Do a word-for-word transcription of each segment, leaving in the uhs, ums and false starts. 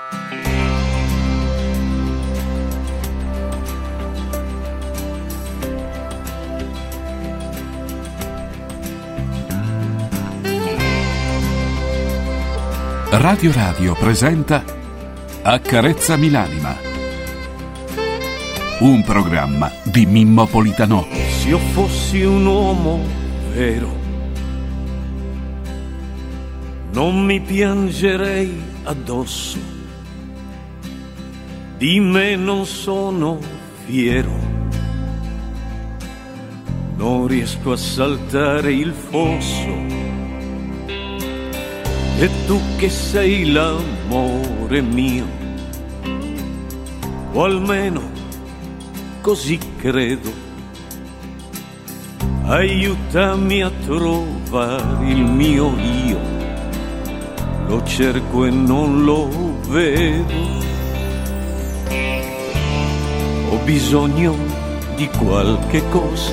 Radio Radio presenta Accarezzami l'anima, un programma di Mimmo Politano. Se io fossi un uomo vero, non mi piangerei addosso, di me non sono fiero, non riesco a saltare il fosso. E tu che sei l'amore mio, o almeno così credo, aiutami a trovare il mio io, lo cerco e non lo vedo. Ho bisogno di qualche cosa,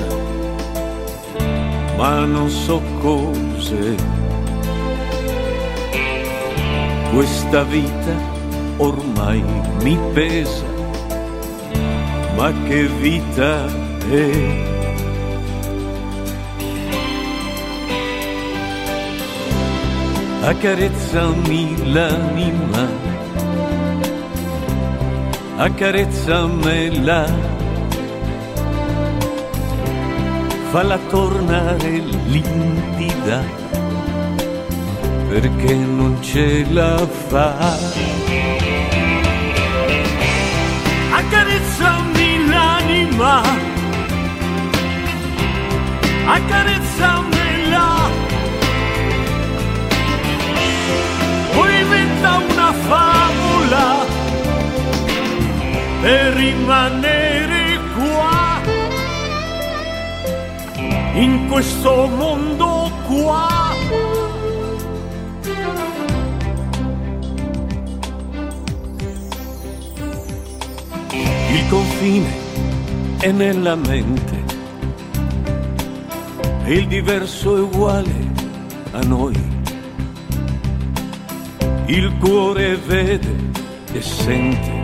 ma non so cos'è. Questa vita ormai mi pesa, ma che vita è? Accarezzami l'anima, accarezzamela, falla tornare limpida, perché non ce la fa. Accarezzami l'anima, accarezzamela, poi inventa una favola per rimanere qua, in questo mondo qua. Il confine è nella mente e il diverso è uguale a noi. Il cuore vede e sente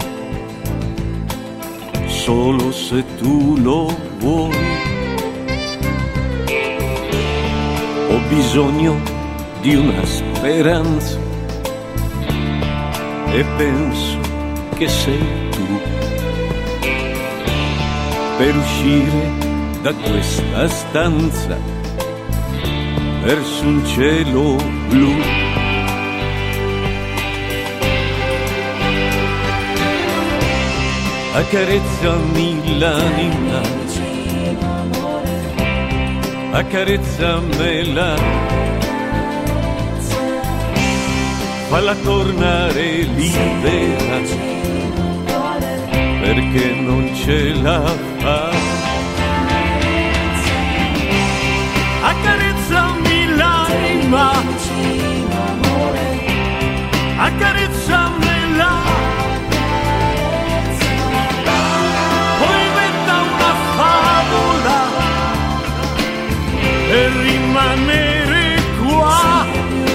solo se tu lo vuoi. Ho bisogno di una speranza e penso che sei tu, per uscire da questa stanza verso un cielo blu. Accarezzami l'anima, accarezzamela, falla tornare libera, perché non ce la fa. Accarezzami l'anima, accarezzamela, poi inventa una favola per rimanere qua.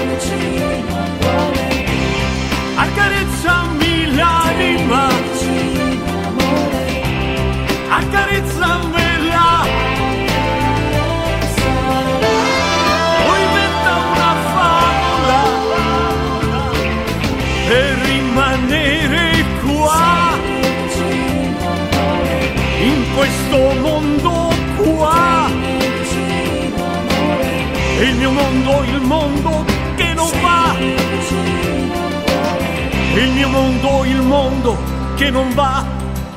Accarezzami l'anima, accarezzamela, poi inventa una favola per rimanere qua, in questo mondo qua. E il mio mondo, il mondo che non va, il mio mondo, il mondo che non va.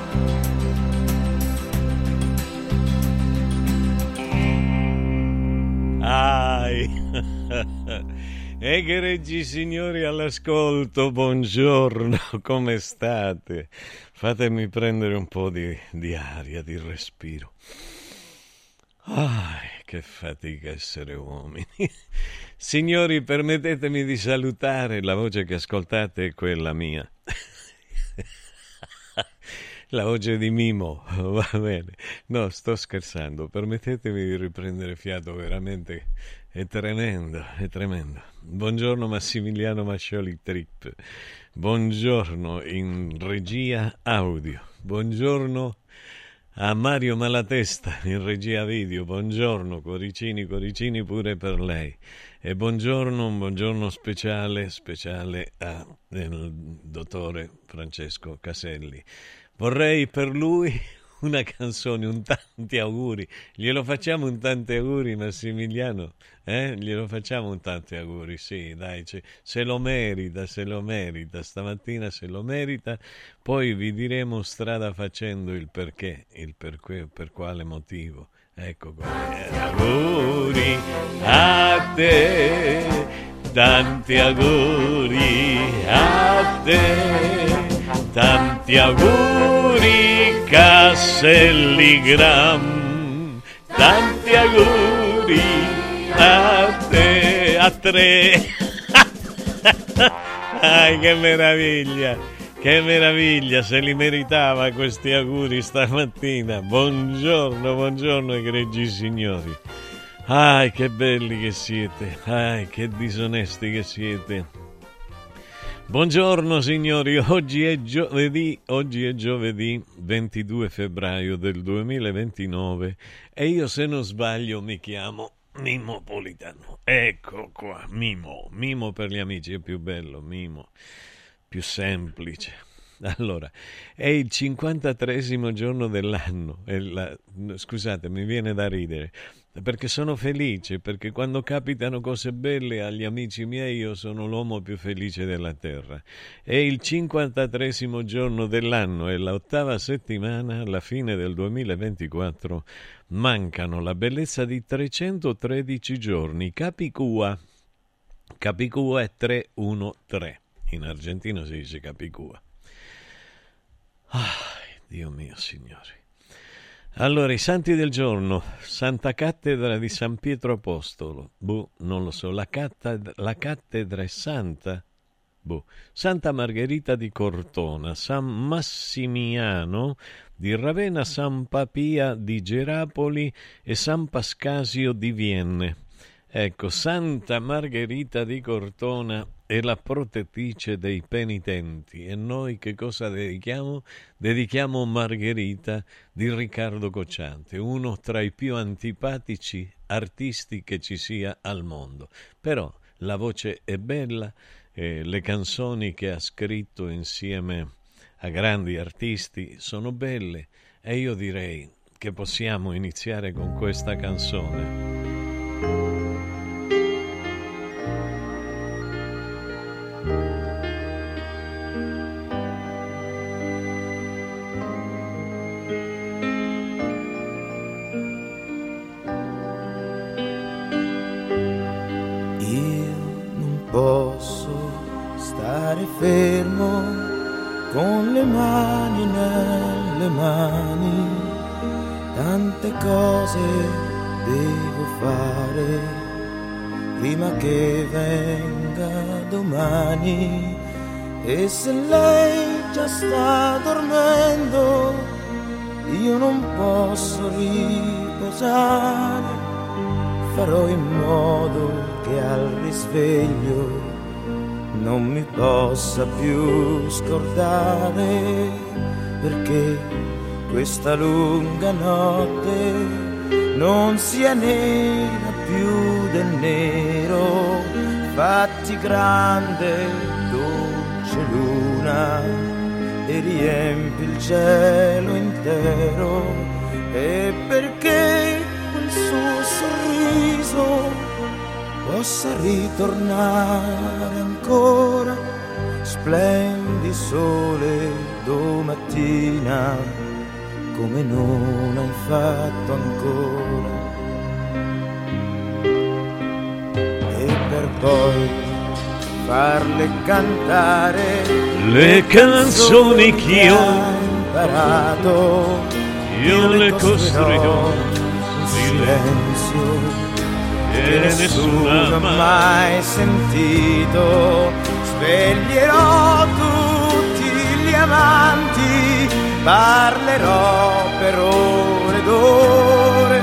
Egregi signori all'ascolto, buongiorno, come state? Fatemi prendere un po' di, di aria, di respiro. Ah, che fatica essere uomini. Signori, permettetemi di salutare, la voce che ascoltate è quella mia. La voce di Mimo, va bene. No, sto scherzando, permettetemi di riprendere fiato, veramente è tremendo, è tremendo. Buongiorno Massimiliano Mascioli Trip. buongiorno in regia audio, buongiorno a Mario Malatesta in regia video, buongiorno, cuoricini, cuoricini pure per lei. E buongiorno, un buongiorno speciale, speciale al dottore Francesco Caselli. Vorrei per lui una canzone, un tanti auguri. Glielo facciamo un tanti auguri, Massimiliano? Eh? Glielo facciamo un tanti auguri, sì, dai, se lo merita, se lo merita, stamattina se lo merita, poi vi diremo strada facendo il perché, il perché, per quale motivo. Ecco qua. Auguri a te, tanti auguri a te, tanti auguri Caselligram, tanti auguri a te, a tre. Ai, che meraviglia, che meraviglia, se li meritava questi auguri stamattina. Buongiorno, buongiorno egregi signori. Ai, che belli che siete, ai, che disonesti che siete. Buongiorno signori, oggi è giovedì, oggi è giovedì ventidue febbraio del duemilaventinove e io, se non sbaglio, mi chiamo Mimmo Politano. Ecco qua, Mimo, Mimo per gli amici, è più bello, Mimo, più semplice. Allora, è il cinquantatreesimo giorno dell'anno, è la, scusate, mi viene da ridere, perché sono felice, perché quando capitano cose belle agli amici miei io sono l'uomo più felice della terra. È il cinquantatreesimo giorno dell'anno, è l'ottava settimana, alla fine del duemilaventiquattro, mancano la bellezza di trecentotredici giorni, Capicua, Capicua è trecentotredici, in argentino si dice Capicua. Ah, Dio mio, signori. Allora, i santi del giorno: Santa Cattedra di San Pietro Apostolo, boh, non lo so, la, cattedra, la cattedra è santa, boh. Santa Margherita di Cortona, San Massimiano di Ravenna, San Papia di Gerapoli e San Pascasio di Vienne. Ecco, Santa Margherita di Cortona è la protettrice dei penitenti, e noi che cosa dedichiamo? Dedichiamo Margherita di Riccardo Cocciante, uno tra i più antipatici artisti che ci sia al mondo. Però la voce è bella, eh, le canzoni che ha scritto insieme a grandi artisti sono belle, e io direi che possiamo iniziare con questa canzone. Fermo con le mani nelle mani, tante cose devo fare prima che venga domani, e se lei già sta dormendo io non posso riposare, farò in modo che al risveglio non mi possa più scordare, perché questa lunga notte non sia nera più del nero. Fatti grande, dolce luna, e riempi il cielo intero, e perché quel suo sorriso possa ritornare ancora, splendi sole domattina come non hai fatto ancora, e per poi farle cantare le canzoni che io ho imparato, io le costruirò in silenzio che nessuno ha mai sentito. Sveglierò tutti gli amanti, parlerò per ore ed ore,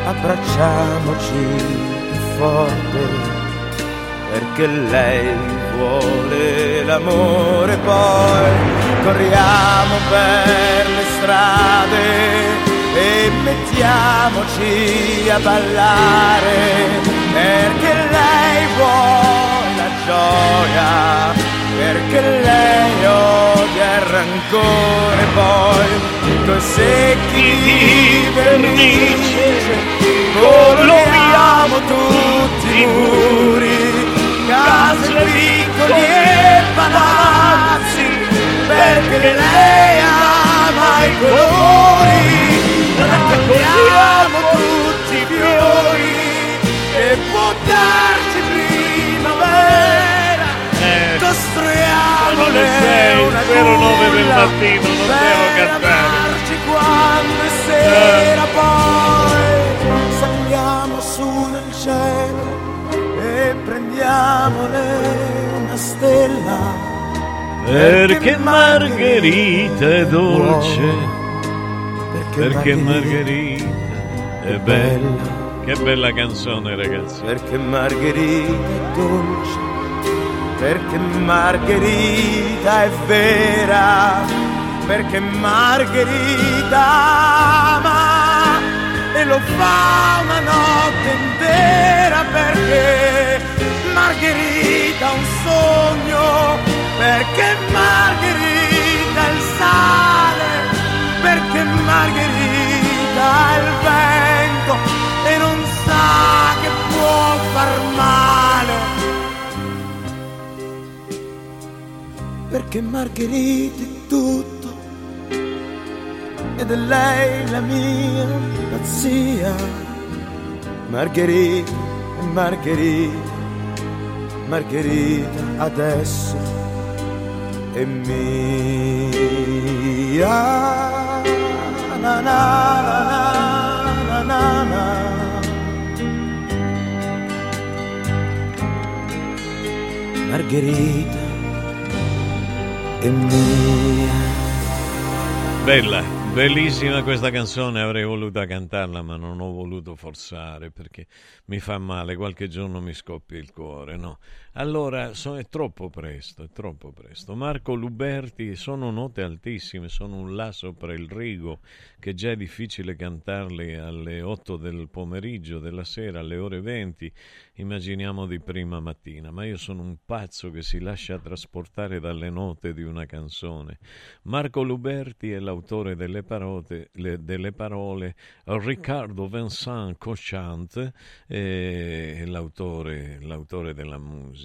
abbracciamoci più forte, perché lei vuole l'amore, poi corriamo per le strade e mettiamoci a ballare, perché lei vuole la gioia, perché lei odia il rancore, poi coi secchi di vernice coloriamo tutti i muri, case, vicoli e palazzi, perché lei ama i colori, raccogliamo tutti i fiori e può darci primavera, Eh, costruiamo sono le sei, una zero nove del culla mattino, non devo per cantare. amarci quando è sera, poi saliamo su nel cielo e prendiamole una stella, Perché Margherita è dolce, perché, perché Margherita Margherita è bella. Che bella canzone, ragazzi. perché Margherita è dolce, perché Margherita è vera, perché Margherita ama e lo fa una notte intera, perché Margherita ha un sogno, perché Margherita è il sale, perché Margherita è il vento e non sa che può far male, perché Margherita è tutto ed è lei la mia pazzia. Margherita, Margherita, Margherita adesso è mia. Na, na, na, na, na, na. Margherita è mia. Bella, bellissima questa canzone, avrei voluto cantarla ma non ho voluto forzare perché mi fa male, qualche giorno mi scoppia il cuore, no? Allora, so, è troppo presto, è troppo presto. Marco Luberti, sono note altissime, sono un là sopra il rigo, che già è difficile cantarle alle otto del pomeriggio, della sera, alle ore venti, immaginiamo di prima mattina, ma io sono un pazzo che si lascia trasportare dalle note di una canzone. Marco Luberti è l'autore delle parole, le, delle parole Riccardo Vincent Cochante è l'autore, l'autore della musica.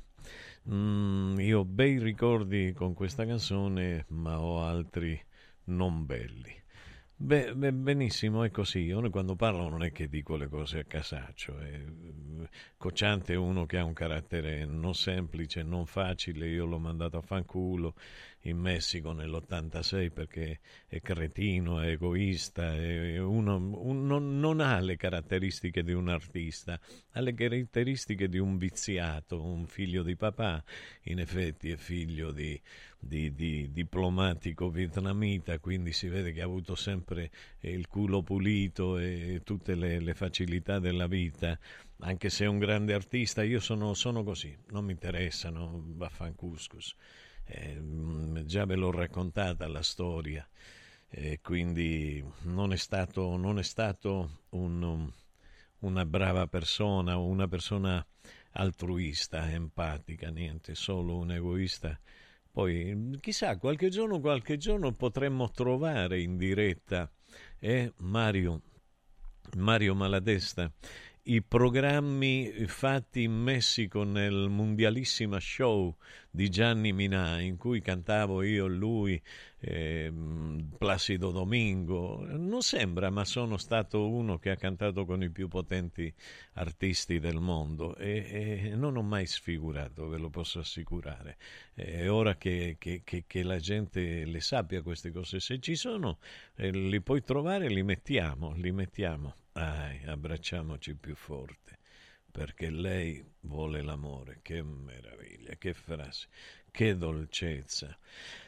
Mm, io ho bei ricordi con questa canzone, ma ho altri non belli. Beh, beh, benissimo, è così. Io quando parlo non è che dico le cose a casaccio. È... Cocciante è uno che ha un carattere non semplice, non facile. Io l'ho mandato a fanculo in Messico nell'ottantasei perché è cretino, è egoista, è uno, un, non, non ha le caratteristiche di un artista, ha le caratteristiche di un viziato, un figlio di papà. In effetti è figlio di... Di, di diplomatico vietnamita, quindi si vede che ha avuto sempre il culo pulito e tutte le, le facilità della vita, anche se è un grande artista. Io sono, sono così, non mi interessano, vaffancuscus, eh, già ve l'ho raccontata la storia, eh, quindi non è stato, non è stato un, una brava persona, una persona altruista, empatica, niente, solo un egoista. Poi, chissà, qualche giorno, qualche giorno potremmo trovare in diretta eh, Mario, Mario Malatesta, i programmi fatti in Messico nel Mondialissima Show di Gianni Minà, in cui cantavo io, lui, eh, Placido Domingo. Non sembra, ma sono stato uno che ha cantato con i più potenti artisti del mondo e, e non ho mai sfigurato, ve lo posso assicurare. È ora che, che, che, che la gente le sappia queste cose. Se ci sono, eh, li puoi trovare, li mettiamo, li mettiamo. Dai, abbracciamoci più forte, perché lei vuole l'amore. Che meraviglia, che frase, che dolcezza.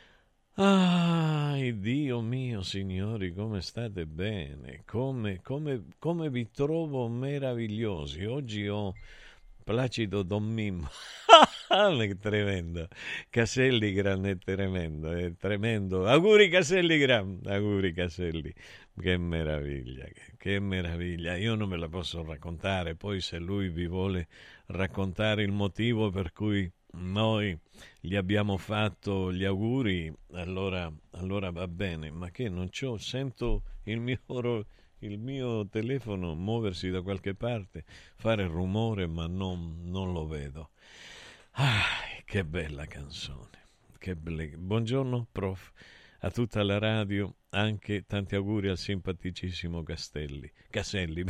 Ah, Dio mio, signori, come state bene, come, come, come vi trovo meravigliosi. Oggi ho Placido Don Mimmo. È tremendo. Caselli Gran è tremendo, è tremendo. Auguri Caselli Gran, auguri Caselli. Che meraviglia, che, che meraviglia. Io non me la posso raccontare, poi se lui vi vuole raccontare il motivo per cui noi gli abbiamo fatto gli auguri, allora, allora va bene, ma che non c'ho, sento il mio, il mio telefono muoversi da qualche parte, fare rumore, ma non, non lo vedo. Ah, che bella canzone, che belle... Buongiorno prof, a tutta la radio, anche tanti auguri al simpaticissimo Castelli, Caselli.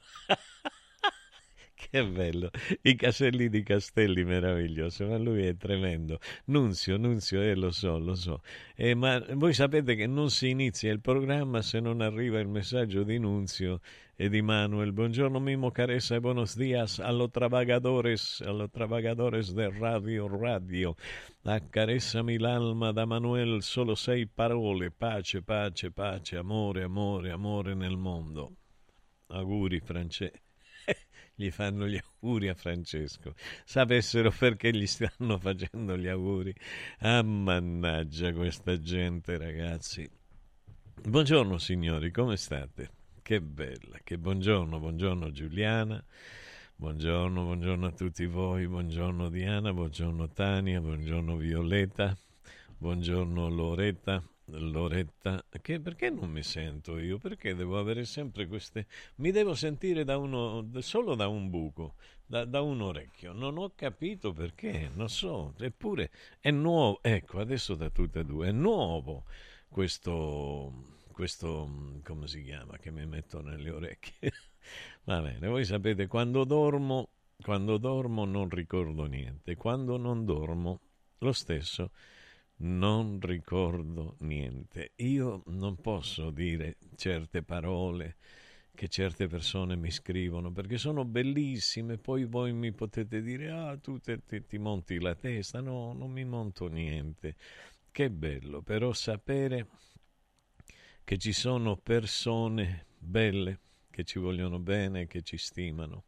Che bello, i Caselli di Castelli, meraviglioso, ma lui è tremendo. Nunzio, Nunzio, eh, lo so, lo so. Eh, ma voi sapete che non si inizia il programma se non arriva il messaggio di Nunzio e di Manuel. Buongiorno Mimo Caressa e buenos días a los trabajadores, a los trabajadores de Radio Radio. Accarezzami l'alma da Manuel, solo sei parole, pace, pace, pace, amore, amore, amore nel mondo. Auguri Francesco. Gli fanno gli auguri a Francesco. Sapessero perché gli stanno facendo gli auguri. Ah, mannaggia questa gente, ragazzi. Buongiorno signori, come state? Che bella, che buongiorno, buongiorno Giuliana, buongiorno, buongiorno a tutti voi, buongiorno Diana, buongiorno Tania, buongiorno Violetta, buongiorno Loretta. Loretta, che perché non mi sento io? Perché devo avere sempre queste... Mi devo sentire da uno, solo da un buco, da, da un orecchio. Non ho capito perché, non so. Eppure è nuovo, ecco, adesso da tutte e due, è nuovo questo, questo, come si chiama, che mi metto nelle orecchie. Va bene, voi sapete, quando dormo, quando dormo non ricordo niente, quando non dormo, lo stesso... non ricordo niente. Io non posso dire certe parole che certe persone mi scrivono perché sono bellissime, poi voi mi potete dire ah tu te, te, ti monti la testa. No, non mi monto niente. Che bello però sapere che ci sono persone belle che ci vogliono bene, che ci stimano.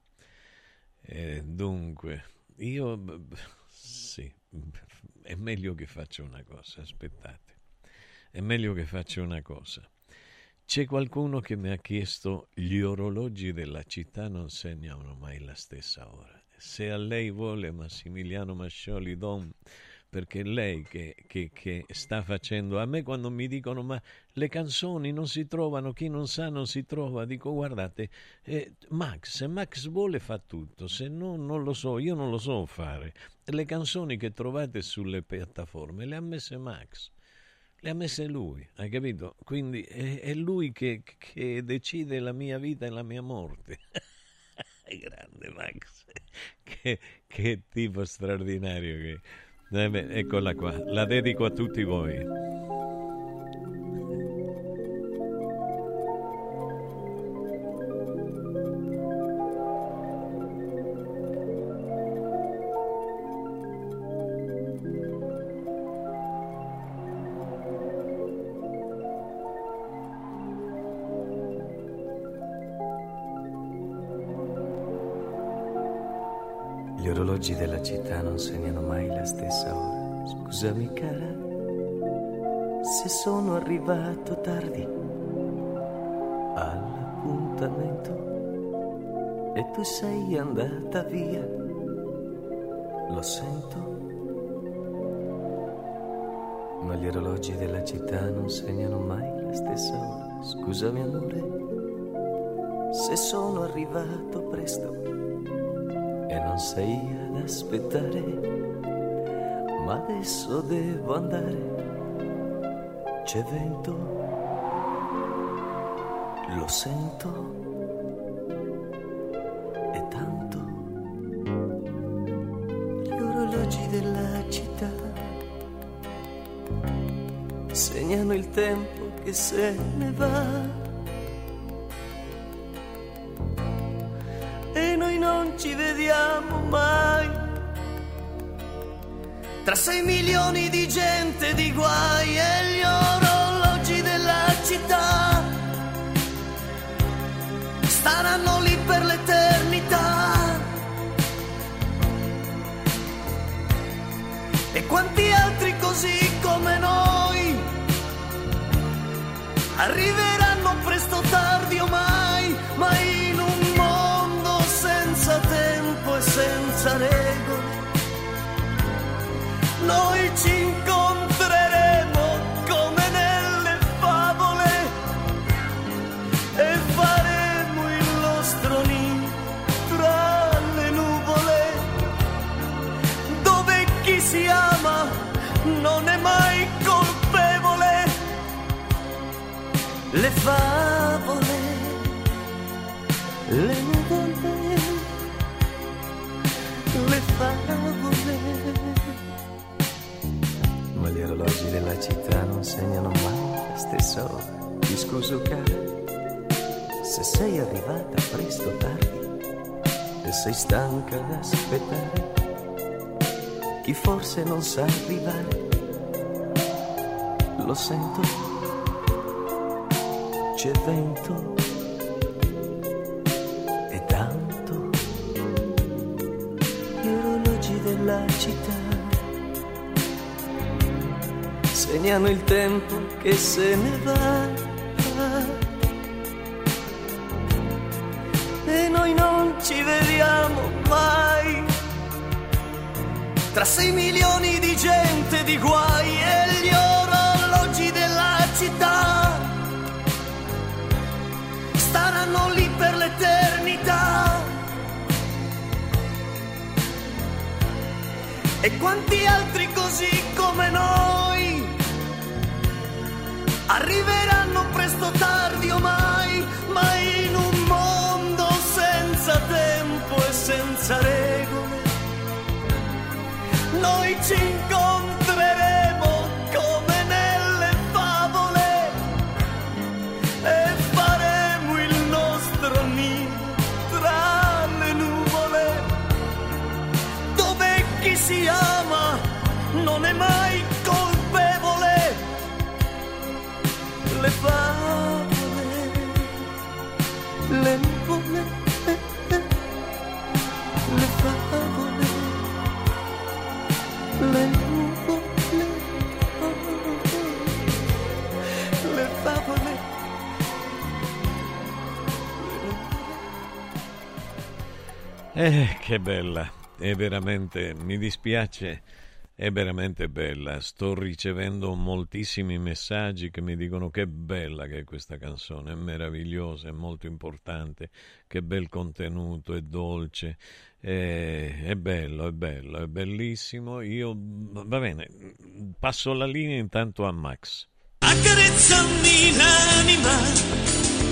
E dunque io sì, è meglio che faccia una cosa, aspettate, è meglio che faccia una cosa. C'è qualcuno che mi ha chiesto gli orologi della città non segnano mai la stessa ora. Se a lei vuole Massimiliano Mascioli Don, perché lei che, che, che sta facendo, a me quando mi dicono ma le canzoni non si trovano, chi non sa non si trova, dico guardate, eh, Max, se Max vuole fa tutto, se no non lo so, io non lo so fare. Le canzoni che trovate sulle piattaforme le ha messe Max, le ha messe lui, hai capito? Quindi è, è lui che, che decide la mia vita e la mia morte. È grande Max, che, che tipo straordinario che... Eh beh, eccola qua, la dedico a tutti voi. Gli orologi della città non segnano mai la stessa ora. Scusami cara, se sono arrivato tardi all'appuntamento e tu sei andata via. Lo sento, ma gli orologi della città non segnano mai la stessa ora. Scusami amore, se sono arrivato presto e non sei ad aspettare, ma adesso devo andare. C'è vento, lo sento, e tanto. Gli orologi della città segnano il tempo che se ne va. Non ci vediamo mai tra sei milioni di gente di guai e gli orologi della città staranno lì per l'eternità arriveranno presto o tardi o mai, ma in un mondo senza tempo e senza regole noi ci incontreremo come nelle favole e faremo il nostro nido tra le nuvole, dove chi si ama non è mai colpevole. Le favole, le nuvole, le favole. Ma gli orologi della città non segnano mai la stessa ora. Ti scuso cara, se sei arrivata presto o tardi e sei stanca d'aspettare chi forse non sa arrivare. Lo sento, c'è vento e tanto. Gli orologi della città segnano il tempo che se ne va e noi non ci vediamo mai tra sei milioni di gente di guai e gli orologi della città staranno lì per l'eternità. E quanti altri così come noi arriveranno presto o tardi o mai, ma in un mondo senza tempo e senza regole noi ci incontreremo come nelle favole e faremo il nostro nido tra le nuvole, dove chi si ama non è mai colpevole. Le favole, le nuvole, le favole, le nuvole, le favole. Eh, che bella, è veramente, mi dispiace, è veramente bella. Sto ricevendo moltissimi messaggi che mi dicono che bella che è questa canzone, è meravigliosa, è molto importante, che bel contenuto, è dolce, è, è bello, è bello, è bellissimo. Io, va bene, passo la linea intanto a Max. Accarezzami l'anima.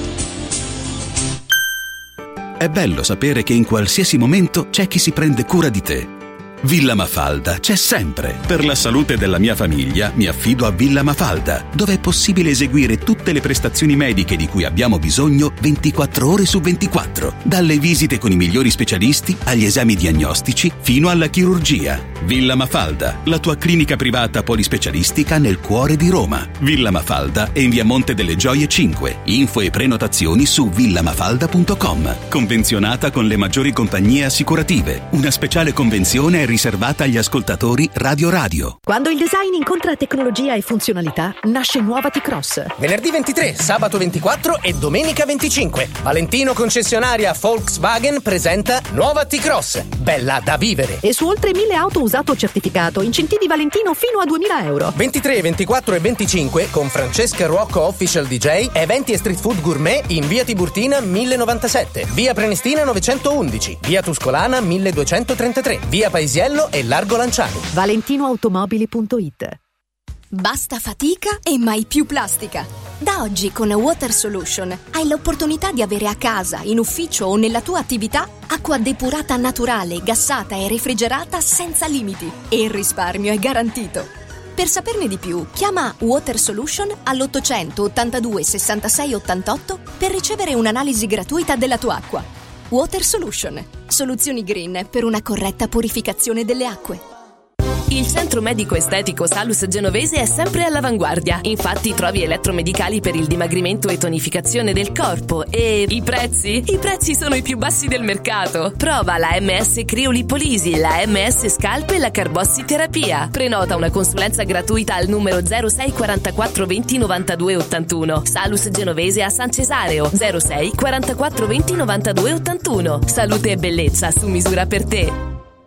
È bello sapere che in qualsiasi momento c'è chi si prende cura di te. Villa Mafalda c'è sempre. Per la salute della mia famiglia mi affido a Villa Mafalda, dove è possibile eseguire tutte le prestazioni mediche di cui abbiamo bisogno ventiquattro ore su ventiquattro, dalle visite con i migliori specialisti agli esami diagnostici fino alla chirurgia. Villa Mafalda, la tua clinica privata polispecialistica nel cuore di Roma. Villa Mafalda è in via Monte delle Gioie cinque. Info e prenotazioni su villamafalda punto com. Convenzionata con le maggiori compagnie assicurative. Una speciale convenzione è riservata agli ascoltatori Radio Radio. Quando il design incontra tecnologia e funzionalità, nasce nuova T-Cross. Venerdì ventitré, sabato ventiquattro e domenica venticinque. Valentino concessionaria Volkswagen presenta nuova T-Cross. Bella da vivere. E su oltre mille auto usato certificato, incentivi Valentino fino a duemila euro. ventitré, ventiquattro e venticinque con Francesca Ruocco Official D J, eventi e street food gourmet in via Tiburtina mille novantasette, via Prenestina novecentoundici, via Tuscolana milleduecentotrentatré, via Paesiello e Largo Lanciani. valentinoautomobili punto it. Basta fatica e mai più plastica. Da oggi con Water Solution hai l'opportunità di avere a casa, in ufficio o nella tua attività acqua depurata naturale, gassata e refrigerata senza limiti. E il risparmio è garantito. Per saperne di più, chiama Water Solution all'ottocento ottantadue sessantasei ottantotto per ricevere un'analisi gratuita della tua acqua. Water Solution, soluzioni green per una corretta purificazione delle acque. Il centro medico estetico Salus Genovese è sempre all'avanguardia. Infatti trovi elettromedicali per il dimagrimento e tonificazione del corpo. E i prezzi? I prezzi sono i più bassi del mercato. Prova la M S Criolipolisi, la M S Scalp e la Carbossiterapia. Prenota una consulenza gratuita al numero zero sei quarantaquattro venti novantadue ottantuno. Salus Genovese a San Cesareo zero sei quarantaquattro venti novantadue ottantuno. Salute e bellezza su misura per te.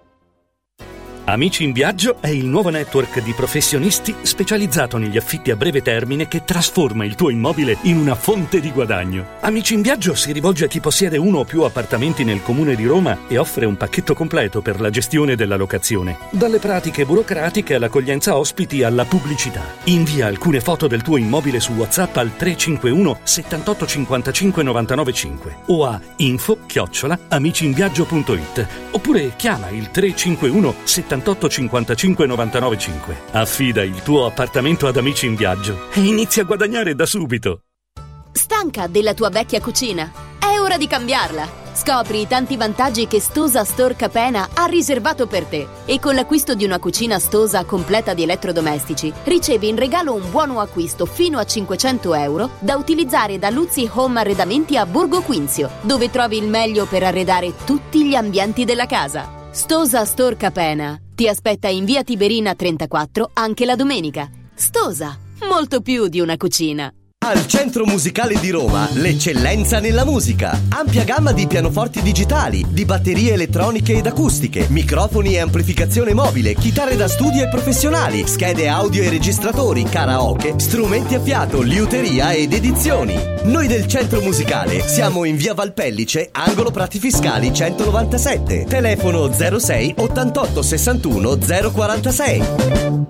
Amici in Viaggio è il nuovo network di professionisti specializzato negli affitti a breve termine che trasforma il tuo immobile in una fonte di guadagno. Amici in Viaggio si rivolge a chi possiede uno o più appartamenti nel comune di Roma e offre un pacchetto completo per la gestione della locazione. Dalle pratiche burocratiche all'accoglienza ospiti alla pubblicità. Invia alcune foto del tuo immobile su WhatsApp al tre cinque uno settantotto cinquantacinque novantanove cinque o a info chiocciola amiciinviaggio punto it oppure chiama il tre cinque uno settantotto cinquantacinque novantanove cinque. Affida il tuo appartamento ad Amici in Viaggio e inizia a guadagnare da subito. Stanca della tua vecchia cucina? È ora di cambiarla! Scopri i tanti vantaggi che Stosa Store Capena ha riservato per te. E con l'acquisto di una cucina Stosa completa di elettrodomestici, ricevi in regalo un buono acquisto fino a cinquecento euro da utilizzare da Luzzi Home Arredamenti a Borgo Quinzio, dove trovi il meglio per arredare tutti gli ambienti della casa. Stosa Store Capena ti aspetta in via Tiberina trentaquattro anche la domenica. Stosa, molto più di una cucina. Al Centro Musicale di Roma, l'eccellenza nella musica. Ampia gamma di pianoforti digitali, di batterie elettroniche ed acustiche, microfoni e amplificazione mobile, chitarre da studio e professionali, schede audio e registratori, karaoke, strumenti a fiato, liuteria ed edizioni. Noi del Centro Musicale siamo in via Valpellice, angolo Prati Fiscali centonovantasette. Telefono zero sei ottantotto sessantuno zero quarantasei.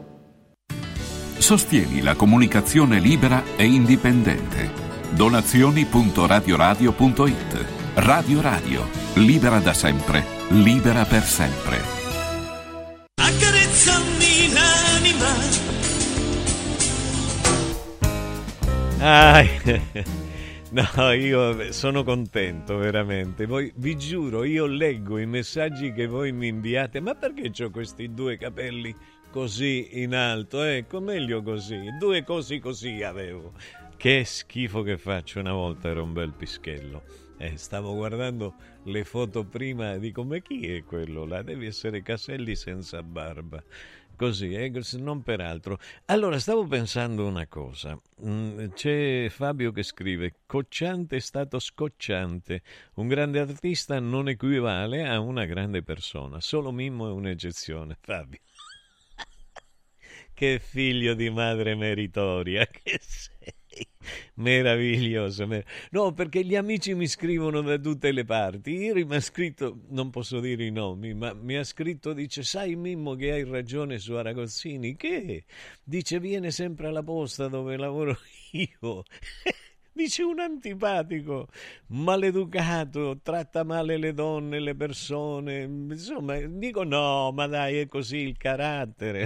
Sostieni la comunicazione libera e indipendente. Donazioni punto radioradio punto it. Radio Radio, libera da sempre, libera per sempre. Accarezzami l'anima. Ah, no, io sono contento veramente. Voi, vi giuro, io leggo i messaggi che voi mi inviate. Ma perché ho questi due capelli così in alto? Ecco, meglio così. Due così così avevo. Che schifo che faccio. Una volta ero un bel pischello. Eh, stavo guardando le foto prima, dico, ma chi è quello là? Devi essere Caselli senza barba. Così, eh, non per altro. Allora, stavo pensando una cosa. C'è Fabio che scrive: Cocciante è stato scocciante. Un grande artista non equivale a una grande persona. Solo Mimmo è un'eccezione. Fabio. Che figlio di madre meritoria che sei, meraviglioso. No, perché gli amici mi scrivono da tutte le parti. Ieri mi ha scritto, non posso dire i nomi, ma mi ha scritto, dice: sai Mimmo che hai ragione su Aragozzini? Che? Dice, viene sempre alla posta dove lavoro io. Dice, un antipatico, maleducato, tratta male le donne, le persone. Insomma, dico, no, ma dai, è così il carattere.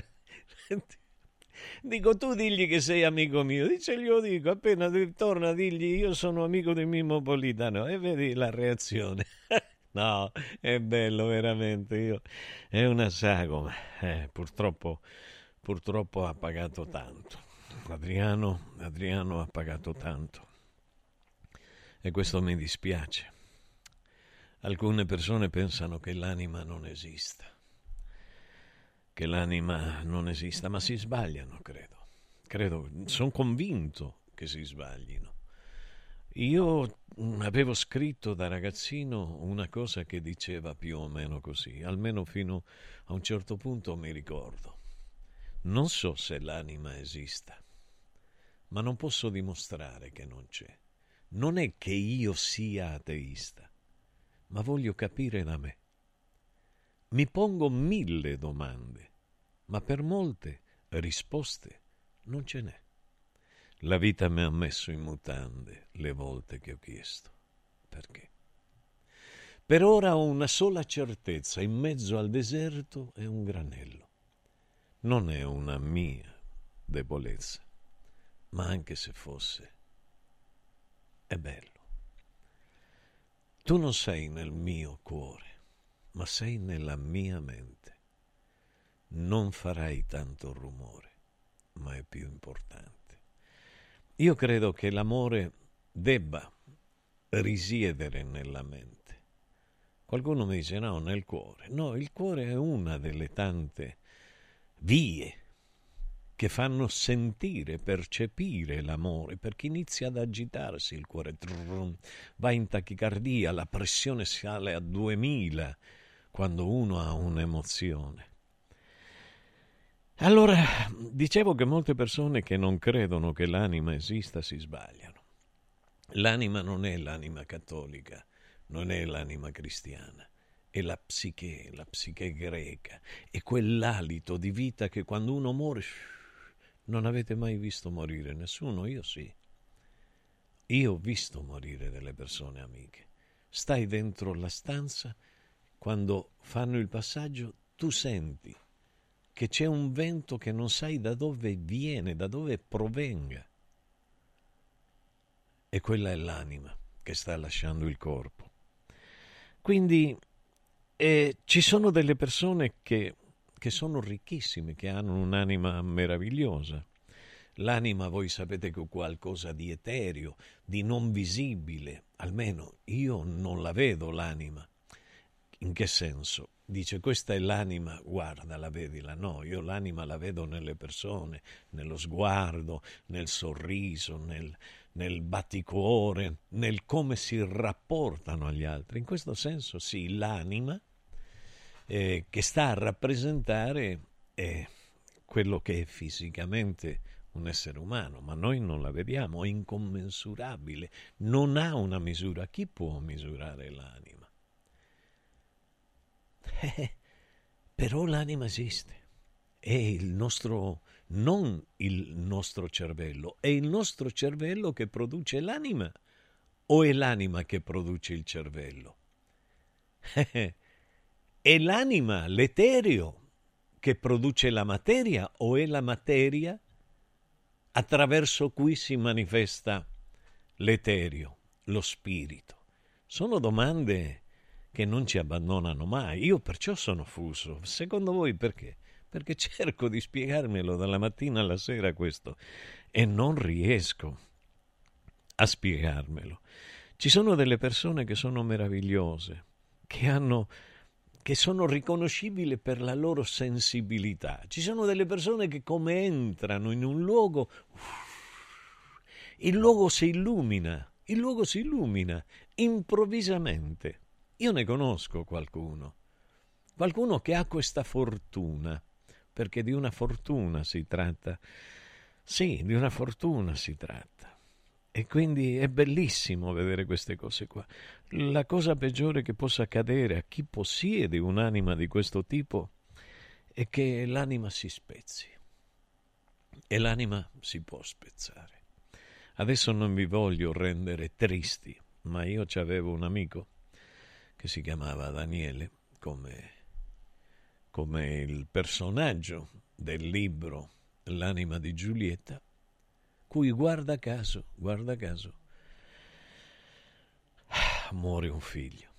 Dico, tu digli che sei amico mio. Dice, glielo dico, appena torna digli io sono amico di Mimmo Politano, e vedi la reazione. No, è bello veramente. Io è una sagoma. Eh, purtroppo purtroppo ha pagato tanto. Adriano Adriano ha pagato tanto e questo mi dispiace. Alcune persone pensano che l'anima non esista. che l'anima non esista, ma si sbagliano, credo. Credo, sono convinto che si sbaglino. Io avevo scritto da ragazzino una cosa che diceva più o meno così, almeno fino a un certo punto mi ricordo. Non so se l'anima esista, ma non posso dimostrare che non c'è. Non è che io sia ateista, ma voglio capire da me. Mi pongo mille domande, ma per molte risposte non ce n'è. La vita mi ha messo in mutande le volte che ho chiesto. Perché? Per ora ho una sola certezza: in mezzo al deserto è un granello. Non è una mia debolezza, ma anche se fosse, è bello. Tu non sei nel mio cuore, ma sei nella mia mente. non farai tanto rumore, ma è più importante. Io credo che l'amore debba risiedere nella mente. Qualcuno mi dice no, nel cuore. No, il cuore è una delle tante vie che fanno sentire, percepire l'amore, perché inizia ad agitarsi il cuore, va in tachicardia, la pressione sale a duemila quando uno ha un'emozione. Allora, dicevo che molte persone che non credono che l'anima esista si sbagliano. L'anima non è l'anima cattolica, non è l'anima cristiana, è la psiche, la psiche greca, è quell'alito di vita che quando uno muore, non avete mai visto morire nessuno, io sì. Io ho visto morire delle persone amiche. Stai dentro la stanza, quando fanno il passaggio, tu senti che c'è un vento che non sai da dove viene, da dove provenga. E quella è l'anima che sta lasciando il corpo. Quindi eh, ci sono delle persone che, che sono ricchissime, che hanno un'anima meravigliosa. L'anima, voi sapete che è qualcosa di etereo, di non visibile. Almeno io non la vedo l'anima. In che senso? Dice, questa è l'anima, guarda, la vedi là? No, io l'anima la vedo nelle persone, nello sguardo, nel sorriso, nel, nel batticuore, nel come si rapportano agli altri. In questo senso sì, l'anima eh, che sta a rappresentare è quello che è fisicamente un essere umano, ma noi non la vediamo, è incommensurabile, non ha una misura. Chi può misurare l'anima? Eh, però l'anima esiste, è il nostro, non il nostro cervello, è il nostro cervello che produce l'anima o è l'anima che produce il cervello? Eh, è l'anima, l'etereo, che produce la materia o è la materia attraverso cui si manifesta l'etereo, lo spirito? Sono domande che non ci abbandonano mai. Io perciò sono fuso. Secondo voi perché? Perché cerco di spiegarmelo dalla mattina alla sera questo e non riesco a spiegarmelo. Ci sono delle persone che sono meravigliose, che hanno che sono riconoscibili per la loro sensibilità. Ci sono delle persone che come entrano in un luogo, il luogo si illumina, il luogo si illumina improvvisamente. Io ne conosco qualcuno, qualcuno che ha questa fortuna, perché di una fortuna si tratta, sì, di una fortuna si tratta. E quindi è bellissimo vedere queste cose qua. La cosa peggiore che possa accadere a chi possiede un'anima di questo tipo è che l'anima si spezzi. E l'anima si può spezzare. Adesso non vi voglio rendere tristi, ma io c'avevo un amico che si chiamava Daniele, come, come il personaggio del libro L'anima di Giulietta, cui guarda caso, guarda caso, muore un figlio.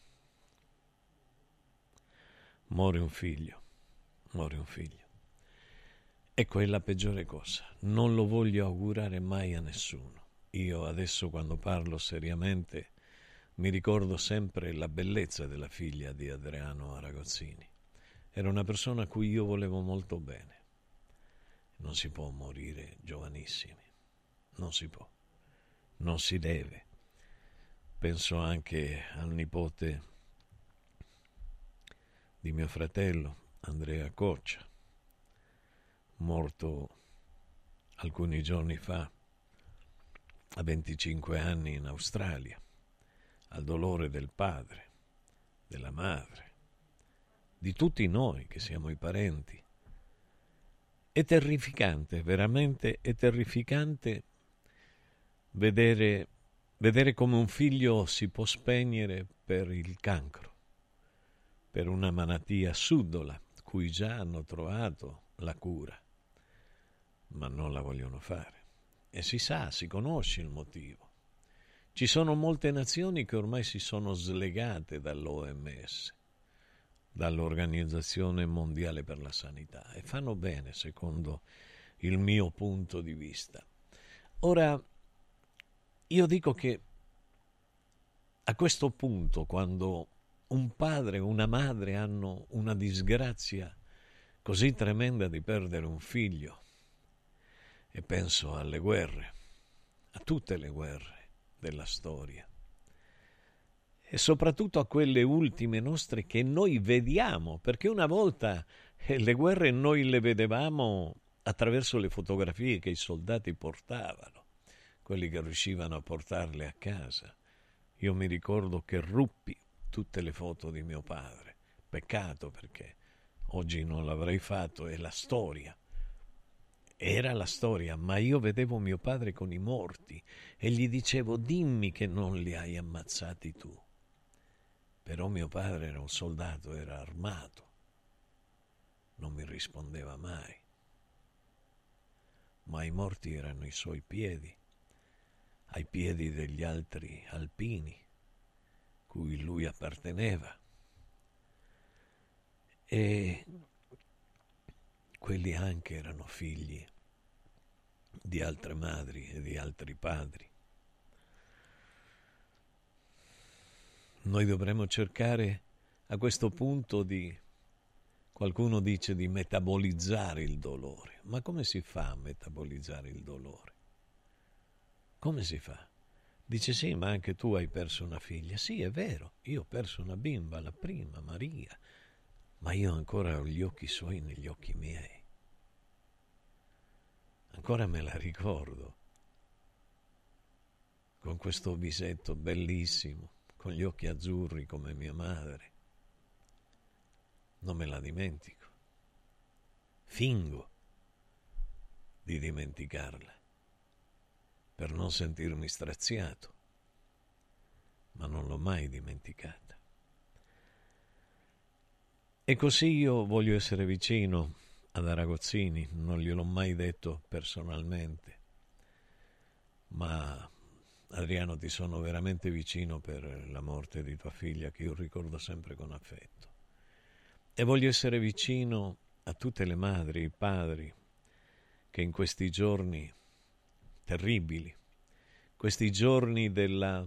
Muore un figlio, muore un figlio. E quella peggiore cosa, non lo voglio augurare mai a nessuno. Io adesso quando parlo seriamente mi ricordo sempre la bellezza della figlia di Adriano Aragozzini. Era una persona a cui io volevo molto bene. Non si può morire giovanissimi, non si può, non si deve. Penso anche al nipote di mio fratello, Andrea Coccia, morto alcuni giorni fa, a venticinque anni in Australia, al dolore del padre, della madre, di tutti noi che siamo i parenti. È terrificante, veramente è terrificante vedere, vedere come un figlio si può spegnere per il cancro, per una malattia subdola, cui già hanno trovato la cura, ma non la vogliono fare. E si sa, si conosce il motivo. Ci sono molte nazioni che ormai si sono slegate dall'O M S. dall'Organizzazione Mondiale per la Sanità, e fanno bene secondo il mio punto di vista. Ora, io dico che a questo punto, quando un padre o una madre hanno una disgrazia così tremenda di perdere un figlio, e penso alle guerre, a tutte le guerre della storia, e soprattutto a quelle ultime nostre che noi vediamo, perché una volta eh, le guerre noi le vedevamo attraverso le fotografie che i soldati portavano, quelli che riuscivano a portarle a casa. Io mi ricordo che ruppi tutte le foto di mio padre, peccato, perché oggi non l'avrei fatto, è la storia. Era la storia, ma io vedevo mio padre con i morti e gli dicevo: dimmi che non li hai ammazzati tu. Però mio padre era un soldato, era armato, non mi rispondeva mai. Ma i morti erano i suoi piedi, ai piedi degli altri alpini cui lui apparteneva, e quelli anche erano figli di altre madri e di altri padri. Noi dovremmo cercare a questo punto di, qualcuno dice, di metabolizzare il dolore. Ma come si fa a metabolizzare il dolore? Come si fa? Dice: sì, ma anche tu hai perso una figlia. Sì, è vero, io ho perso una bimba, la prima, Maria, ma io ancora ho gli occhi suoi negli occhi miei. Ancora me la ricordo, con questo visetto bellissimo, con gli occhi azzurri come mia madre. Non me la dimentico. Fingo di dimenticarla per non sentirmi straziato, ma non l'ho mai dimenticata. E così io voglio essere vicino ad Aragozzini, non gliel'ho mai detto personalmente, ma Adriano, ti sono veramente vicino per la morte di tua figlia, che io ricordo sempre con affetto. E voglio essere vicino a tutte le madri, i padri, che in questi giorni terribili, questi giorni della,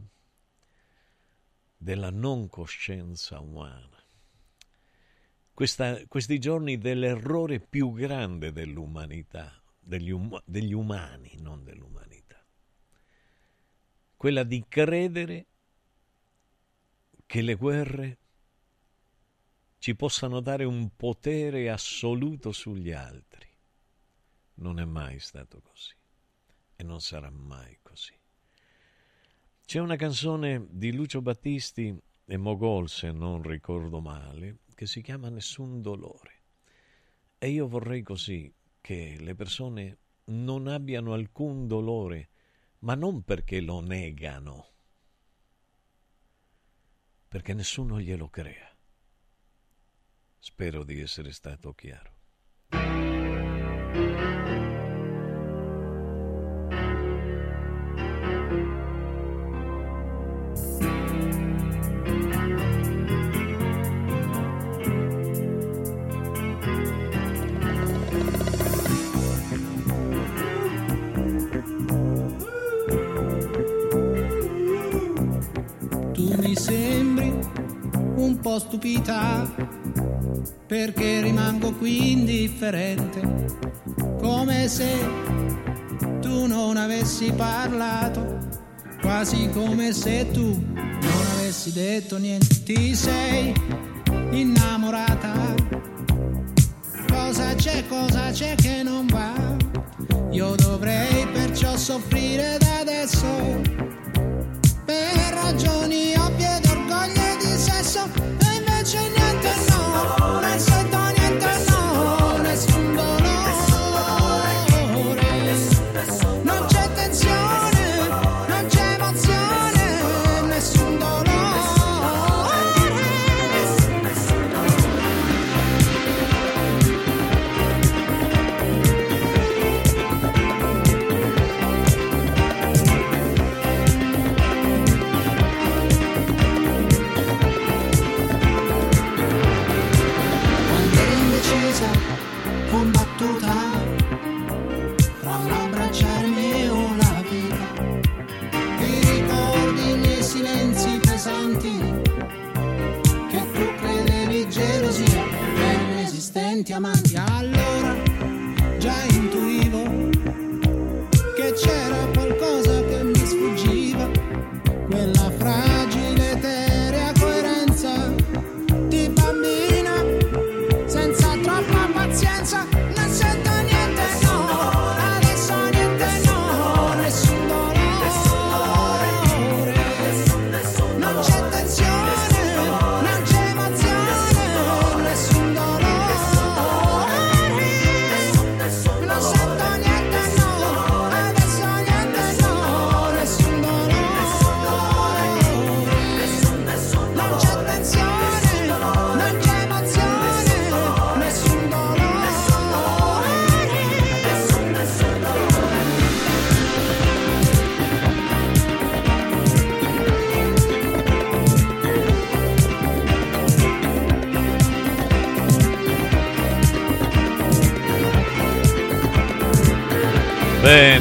della non coscienza umana, questa, questi giorni dell'errore più grande dell'umanità, degli, um, degli umani, non dell'umanità, quella di credere che le guerre ci possano dare un potere assoluto sugli altri. Non è mai stato così e non sarà mai così. C'è una canzone di Lucio Battisti e Mogol, se non ricordo male, che si chiama Nessun dolore, e io vorrei così che le persone non abbiano alcun dolore, ma non perché lo negano, perché nessuno glielo crea. Spero di essere stato chiaro. Tu mi sembri un po' stupita, perché rimango qui indifferente, come se tu non avessi parlato, quasi come se tu non avessi detto niente. Ti sei innamorata, cosa c'è, cosa c'è che non va? Io dovrei perciò soffrire da adesso, per ragioni ovvie d'orgoglio e di sesso, e invece niente, no, non sento niente, no, nessun dolore, non c'è tensione, non c'è emozione, nessun dolore.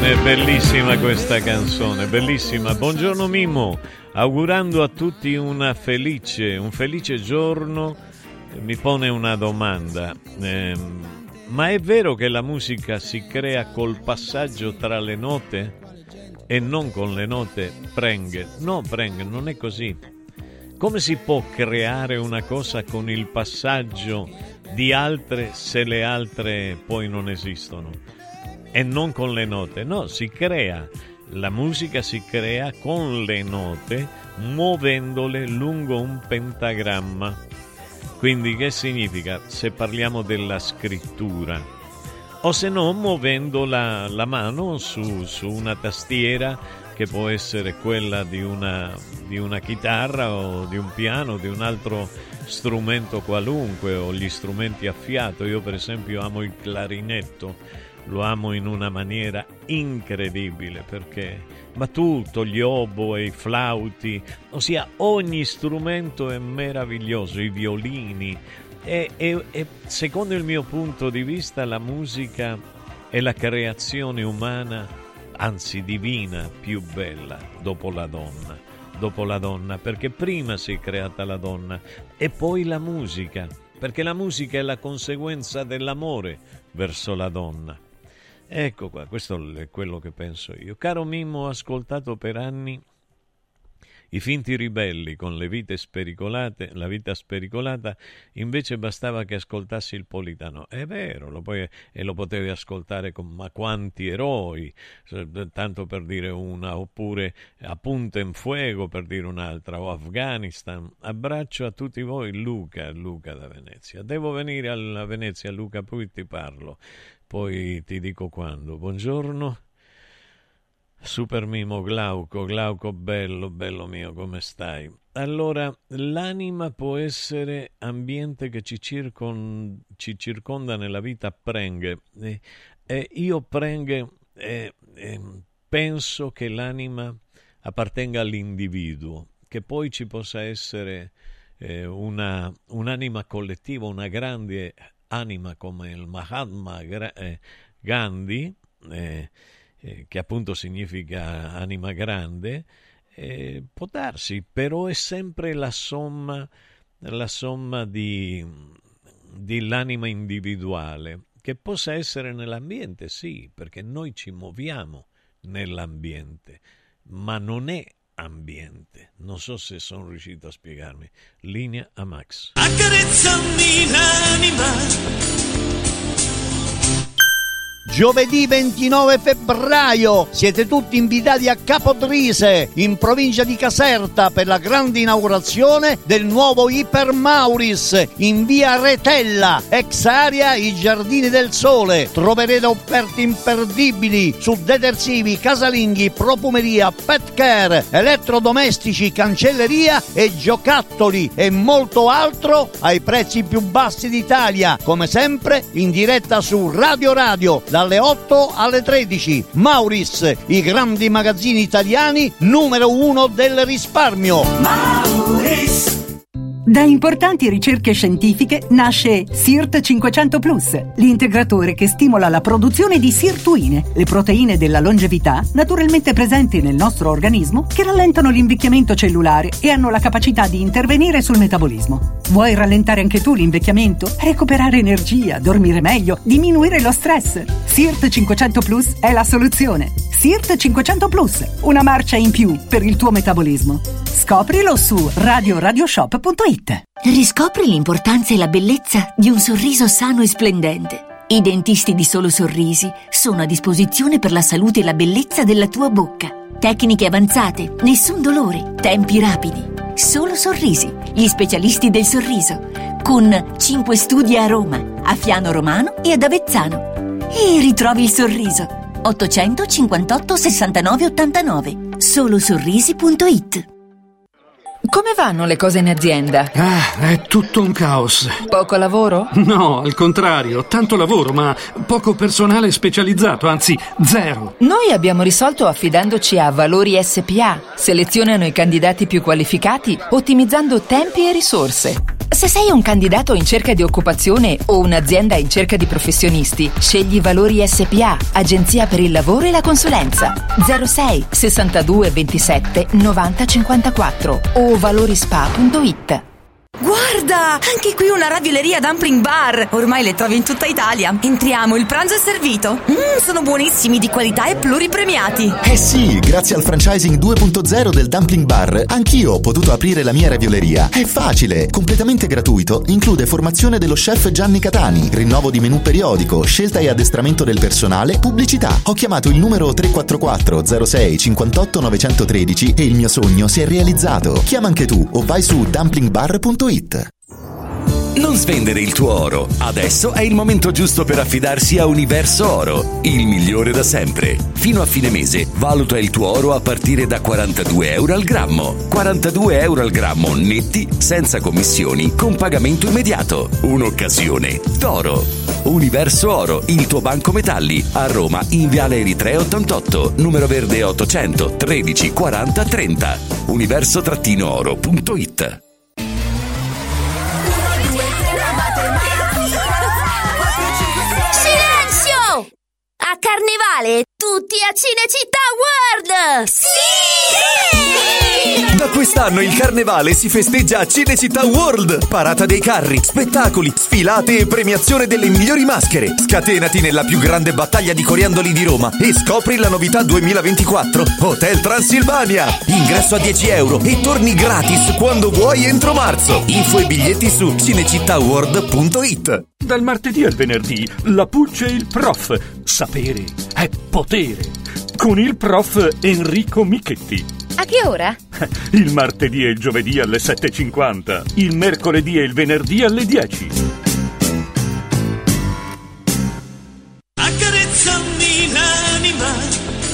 È bellissima questa canzone, bellissima. Buongiorno Mimmo, augurando a tutti una felice, un felice giorno. Mi pone una domanda, eh, ma è vero che la musica si crea col passaggio tra le note e non con le note preng? No, preng, non è così. Come si può creare una cosa con il passaggio di altre se le altre poi non esistono? E non con le note? No, si crea. La musica si crea con le note, muovendole lungo un pentagramma. Quindi che significa, se parliamo della scrittura? O se no, muovendo la, la mano su, su una tastiera, che può essere quella di una, di una chitarra o di un piano, di un altro strumento qualunque, o gli strumenti a fiato. Io per esempio amo il clarinetto, lo amo in una maniera incredibile, perché ma tutto, gli oboe, i flauti, ossia ogni strumento è meraviglioso, i violini, e, e, e secondo il mio punto di vista la musica è la creazione umana, anzi divina, più bella dopo la donna, dopo la donna, perché prima si è creata la donna e poi la musica, perché la musica è la conseguenza dell'amore verso la donna. Ecco qua, questo è quello che penso io. Caro Mimmo, ho ascoltato per anni i finti ribelli con le vite spericolate, la vita spericolata, invece bastava che ascoltassi il Politano. È vero, lo puoi, e lo potevi ascoltare con ma quanti eroi, tanto per dire una, oppure A Punta in Fuego per dire un'altra, o Afghanistan. Abbraccio a tutti voi, Luca, Luca da Venezia. Devo venire a Venezia, Luca, poi ti parlo. Poi ti dico quando. Buongiorno. Super Mimo, Glauco, Glauco bello, bello mio, come stai? Allora, l'anima può essere ambiente che ci, circon, ci circonda nella vita preng. E, e io preng, e, e, penso che l'anima appartenga all'individuo, che poi ci possa essere eh, una, un'anima collettiva, una grande anima come il Mahatma Gandhi, eh, eh, che appunto significa anima grande, eh, può darsi, però è sempre la somma, la somma di, di l'anima individuale, che possa essere nell'ambiente, sì, perché noi ci muoviamo nell'ambiente, ma non è ambiente. Non so se sono riuscito a spiegarmi. Linea a Max. Accarezzami l'anima. Giovedì ventinove febbraio siete tutti invitati a Capodrise, in provincia di Caserta, per la grande inaugurazione del nuovo Iper Mauris in via Retella, ex area I Giardini del Sole. Troverete offerte imperdibili su detersivi, casalinghi, profumeria, pet care, elettrodomestici, cancelleria e giocattoli e molto altro ai prezzi più bassi d'Italia, come sempre in diretta su Radio Radio dalle otto alle tredici. Mauris, i grandi magazzini italiani numero uno del risparmio. Mauris. Da importanti ricerche scientifiche nasce SIRT cinquecento plus, l'integratore che stimola la produzione di sirtuine, le proteine della longevità naturalmente presenti nel nostro organismo, che rallentano l'invecchiamento cellulare e hanno la capacità di intervenire sul metabolismo. Vuoi rallentare anche tu l'invecchiamento? Recuperare energia, dormire meglio, diminuire lo stress? SIRT cinquecento plus è la soluzione. SIRT cinquecento plus, una marcia in più per il tuo metabolismo. Scoprilo su radio radioshop punto it. Riscopri l'importanza e la bellezza di un sorriso sano e splendente. I dentisti di Solo Sorrisi sono a disposizione per la salute e la bellezza della tua bocca. Tecniche avanzate, nessun dolore, tempi rapidi. Solo Sorrisi, gli specialisti del sorriso, con cinque studi a Roma, a Fiano Romano e ad Avezzano. E ritrovi il sorriso. ottocentocinquantotto sessantanove ottantanove. solo sorrisi punto it. come vanno le cose in azienda? Ah, è tutto un caos. Poco lavoro? No, al contrario, tanto lavoro, ma poco personale specializzato, anzi zero. Noi abbiamo risolto affidandoci a Valori S P A. Selezionano i candidati più qualificati, ottimizzando tempi e risorse. Se sei un candidato in cerca di occupazione o un'azienda in cerca di professionisti, scegli Valori S P A, agenzia per il lavoro e la consulenza. zero sei sessantadue ventisette novanta cinquantaquattro o valorispa punto it. Guarda, anche qui una ravioleria Dumpling Bar. Ormai le trovi in tutta Italia. Entriamo, il pranzo è servito. Mmm, sono buonissimi, di qualità e pluripremiati. Eh sì, grazie al franchising due punto zero del Dumpling Bar, anch'io ho potuto aprire la mia ravioleria. È facile, completamente gratuito, include formazione dello chef Gianni Catani, rinnovo di menù periodico, scelta e addestramento del personale, pubblicità. Ho chiamato il numero tre quattro quattro zero sei cinquantotto novecentotredici e il mio sogno si è realizzato. Chiama anche tu o vai su dumpling bar punto it. Non svendere il tuo oro. Adesso è il momento giusto per affidarsi a Universo Oro, il migliore da sempre. Fino a fine mese valuta il tuo oro a partire da quarantadue euro al grammo. quarantadue euro al grammo netti, senza commissioni, con pagamento immediato. Un'occasione d'oro. Universo Oro, il tuo banco metalli. A Roma in Viale Eritrea ottantotto, numero verde ottocento tredici quaranta trenta. universo oro punto it. A Carnevale, tutti a Cinecittà World! Sì! Da quest'anno il Carnevale si festeggia a Cinecittà World. Parata dei carri, spettacoli, sfilate e premiazione delle migliori maschere. Scatenati nella più grande battaglia di coriandoli di Roma e scopri la novità duemilaventiquattro Hotel Transilvania. Ingresso a dieci euro e torni gratis quando vuoi entro marzo. Info e biglietti su cinecittà world punto it. Dal martedì al venerdì, la Pulce e il prof. Sapere è potere. Con il prof Enrico Michetti. A che ora? Il martedì e il giovedì alle sette e cinquanta. Il mercoledì e il venerdì alle dieci. Accarezzami l'anima.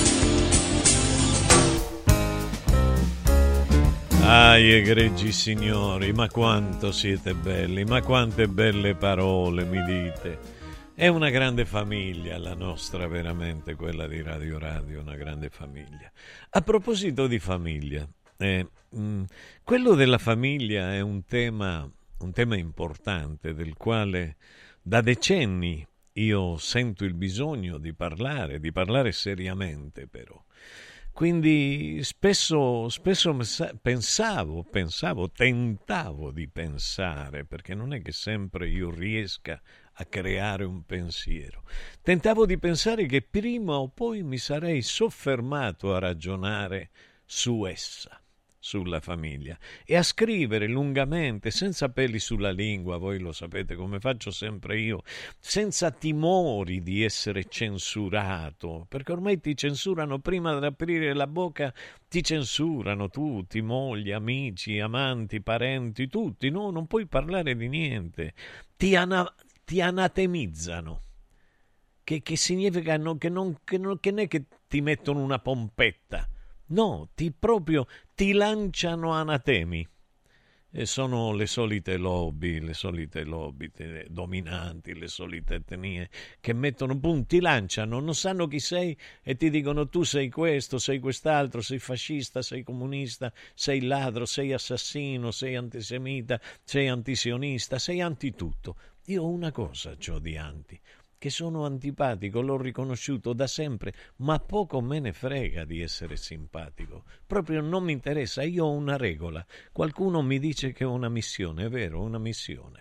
Ai egregi signori, ma quanto siete belli, ma quante belle parole mi dite. È una grande famiglia la nostra, veramente, quella di Radio Radio, una grande famiglia. A proposito di famiglia, eh, mh, quello della famiglia è un tema, un tema importante del quale da decenni io sento il bisogno di parlare, di parlare seriamente però. Quindi spesso, spesso pensavo, pensavo, tentavo di pensare, perché non è che sempre io riesca a creare un pensiero. Tentavo di pensare che prima o poi mi sarei soffermato a ragionare su essa, sulla famiglia, e a scrivere lungamente, senza peli sulla lingua, voi lo sapete come faccio sempre io, senza timori di essere censurato, perché ormai ti censurano prima di aprire la bocca, ti censurano tutti, mogli, amici, amanti, parenti, tutti, no, non puoi parlare di niente, ti ana- ti anatemizzano, che, che significa no, che, non, che, non, che non è che ti mettono una pompetta, no, ti proprio ti lanciano anatemi. E sono le solite lobby, le solite lobby te, dominanti, le solite etnie che mettono, boom, ti lanciano, non sanno chi sei e ti dicono tu sei questo, sei quest'altro, sei fascista, sei comunista, sei ladro, sei assassino, sei antisemita, sei antisionista, sei antitutto. Io ho una cosa c'ho di anti, che sono antipatico, l'ho riconosciuto da sempre, ma poco me ne frega di essere simpatico, proprio non mi interessa, io ho una regola, qualcuno mi dice che ho una missione, è vero, una missione,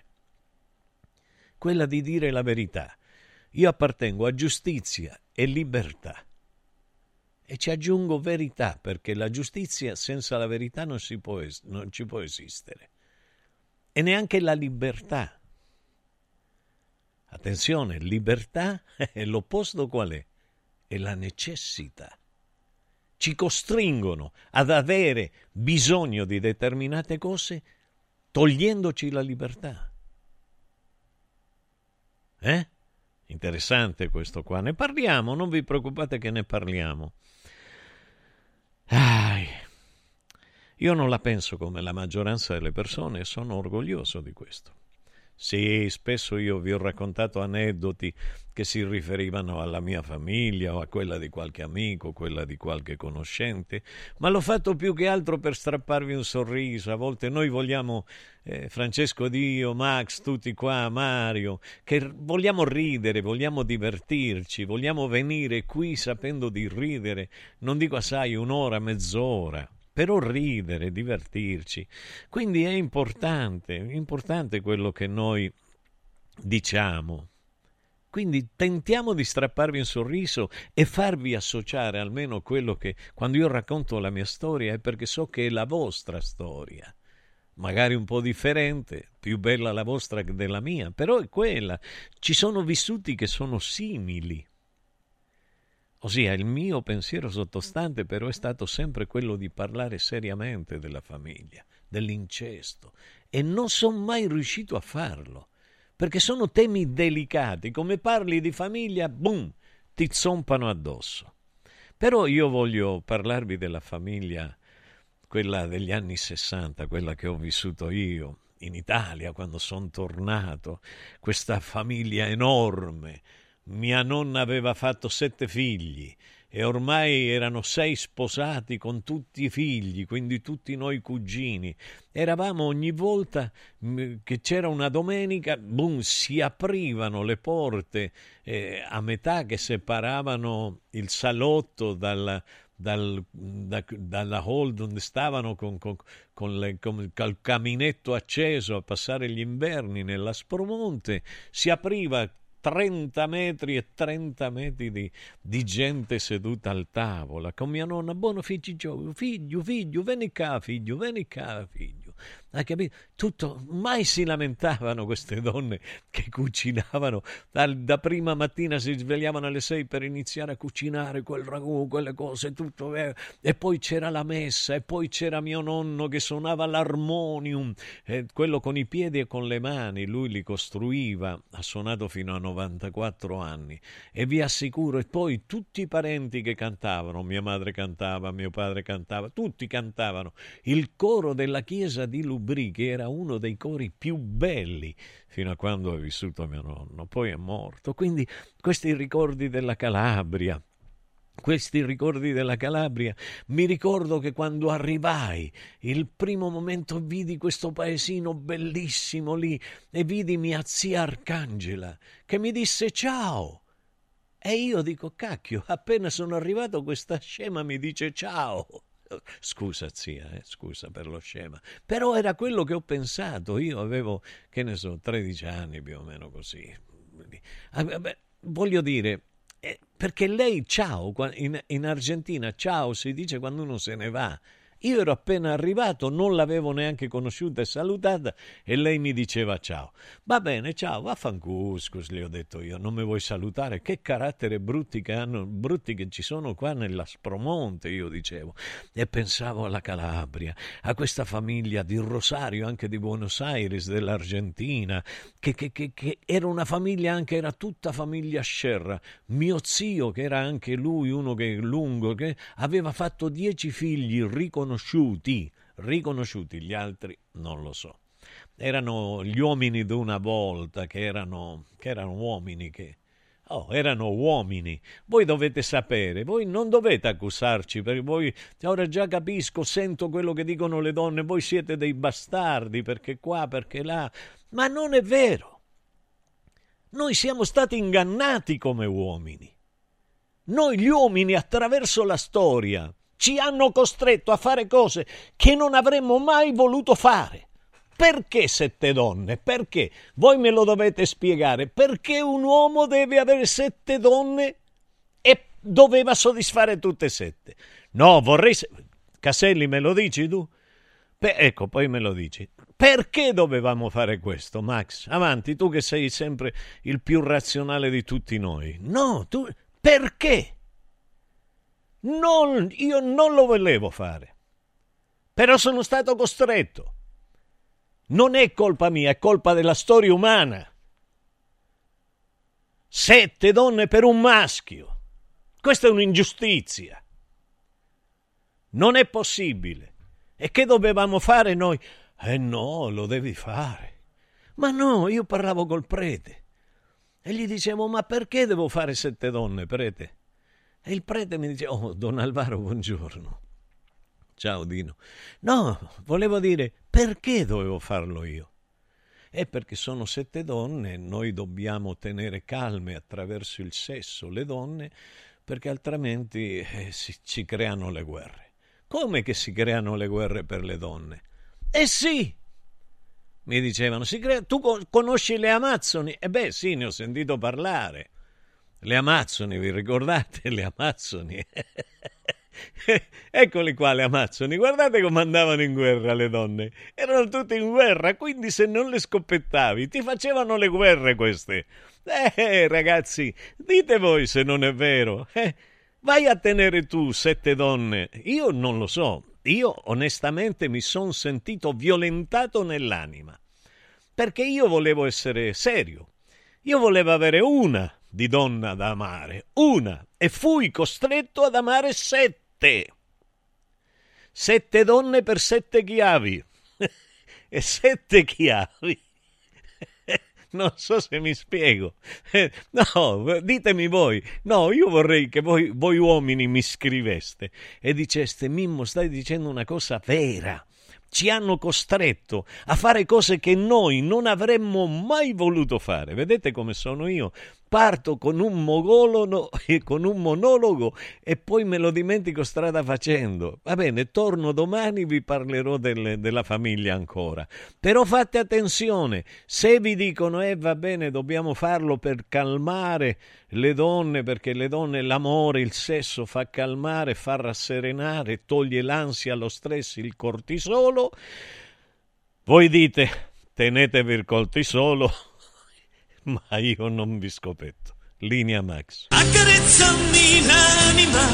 quella di dire la verità, io appartengo a giustizia e libertà, e ci aggiungo verità, perché la giustizia senza la verità non, si può, non ci può esistere, e neanche la libertà. Attenzione, libertà è l'opposto qual è? È la necessità. Ci costringono ad avere bisogno di determinate cose togliendoci la libertà. Eh? Interessante questo qua. Ne parliamo, non vi preoccupate che ne parliamo. Ai. Io non la penso come la maggioranza delle persone e sono orgoglioso di questo. Sì, spesso io vi ho raccontato aneddoti che si riferivano alla mia famiglia o a quella di qualche amico, quella di qualche conoscente, ma l'ho fatto più che altro per strapparvi un sorriso. A volte noi vogliamo, eh, Francesco, Dio, Max, tutti qua, Mario, che vogliamo ridere, vogliamo divertirci, vogliamo venire qui sapendo di ridere, non dico assai un'ora, mezz'ora, però ridere, divertirci. Quindi è importante, importante quello che noi diciamo. Quindi tentiamo di strapparvi un sorriso e farvi associare almeno quello che, quando io racconto la mia storia, è perché so che è la vostra storia. Magari un po' differente, più bella la vostra che della mia, però è quella. Ci sono vissuti che sono simili. Ossia, il mio pensiero sottostante però è stato sempre quello di parlare seriamente della famiglia, dell'incesto, e non sono mai riuscito a farlo, perché sono temi delicati. Come parli di famiglia, boom, ti zompano addosso. Però io voglio parlarvi della famiglia, quella degli anni sessanta, quella che ho vissuto io in Italia quando sono tornato, questa famiglia enorme. Mia nonna aveva fatto sette figli e ormai erano sei sposati con tutti i figli, quindi tutti noi cugini. Eravamo ogni volta che c'era una domenica, boom, si aprivano le porte eh, a metà che separavano il salotto dal, dal, da, dalla hall dove stavano con, con, con, le, con il caminetto acceso a passare gli inverni nell'Aspromonte. Si apriva trenta metri e trenta metri di, di gente seduta al tavola, con mia nonna, buono figlio, figlio, figlio, vieni qua, figlio, vieni qua, figlio. Hai capito? Tutto, mai si lamentavano queste donne che cucinavano, da, da prima mattina si svegliavano alle sei per iniziare a cucinare quel ragù, quelle cose, tutto, eh, e poi c'era la messa, e poi c'era mio nonno che suonava l'armonium, eh, quello con i piedi e con le mani, lui li costruiva, ha suonato fino a novantaquattro anni, e vi assicuro, e poi tutti i parenti che cantavano, mia madre cantava, mio padre cantava, tutti cantavano, il coro della chiesa di Lubrì, che era uno dei cori più belli fino a quando è vissuto mio nonno, poi è morto. Quindi questi ricordi della Calabria, questi ricordi della Calabria, mi ricordo che quando arrivai, il primo momento vidi questo paesino bellissimo lì e vidi mia zia Arcangela che mi disse ciao. E io dico, cacchio, appena sono arrivato questa scema mi dice ciao. Scusa zia, eh, scusa per lo scema, però era quello che ho pensato. Io avevo, che ne so, tredici anni più o meno così. Beh, voglio dire, eh, perché lei ciao, in, in Argentina ciao si dice quando uno se ne va. Io ero appena arrivato, non l'avevo neanche conosciuta e salutata e lei mi diceva ciao. Va bene, ciao, vaffancuscus, le ho detto io, non mi vuoi salutare? Che carattere brutti che hanno, brutti che ci sono qua nell'Aspromonte, io dicevo. E pensavo alla Calabria, a questa famiglia di Rosario, anche di Buenos Aires, dell'Argentina, che, che, che, che era una famiglia anche, era tutta famiglia Scerra. Mio zio, che era anche lui uno che lungo, che aveva fatto dieci figli riconosciuti, riconosciuti, gli altri non lo so. Erano gli uomini d'una volta, che erano, che erano uomini che... Oh, erano uomini. Voi dovete sapere, voi non dovete accusarci, perché voi, ora già capisco, sento quello che dicono le donne, voi siete dei bastardi, perché qua, perché là. Ma non è vero. Noi siamo stati ingannati come uomini. Noi gli uomini, attraverso la storia, ci hanno costretto a fare cose che non avremmo mai voluto fare. Perché sette donne? Perché? Voi me lo dovete spiegare. Perché un uomo deve avere sette donne e doveva soddisfare tutte e sette? No, vorrei... Caselli, me lo dici tu? Beh, ecco, poi me lo dici. Perché dovevamo fare questo, Max? Avanti, tu che sei sempre il più razionale di tutti noi. No, tu... Perché? Non, io non lo volevo fare, però sono stato costretto. Non è colpa mia, è colpa della storia umana. Sette donne per un maschio. Questa è un'ingiustizia. Non è possibile E che dovevamo fare noi? Eh no, lo devi fare. Ma no, io parlavo col prete e gli dicevo: ma perché devo fare sette donne, prete? E il prete mi dice: oh, Don Alvaro, buongiorno. Ciao Dino. No, volevo dire, perché dovevo farlo io? È perché sono sette donne e noi dobbiamo tenere calme attraverso il sesso le donne, perché altrimenti eh, si, ci creano le guerre. Come che si creano le guerre per le donne? Eh sì! Mi dicevano, si crea... tu conosci le Amazzoni? E beh sì, ne ho sentito parlare. Le Amazzoni, vi ricordate? Le Amazzoni. Eccoli qua le Amazzoni, guardate come andavano in guerra le donne, erano tutte in guerra, quindi se non le scoppettavi ti facevano le guerre queste. Eh ragazzi, dite voi se non è vero. Eh, vai a tenere tu sette donne, io non lo so, io onestamente mi sono sentito violentato nell'anima, perché io volevo essere serio, io volevo avere una di donna da amare, una, e fui costretto ad amare sette. Sette donne per sette chiavi. E sette chiavi. Non so se mi spiego. No, ditemi voi. No, io vorrei che voi, voi uomini mi scriveste e diceste: Mimmo, stai dicendo una cosa vera. Ci hanno costretto a fare cose che noi non avremmo mai voluto fare. Vedete come sono io? Parto con un mogolono e con un monologo e poi me lo dimentico strada facendo. Va bene, torno domani, vi parlerò del, della famiglia ancora. Però fate attenzione, se vi dicono eh va bene, dobbiamo farlo per calmare le donne, perché le donne, l'amore, il sesso fa calmare, fa rasserenare, toglie l'ansia, lo stress, il cortisolo. Voi dite, tenetevi il cortisolo, ma io non vi scopetto. Linea Max. Accarezzami l'anima.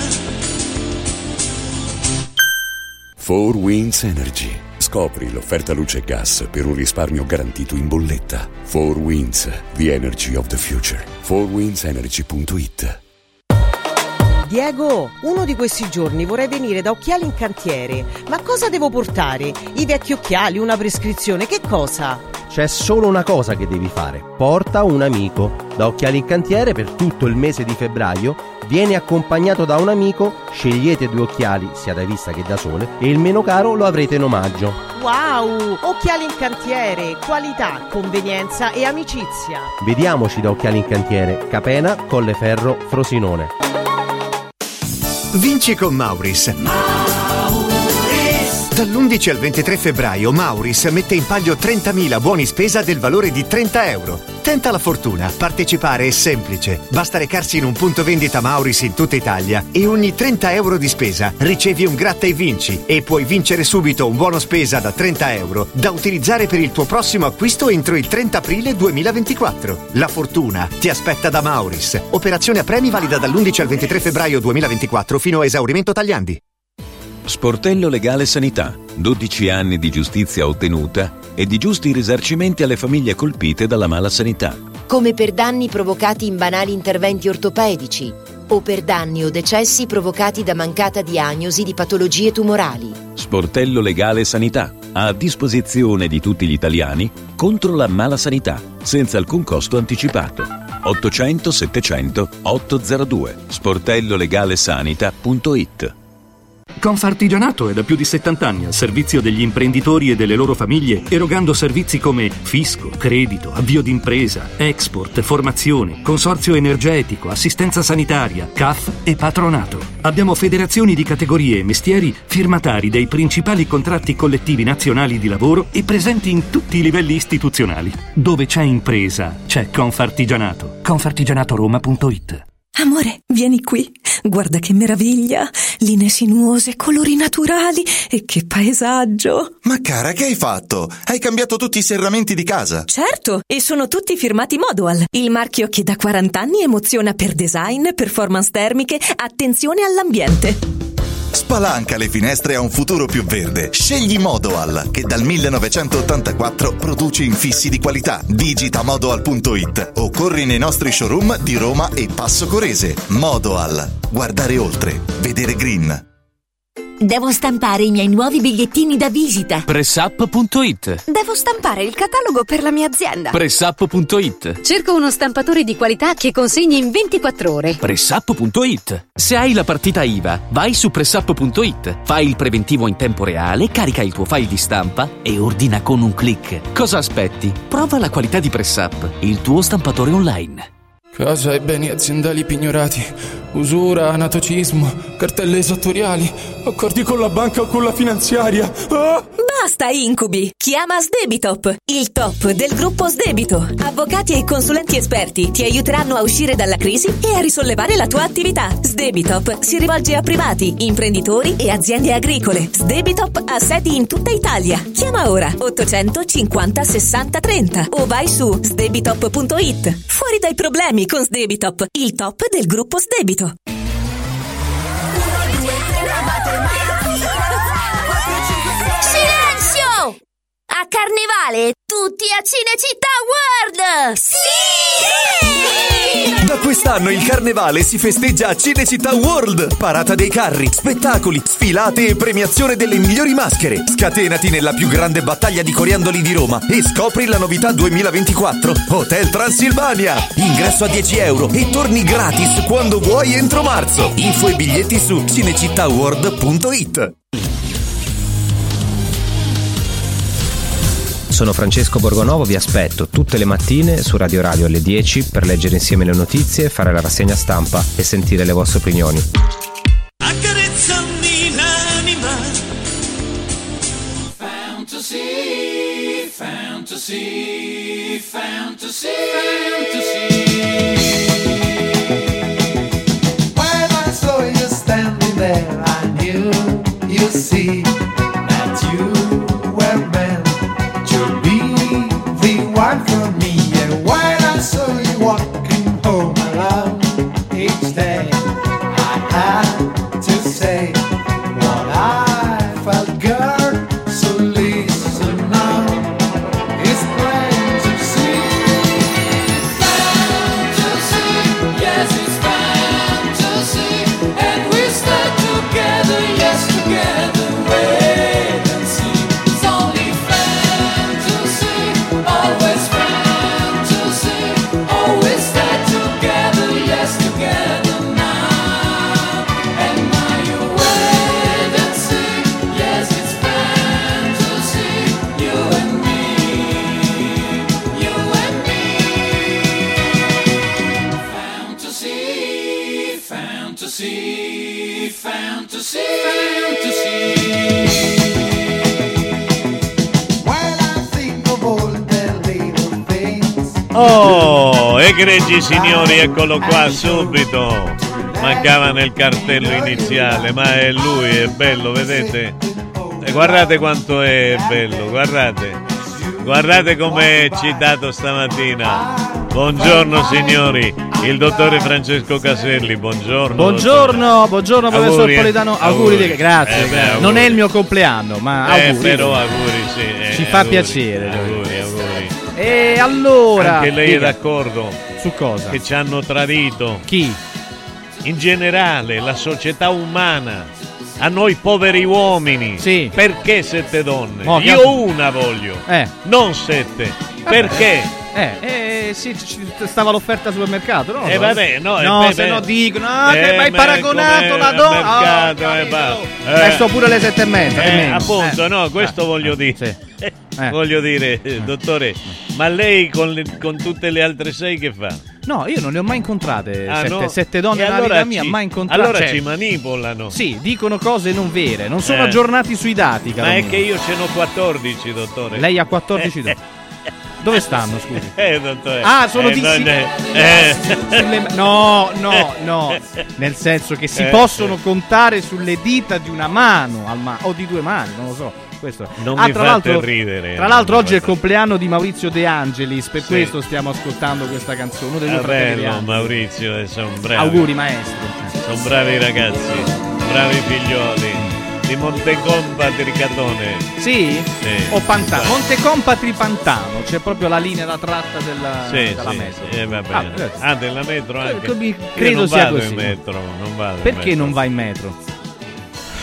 four Winds Energy. Scopri l'offerta luce e gas per un risparmio garantito in bolletta. four Winds, the energy of the future. four winds energy punto it. Diego, uno di questi giorni vorrei venire da Occhiali in Cantiere. Ma cosa devo portare? I vecchi occhiali, una prescrizione, che cosa? C'è solo una cosa che devi fare: porta un amico. Da Occhiali in Cantiere per tutto il mese di febbraio vieni accompagnato da un amico, scegliete due occhiali sia da vista che da sole e il meno caro lo avrete in omaggio. Wow! Occhiali in Cantiere, qualità, convenienza e amicizia. Vediamoci da Occhiali in Cantiere, Capena, Colleferro, Frosinone. Vinci con Mauris. Dall'undici al ventitré febbraio Mauris mette in palio trentamila buoni spesa del valore di trenta euro. Tenta la fortuna, partecipare è semplice. Basta recarsi in un punto vendita Mauris in tutta Italia e ogni trenta euro di spesa ricevi un gratta e vinci e puoi vincere subito un buono spesa da trenta euro da utilizzare per il tuo prossimo acquisto entro il trenta aprile duemilaventiquattro. La fortuna ti aspetta da Mauris. Operazione a premi valida dall'undici al ventitré febbraio duemilaventiquattro fino a esaurimento tagliandi. Sportello Legale Sanità, dodici anni di giustizia ottenuta e di giusti risarcimenti alle famiglie colpite dalla mala sanità. Come per danni provocati in banali interventi ortopedici o per danni o decessi provocati da mancata diagnosi di patologie tumorali. Sportello Legale Sanità, a disposizione di tutti gli italiani contro la mala sanità, senza alcun costo anticipato. ottocento settecento ottocentodue sportellolegalesanita punto it. Confartigianato è da più di settanta anni al servizio degli imprenditori e delle loro famiglie, erogando servizi come fisco, credito, avvio d'impresa, export, formazione, consorzio energetico, assistenza sanitaria, C A F e patronato. Abbiamo federazioni di categorie e mestieri firmatari dei principali contratti collettivi nazionali di lavoro e presenti in tutti i livelli istituzionali. Dove c'è impresa, c'è Confartigianato. confartigianatoroma punto it. Amore, vieni qui. Guarda che meraviglia. Linee sinuose, colori naturali e che paesaggio. Ma cara, che hai fatto? Hai cambiato tutti i serramenti di casa? Certo, e sono tutti firmati Modoal, il marchio che da quaranta anni emoziona per design, performance termiche, attenzione all'ambiente. Spalanca le finestre a un futuro più verde. Scegli Modoal, che dal millenovecentottantaquattro produce infissi di qualità. Digita modoal punto it o corri nei nostri showroom di Roma e Passo Corese. Modoal. Guardare oltre. Vedere green. Devo stampare i miei nuovi bigliettini da visita. Pressup punto it. Devo stampare il catalogo per la mia azienda. Pressup punto it. Cerco uno stampatore di qualità che consegni in ventiquattro ore. Pressup punto it. Se hai la partita I V A, vai su Pressup punto it. Fai il preventivo in tempo reale, carica il tuo file di stampa e ordina con un click. Cosa aspetti? Prova la qualità di Pressup, il tuo stampatore online. Casa e beni aziendali pignorati, usura, anatocismo, cartelle esattoriali, accordi con la banca o con la finanziaria. Ah! Basta incubi! Chiama Sdebitop, il top del gruppo Sdebito. Avvocati e consulenti esperti ti aiuteranno a uscire dalla crisi e a risollevare la tua attività. Sdebitop si rivolge a privati, imprenditori e aziende agricole. Sdebitop ha sedi in tutta Italia. Chiama ora ottocentocinquanta sessanta trenta o vai su sdebitop punto it. Fuori dai problemi con Sdebitop, il top del gruppo Sdebito. Silenzio! A Carnevale tutti a Cinecittà World! Sì! Da quest'anno il Carnevale si festeggia a Cinecittà World. Parata dei carri, spettacoli, sfilate e premiazione delle migliori maschere. Scatenati nella più grande battaglia di coriandoli di Roma e scopri la novità duemilaventiquattro Hotel Transilvania. Ingresso a dieci euro e torni gratis quando vuoi entro marzo. Info e biglietti su cinecittà world punto it. Sono Francesco Borgonovo, vi aspetto tutte le mattine su Radio Radio alle dieci per leggere insieme le notizie, fare la rassegna stampa e sentire le vostre opinioni. Accarezzami l'anima. Fantasy, fantasy, fantasy, fantasy. When I saw you standing there, I knew you'd see that you were meant to be the one for me. And when I saw you walking home alone each day, I had to say what I felt, girl. So listen now, it's plain to see. Fantasy, yes, it's fantasy. And we stay together, yes, together, wait and see. It's only fantasy, always fantasy. Always stay together, yes, together now. And now you wait and see, yes, it's fantasy. You and me, you and me. Fantasy, fantasy, fantasy, fantasy. When I think of all the little things. Oh, egregi signori, eccolo qua subito. Mancava nel cartello iniziale, ma è lui, è bello, vedete? E guardate quanto è bello, guardate. Guardate come è citato stamattina. Buongiorno signori, il dottore Francesco Caselli, buongiorno. Buongiorno, buongiorno professor Auguri, eh. Politano, auguri, Auguri. di- grazie. Eh, beh, auguri. Non è il mio compleanno, ma Eh, auguri. però auguri, sì. eh, Ci fa auguri, piacere. Auguri, auguri. E allora, Anche lei dica. è d'accordo? Su cosa? Che ci hanno tradito. Chi? In generale, la società umana. A noi poveri uomini. Sì. Perché sette donne? Mo, Io abbiamo- una voglio. Eh. Non sette. Perché? Eh, eh, sì, ci- ci- stava l'offerta al supermercato, no? Eh, vabbè, no, no, eh, se beh, no dicono, ah, eh, che mi hai ma paragonato com'è la al donna. mercato, Ah, eh, va. Eh. Adesso pure le sette e mezza. Eh, e meno. appunto, Eh. no, questo Eh, voglio eh, dire. sì. Eh. Voglio dire, eh, dottore, ma lei con, le- con tutte le altre sei che fa? No, io non le ho mai incontrate Ah, sette, no? sette donne E nella allora vita mia, ci- mai incontrate. Allora Cioè, ci manipolano. sì, dicono cose non vere, non sono Eh. aggiornati sui dati, caro Ma è mio. che io ce n'ho quattordici, dottore. Lei ha quattordici donne. Dove stanno, scusi? Eh, dottore. Ah, sono eh, di non sì. è- eh. Sulle- No, no, no. Nel senso che si Eh, possono sì. contare sulle dita di una mano al ma- o di due mani, non lo so. Questo. Non Ah, mi tra fate l'altro, ridere. Tra l'altro oggi è il compleanno di Maurizio De Angelis, per Sì. questo stiamo ascoltando questa canzone. Uno dei due Ah, fratelli De bello, Angelis. Maurizio, eh, sono bravi. Auguri maestro. Sono bravi ragazzi, bravi figlioli. Di Montecompa Tricatone. Sì? Sì. O Pantano? Montecompatri Pantano, c'è proprio la linea da tratta della, Sì, della sì, metro. sì, eh, va Ah, bene. grazie. Ah, della metro anche. Credo Io non sia vado così. in metro, non vado in Perché metro. non va in metro?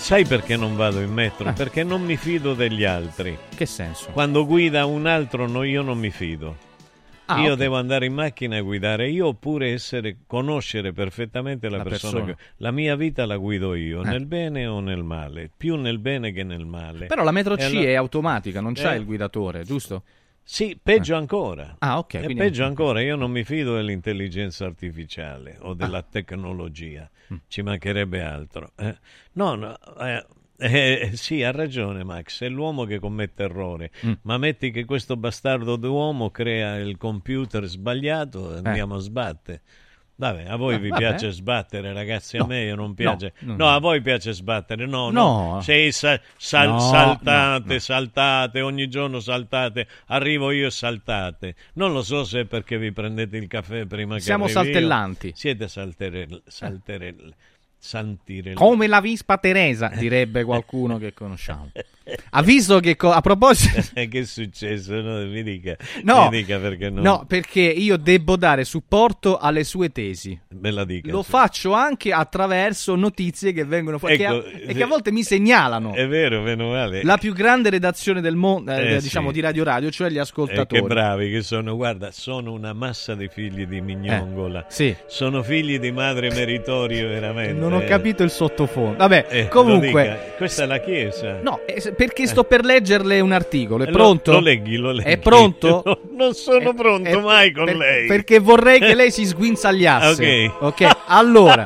Sai perché non vado in metro? Eh. Perché non mi fido degli altri. Che senso? Quando guida un altro no, io non mi fido. Ah, io okay. devo andare in macchina a guidare io oppure essere, conoscere perfettamente la, La persona. persona. Che, la mia vita la guido io, Eh. nel bene o nel male. Più nel bene che nel male. Però la metro C E allora- è automatica, non c'è Eh. il guidatore, giusto? Sì, peggio ancora. Ah, ok. E quindi- peggio ancora, io non mi fido dell'intelligenza artificiale o della Ah. tecnologia, Mm. ci mancherebbe altro. Eh. No, no, eh, eh, sì, ha ragione Max, è l'uomo che commette errore, Mm. ma metti che questo bastardo d'uomo crea il computer sbagliato, andiamo a sbattere. Vabbè, a voi Eh, vi vabbè. piace sbattere, ragazzi, a No, me non piace. no, No, no. a voi piace sbattere, no, No. no. Sei sa- sal- No, saltate, no, no. saltate, ogni giorno saltate, arrivo io e saltate. Non lo so se è perché vi prendete il caffè prima Siamo che arrivi io. saltellanti. Siete salterelli, salterelli, santirelli. Come la Vispa Teresa, direbbe qualcuno che conosciamo. Ha visto che co- a proposito Che è successo? No, mi dica, No, mi dica perché no. no, perché io devo dare supporto alle sue tesi. Me la dica. Lo sì. faccio anche attraverso notizie che vengono fuori Ecco, che a- e che a volte mi segnalano. È vero, meno male. La più grande redazione del mondo, eh, Eh, diciamo sì. di Radio Radio, cioè gli Eh, ascoltatori. che bravi che sono, guarda, sono una massa di figli di mignongola. Eh, sì. Sono figli di madre meritorio, veramente. Non ho capito il sottofondo. Vabbè, Eh, lo comunque dica. Questa è la Chiesa. no, eh, se- perché sto per leggerle un articolo. È Eh, lo- pronto? Lo, leghi, lo leghi. È pronto? No, non sono Eh, pronto eh, mai con per- lei. Perché vorrei che lei si sguinzagliasse. Ok. Ok, allora,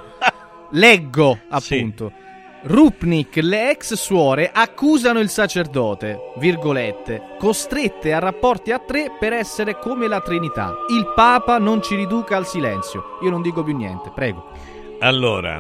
leggo appunto. Rupnik, le ex suore accusano il sacerdote, virgolette, costrette a rapporti a tre per essere come la Trinità. Il Papa non ci riduca al silenzio. Io non dico più niente, prego. Allora,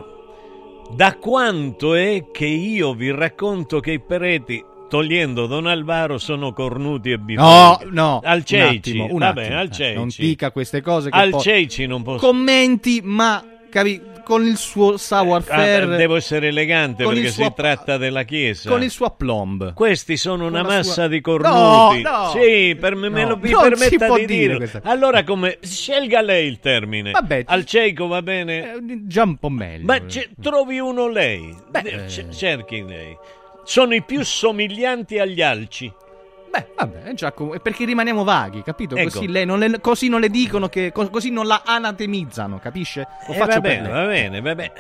da quanto è che io vi racconto che i preti, togliendo Don Alvaro, sono cornuti e No, bifoni? no, Al un Ceici, attimo, un va attimo. bene, al Eh, Ceici. non dica queste cose che Al poi Ceici non posso... commenti, ma capi, con il suo savoir-faire, Ah, devo essere elegante con perché il suo- si tratta della Chiesa. con il suo aplomb. Questi sono una Con la massa sua- di cornuti. No, no. Sì, per me, me No, lo mi non si permetta può di dire dire. questa- Allora, come scelga lei il termine. Vabbè, Al cieco va bene? Eh, già un po' meglio. Ma c- trovi uno lei. Beh, C- cerchi lei. Sono i più somiglianti agli alci. Beh, vabbè, è già com- è perché rimaniamo vaghi, capito? Ecco. Così, lei non le, così non le dicono che co- così non la anatemizzano, capisce? Lo Eh, faccio va per bene, lei. va bene, va bene.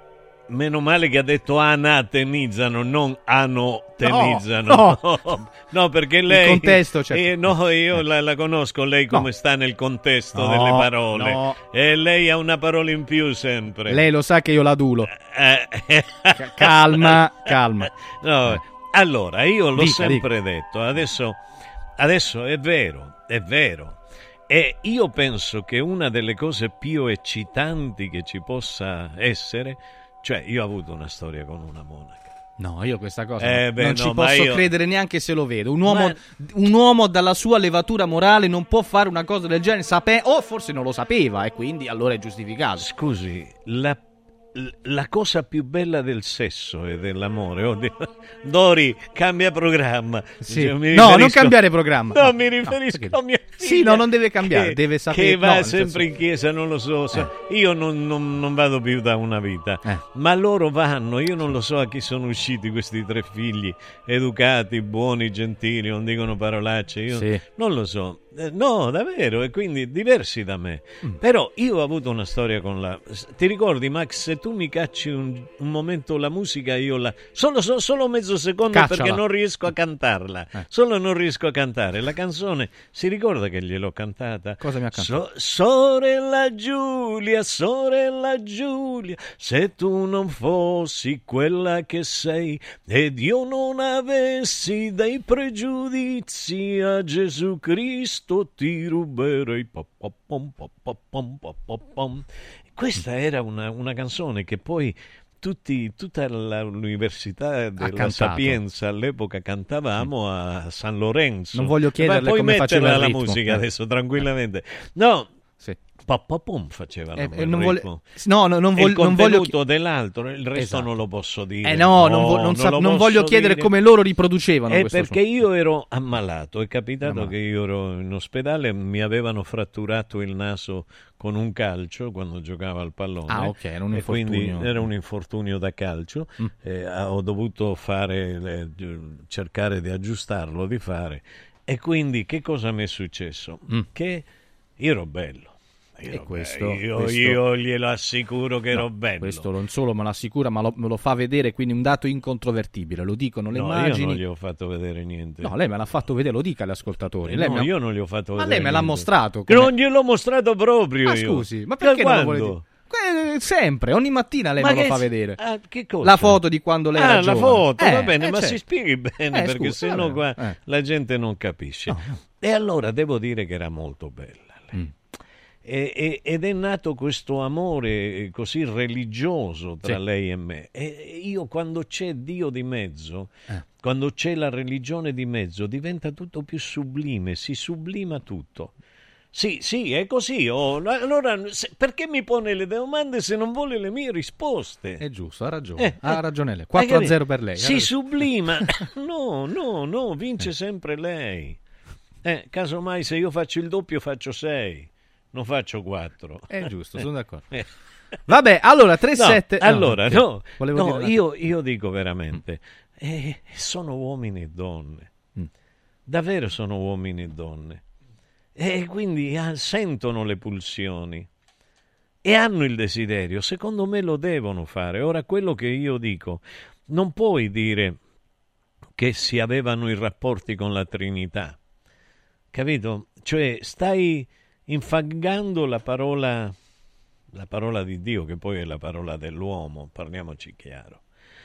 Meno male che ha detto anatemizzano, non anotemizzano. No, no, no, perché lei... Il contesto, certo. eh, no, io la, la conosco, lei come No. sta nel contesto No, delle parole. no. E lei ha una parola in più sempre. Lei lo sa che io l'adulo. Eh, Ca- calma, calma. No, Eh. allora, io l'ho Dica, sempre detto, adesso, adesso è vero, è vero. E io penso che una delle cose più eccitanti che ci possa essere, cioè io ho avuto una storia con una monaca. No, io questa cosa Eh, no- beh, non no, ci ma posso io- credere neanche se lo vedo. Un uomo, Ma- un uomo dalla sua levatura morale non può fare una cosa del genere, sape- o forse non lo sapeva e quindi allora è giustificato. Scusi, la, la cosa più bella del sesso e dell'amore, oddio. Dori, cambia programma. Sì. Cioè, mi No, non riferisco- cambiare programma. No, No, mi no, riferisco perché- a mia figlia. Sì, no, non deve cambiare, che- deve sapere- Che va no, nel sempre senso- in chiesa, non lo so. so- Eh. Io non, non- non vado più da una vita, Eh. ma loro vanno. Io non lo so a chi sono usciti questi tre figli, educati, buoni, gentili, non dicono parolacce. Io Sì. non lo so. Eh, No, davvero, e quindi diversi da me. Mm. Però io ho avuto una storia con la... Ti ricordi, Max, se tu mi cacci un, un momento la musica, io la... Solo, solo, solo mezzo secondo Cacciala. perché non riesco a cantarla. Eh. Solo non riesco a cantare. La canzone, si ricorda che gliel'ho cantata? Cosa mi ha cantato? So- sorella Giulia, sorella Giulia, se tu non fossi quella che sei ed io non avessi dei pregiudizi, a Gesù Cristo ti ruberei. Po- po- pom, po- po- pom, po- po- pom. Questa era una, una canzone che poi tutti, tutta la- l'università della cantato. Sapienza all'epoca cantavamo a San Lorenzo. Non voglio chiederle Ma puoi come faceva metterla il la ritmo. musica Eh. adesso tranquillamente. No, Sì. Pop-pom facevano Eh, quel eh, non ritmo. vole- no, no, non E voglio- il non voglio contenuto dell'altro, il resto Esatto. non lo posso dire. Eh no, non vo- non sa- lo non posso voglio chiedere dire. come loro riproducevano È questo perché io ero ammalato, è capitato Ammalato. che io ero in ospedale, mi avevano fratturato il naso con un calcio quando giocavo al pallone. Ah, ok, era un e quindi infortunio. era un infortunio da calcio. Mm. Eh, ho dovuto fare le- cercare di aggiustarlo, di fare. E quindi che cosa mi è successo? Mm. Che io ero bello. Io, E questo- io, questo- io glielo assicuro che No, ero bello. Questo non solo me lo assicura, ma lo, me lo fa vedere, quindi un dato incontrovertibile. Lo dicono le No, immagini. io non gli ho fatto vedere niente. No, lei me l'ha fatto vedere, lo dica agli ascoltatori. Eh Lei no, me ha- io non gli ho fatto Ma vedere lei me l'ha niente. mostrato. Che come- non gliel'ho mostrato proprio Ma io. scusi, ma Da perché non lo quando? vuole dire? Eh, sempre, ogni mattina lei Ma me lo che fa s- vedere. ah, che cosa? La foto di quando lei Ah, era la giovane. foto, Eh, va bene, eh, ma certo. si spieghi bene, Eh, perché scusa, sennò vabbè, qua eh. la gente non capisce. E allora devo dire che era molto bella lei. Mm. E- e- ed è nato questo amore così religioso tra Sì. lei e me. E io, quando c'è Dio di mezzo, Eh. quando c'è la religione di mezzo, diventa tutto più sublime, si sublima tutto. Sì, sì, è così. oh. Allora, se- perché mi pone le domande se non vuole le mie risposte? È giusto, ha ragione. Eh, ha eh. ragione lei. Hai quattro a capito? zero per lei. ha Si ragione. sublima. No, no, no, vince sempre lei. Eh, casomai se io faccio il doppio faccio sei, non faccio quattro. È giusto, sono d'accordo. Eh. Vabbè, allora tre sette No, allora, sì. no, Volevo no, dire una io, io dico veramente, eh, sono uomini e donne. Mm. Davvero sono uomini e donne. E quindi ah, sentono le pulsioni e hanno il desiderio. Secondo me lo devono fare. Ora, quello che io dico, non puoi dire che si avevano i rapporti con la Trinità, capito? Cioè, stai infangando la parola, la parola di Dio, che poi è la parola dell'uomo, parliamoci chiaro.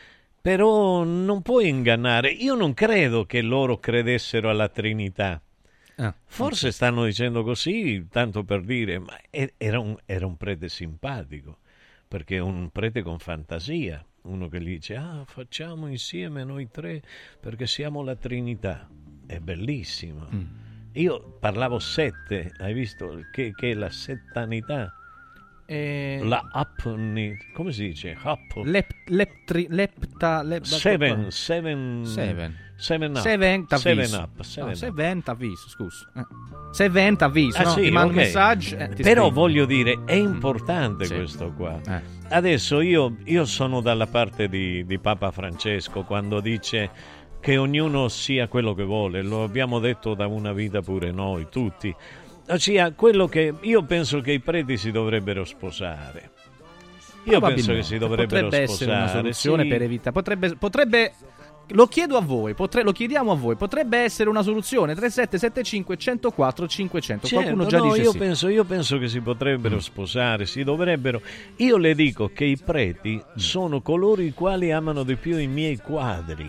Però non puoi ingannare. Io non credo che loro credessero alla Trinità. Ah, Forse stanno dicendo così, tanto per dire, ma e- era un, era un prete simpatico, perché è un prete con fantasia, uno che gli dice, ah, facciamo insieme noi tre, perché siamo la Trinità. È bellissimo. Mm. Io parlavo sette, hai visto che, che è la settanità? Eh, La apni, come si dice? Up. lep, leptri, lepta, lep, Seven, seven, Seven. seven up. Seventa Seven vis. up, seven No, up. Seventa vis, scusa. Eh. Seventa vis, Ah, no? sì, Ti mando ok. un messaggio. eh, ti Però scrivo. voglio dire, è importante Sì. questo qua. Eh. Adesso io, io sono dalla parte di, di Papa Francesco quando dice che ognuno sia quello che vuole. Lo abbiamo detto da una vita pure noi, tutti. Ossia, quello che io penso che i preti si dovrebbero sposare. Io penso che si dovrebbero potrebbe sposare. essere una soluzione sì. per evitare. Potrebbe, potrebbe. Lo chiedo a voi, potre- lo chiediamo a voi. Potrebbe essere una soluzione. tre sette sette cinque uno zero quattro cinquecento. Certo, Qualcuno già no, dice io sì. penso, io penso che si potrebbero sposare, si dovrebbero. Io le dico che i preti sono coloro i quali amano di più i miei quadri.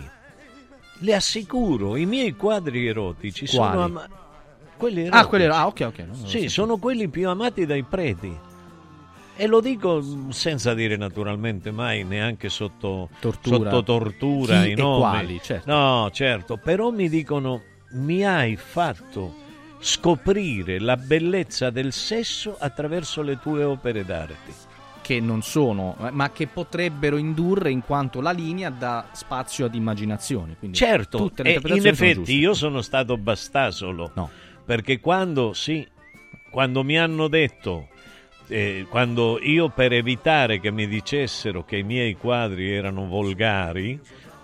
Le assicuro, i miei quadri erotici Quali? sono ama- quelli Ah, erotici. quelli ah, ok, ok. no, non lo Sì, so. sono quelli più amati dai preti. E lo dico mh, senza dire naturalmente mai neanche sotto Tortura. sotto tortura Chi i e nomi. quali, certo. No, certo, però mi dicono mi hai fatto scoprire la bellezza del sesso attraverso le tue opere d'arte. Che non sono, eh, ma che potrebbero indurre in quanto la linea dà spazio ad immaginazioni. Quindi Certo, tutte le e in interpretazioni sono effetti giuste. io sono stato bastasolo, No. perché quando, sì, quando mi hanno detto, eh, quando io per evitare che mi dicessero che i miei quadri erano volgari,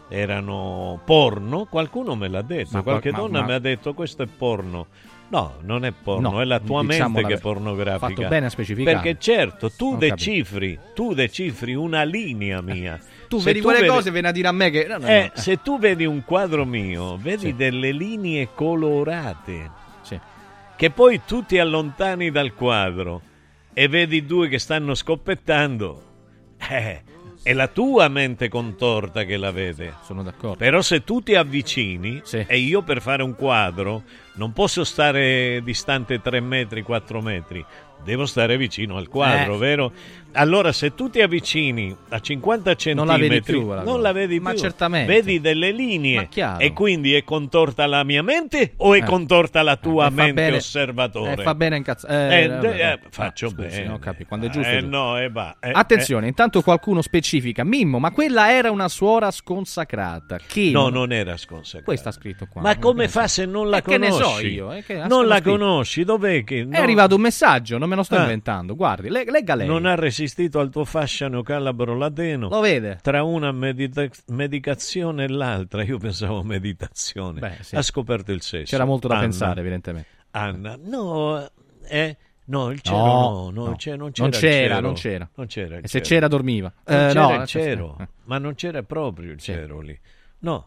erano porno, qualcuno me l'ha detto, Ma qualche qual- ma- donna ma- mi ha detto questo è porno. No, non è porno, No, è la tua diciamo mente la che è ve- pornografica. fatto bene a specificare. Perché certo, tu Ho decifri, tu decifri una linea mia. Tu Se vedi quelle vedi- cose e vieni a dire a me che... no, no, eh, no. se tu vedi un quadro mio, vedi Sì. delle linee colorate, Sì. che poi tu ti allontani dal quadro e vedi due che stanno scoppettando, eh, è la tua mente contorta che la vede. Sono d'accordo. Però se tu ti avvicini, Sì. e io per fare un quadro non posso stare distante tre metri, quattro metri, devo stare vicino al quadro, Eh. vero? allora se tu ti avvicini a cinquanta centimetri non la vedi più, la non la vedi più, ma certamente vedi delle linee, ma chiaro. E quindi è contorta la mia mente o è Eh. contorta la tua Eh, fa mente bene- osservatore? eh, fa bene incazzare. Eh, Eh, vabbè, eh, vabbè. faccio Ah, scusi, bene. no, capi, quando è giusto. Eh, è giusto. no, eh, va, eh, Attenzione, intanto qualcuno specifica: Mimmo, ma quella era una suora sconsacrata. Che No, non era sconsacrata. Questo sta scritto qua. Ma non come penso. fa se non la Eh, che ne conosci? so io, eh, che- non la scritto. conosci, dov'è che... È no. arrivato un messaggio, non me lo sto Ah. inventando. Guardi, le- legga lei. Non ha resistito al tuo fascino calabro lateno. Lo vede? Tra una medita- medicazione e l'altra, io pensavo meditazione. Beh, sì. Ha scoperto il sesso. C'era molto da Anna. pensare, evidentemente. Anna, no, eh, no, il cero No, no, no, no. c'è- non Non c'era, il c'era, cero. non c'era. Non c'era il E se cero. c'era, dormiva. Non Eh, c'era no, il eh, cero, eh. ma non c'era proprio il cero lì. No.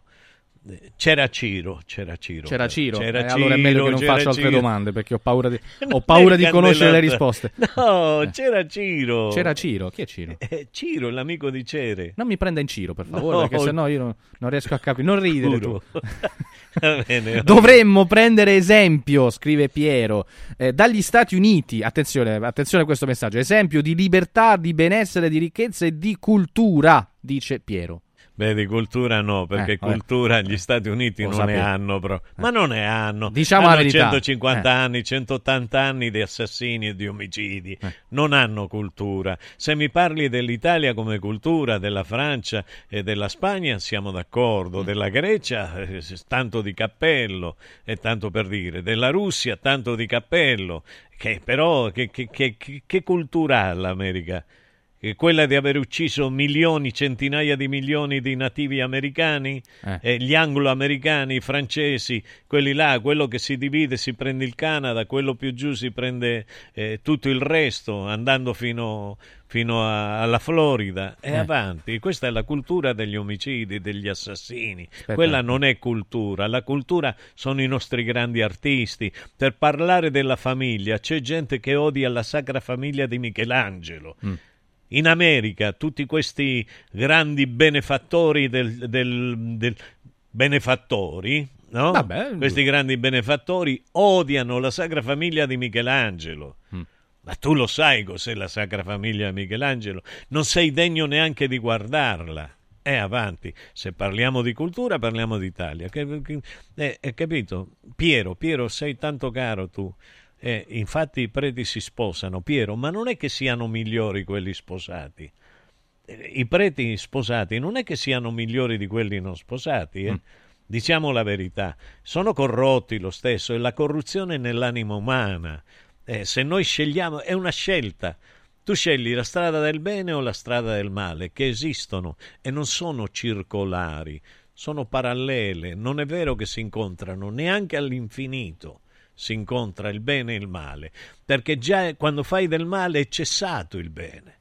C'era Ciro, c'era Ciro. C'era Ciro, C'era Eh, allora è meglio che non c'era faccio altre Ciro. domande perché ho paura di, Non ho paura è di conoscere le candellata. risposte. No, c'era Ciro. C'era Ciro, chi è Ciro? Eh, Ciro, l'amico di Cere. Non mi prenda in Ciro, per favore, No. perché sennò io non, non riesco a capire. Non ridere tu. Giuro. Va bene. Dovremmo prendere esempio, scrive Piero, eh, dagli Stati Uniti. Attenzione, attenzione a questo messaggio. Esempio di libertà, di benessere, di ricchezza e di cultura, dice Piero. Beh, di cultura no, perché Eh, vabbè. cultura gli Stati Uniti Lo non sapevo. ne hanno, però. Ma non ne hanno. Diciamo hanno la verità. centocinquanta Eh. anni, centottanta anni di assassini e di omicidi. Non hanno cultura. Se mi parli dell'Italia come cultura, della Francia e della Spagna, siamo d'accordo. Della Grecia, eh, tanto di cappello, è tanto per dire. Della Russia, tanto di cappello. Che però, che, che, che, che- che cultura ha l'America? Eh, quella di aver ucciso milioni, centinaia di milioni di nativi americani, Eh. eh, gli anglo-americani, i francesi, quelli là, quello che si divide si prende il Canada, quello più giù si prende eh, tutto il resto, andando fino, fino a- alla Florida e Eh. avanti. Questa è la cultura degli omicidi, degli assassini. Aspetta. Quella non è cultura, la cultura sono i nostri grandi artisti. Per parlare della famiglia c'è gente che odia la Sacra Famiglia di Michelangelo. Mm. In America tutti questi grandi benefattori del, del- del- benefattori, no? Vabbè, questi grandi benefattori odiano la Sacra Famiglia di Michelangelo. Mm. Ma tu lo sai cos'è la Sacra Famiglia di Michelangelo? Non sei degno neanche di guardarla. E avanti, se parliamo di cultura parliamo d'Italia. Che, che, eh, eh, capito? Piero, Piero, sei tanto caro tu. Eh, infatti i preti si sposano, Piero, ma non è che siano migliori quelli sposati. Eh, I preti sposati non è che siano migliori di quelli non sposati, eh? Mm. Diciamo la verità, sono corrotti lo stesso, e la corruzione è nell'anima umana. Eh, se noi scegliamo, è una scelta. Tu scegli la strada del bene o la strada del male, che esistono e non sono circolari, sono parallele. Non è vero che si incontrano neanche all'infinito. Si incontra il bene e il male, perché già quando fai del male è cessato il bene.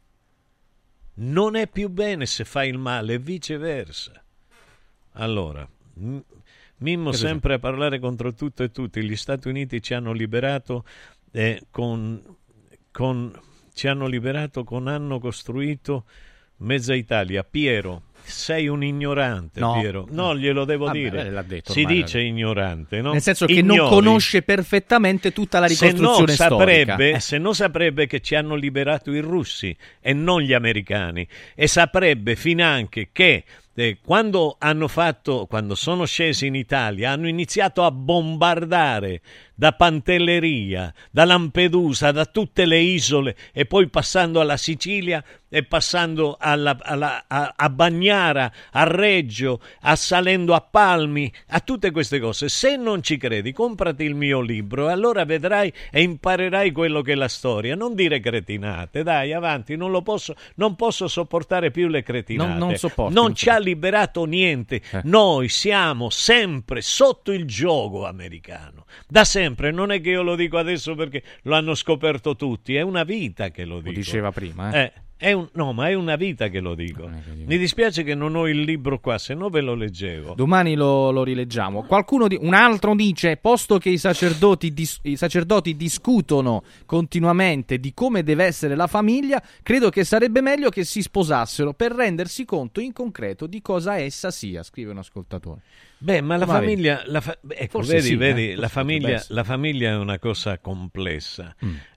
Non è più bene se fai il male, e viceversa. Allora, m- Mimmo sempre a parlare contro tutto e tutti. Gli Stati Uniti ci hanno liberato eh, con, con ci hanno liberato con hanno costruito mezza Italia. Piero, sei un ignorante, No. Piero. No, glielo devo Vabbè, dire. lei l'ha detto si ormai, dice ignorante, no? Nel senso che Ignori. non conosce perfettamente tutta la Se no ricostruzione storica. saprebbe, Eh. se no saprebbe che ci hanno liberato i russi e non gli americani, e saprebbe finanche che eh, quando hanno fatto, quando sono scesi in Italia, hanno iniziato a bombardare da Pantelleria, da Lampedusa, da tutte le isole, e poi passando alla Sicilia e passando alla, alla, a, a Bagnara, a Reggio, assalendo a Palmi, a tutte queste cose. Se non ci credi, comprati il mio libro e allora vedrai e imparerai quello che è la storia. Non dire cretinate, dai, avanti, non lo posso, non posso sopportare più le cretinate. Non- non sopporti, Non non ci ha liberato niente. Eh. Noi siamo sempre sotto il giogo americano. Da sempre, non è che io lo dico adesso perché lo hanno scoperto tutti, è una vita che lo dico. Lo diceva prima, eh. Eh, è un, no, ma è una vita che lo dico. Mi dispiace che non ho il libro qua, se no ve lo leggevo. Domani lo, lo rileggiamo. Qualcuno di, un altro dice: posto che i sacerdoti, dis, i sacerdoti discutono continuamente di come deve essere la famiglia, credo che sarebbe meglio che si sposassero per rendersi conto in concreto di cosa essa sia, scrive un ascoltatore. Beh, ma la Come famiglia, la fa- ecco, Forse vedi, sì, vedi eh, la, forse famiglia, potrebbe essere. la famiglia è una cosa complessa. Mm.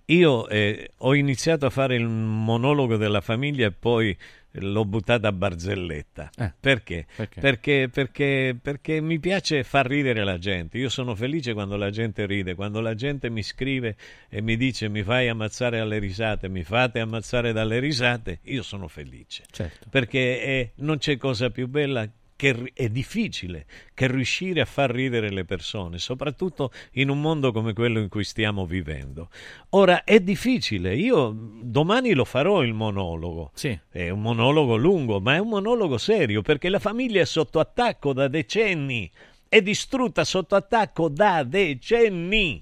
Io eh, ho iniziato a fare il monologo della famiglia e poi l'ho buttata a barzelletta. Eh, perché? perché? Perché, perché? Perché mi piace far ridere la gente. Io sono felice quando la gente ride, quando la gente mi scrive e mi dice mi fai ammazzare alle risate, mi fate ammazzare dalle risate, io sono felice. Certo. Perché è, non c'è cosa più bella che è difficile che riuscire a far ridere le persone, soprattutto in un mondo come quello in cui stiamo vivendo. Ora è difficile, io domani lo farò il monologo, sì. È un monologo lungo, ma è un monologo serio, perché la famiglia è sotto attacco da decenni, è distrutta sotto attacco da decenni.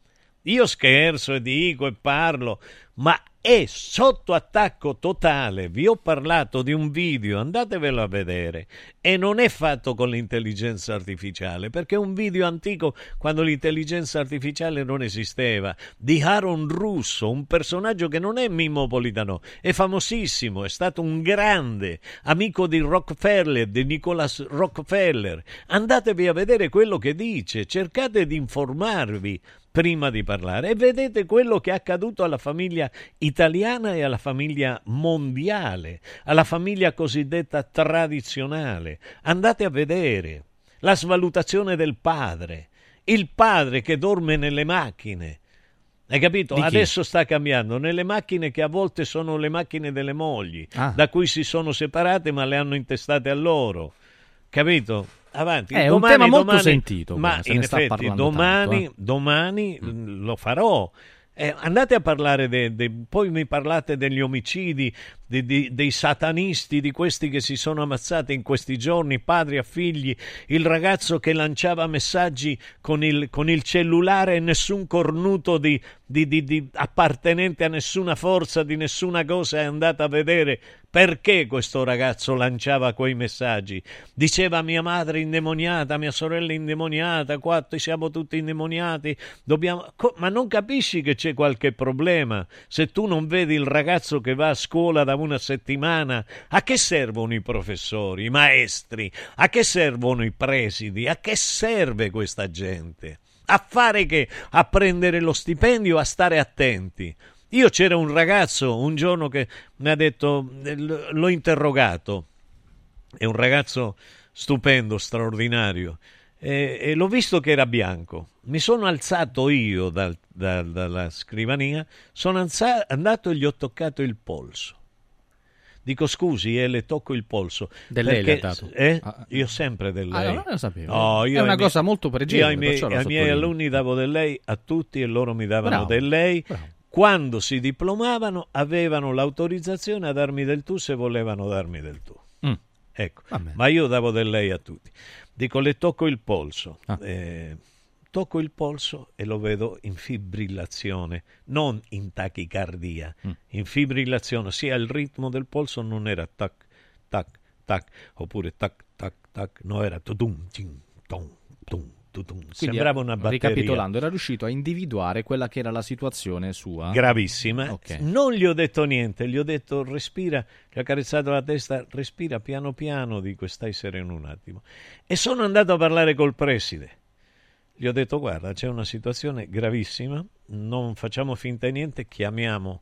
Io scherzo e dico e parlo, ma è sotto attacco totale. Vi ho parlato di un video, andatevelo a vedere, e non è fatto con l'intelligenza artificiale, perché è un video antico quando l'intelligenza artificiale non esisteva, di Aaron Russo, un personaggio che non è Mimmo Politano, è famosissimo, è stato un grande amico di Rockefeller, di Nicholas Rockefeller. Andatevi a vedere quello che dice, cercate di informarvi prima di parlare e vedete quello che è accaduto alla famiglia italiana e alla famiglia mondiale, alla famiglia cosiddetta tradizionale. Andate a vedere la svalutazione del padre, il padre che dorme nelle macchine. Hai capito? Adesso sta cambiando nelle macchine che a volte sono le macchine delle mogli, Ah. da cui si sono separate ma le hanno intestate a loro. Capito? Avanti. È domani, un tema molto domani, sentito, ma se in ne sta effetti parlando domani, tanto, eh. domani mm. lo farò. Eh, andate a parlare, de, de, poi mi parlate degli omicidi, de, de, dei satanisti, di questi che si sono ammazzati in questi giorni, padri a figli, il ragazzo che lanciava messaggi con il, con il cellulare e nessun cornuto di, di, di, di appartenente a nessuna forza, di nessuna cosa è andato a vedere perché questo ragazzo lanciava quei messaggi. Diceva mia madre indemoniata, mia sorella indemoniata, qua siamo tutti indemoniati, dobbiamo... ma non capisci che c'è qualche problema? Se tu non vedi il ragazzo che va a scuola da una settimana, a che servono i professori, i maestri? A che servono i presidi? A che serve questa gente? A fare che? A prendere lo stipendio, a stare attenti. Io c'era un ragazzo un giorno che mi ha detto, l'ho interrogato, è un ragazzo stupendo, straordinario, e, e l'ho visto che era bianco. Mi sono alzato io dal, dal, dalla scrivania, sono alza, andato e gli ho toccato il polso. Dico scusi, e le tocco il polso. Del lei perché, le ha dato? eh? Ah. Io sempre del lei. Ah, no, non lo sapevo. No, io è una ai cosa miei, molto pregevole. Io ai miei, ai miei alunni davo del lei a tutti e loro mi davano Bravo. del lei. Bravo. Quando si diplomavano avevano l'autorizzazione a darmi del tu se volevano darmi del tu. Mm. Ecco, ma io davo del lei a tutti. Dico, le tocco il polso. Ah. Eh, tocco il polso e lo vedo in fibrillazione, non in tachicardia, Mm. in fibrillazione. Sia il ritmo del polso non era tac, tac, tac, oppure tac, tac, tac, no, era tudum, tin, tom, tum. Quindi, sembrava una batteria. Ricapitolando, era riuscito a individuare quella che era la situazione sua. Gravissima. Ok. Non gli ho detto niente, gli ho detto respira, gli ho accarezzato la testa, respira piano piano, dico stai sereno un attimo. E sono andato a parlare col preside. Gli ho detto guarda, c'è una situazione gravissima, non facciamo finta di niente, chiamiamo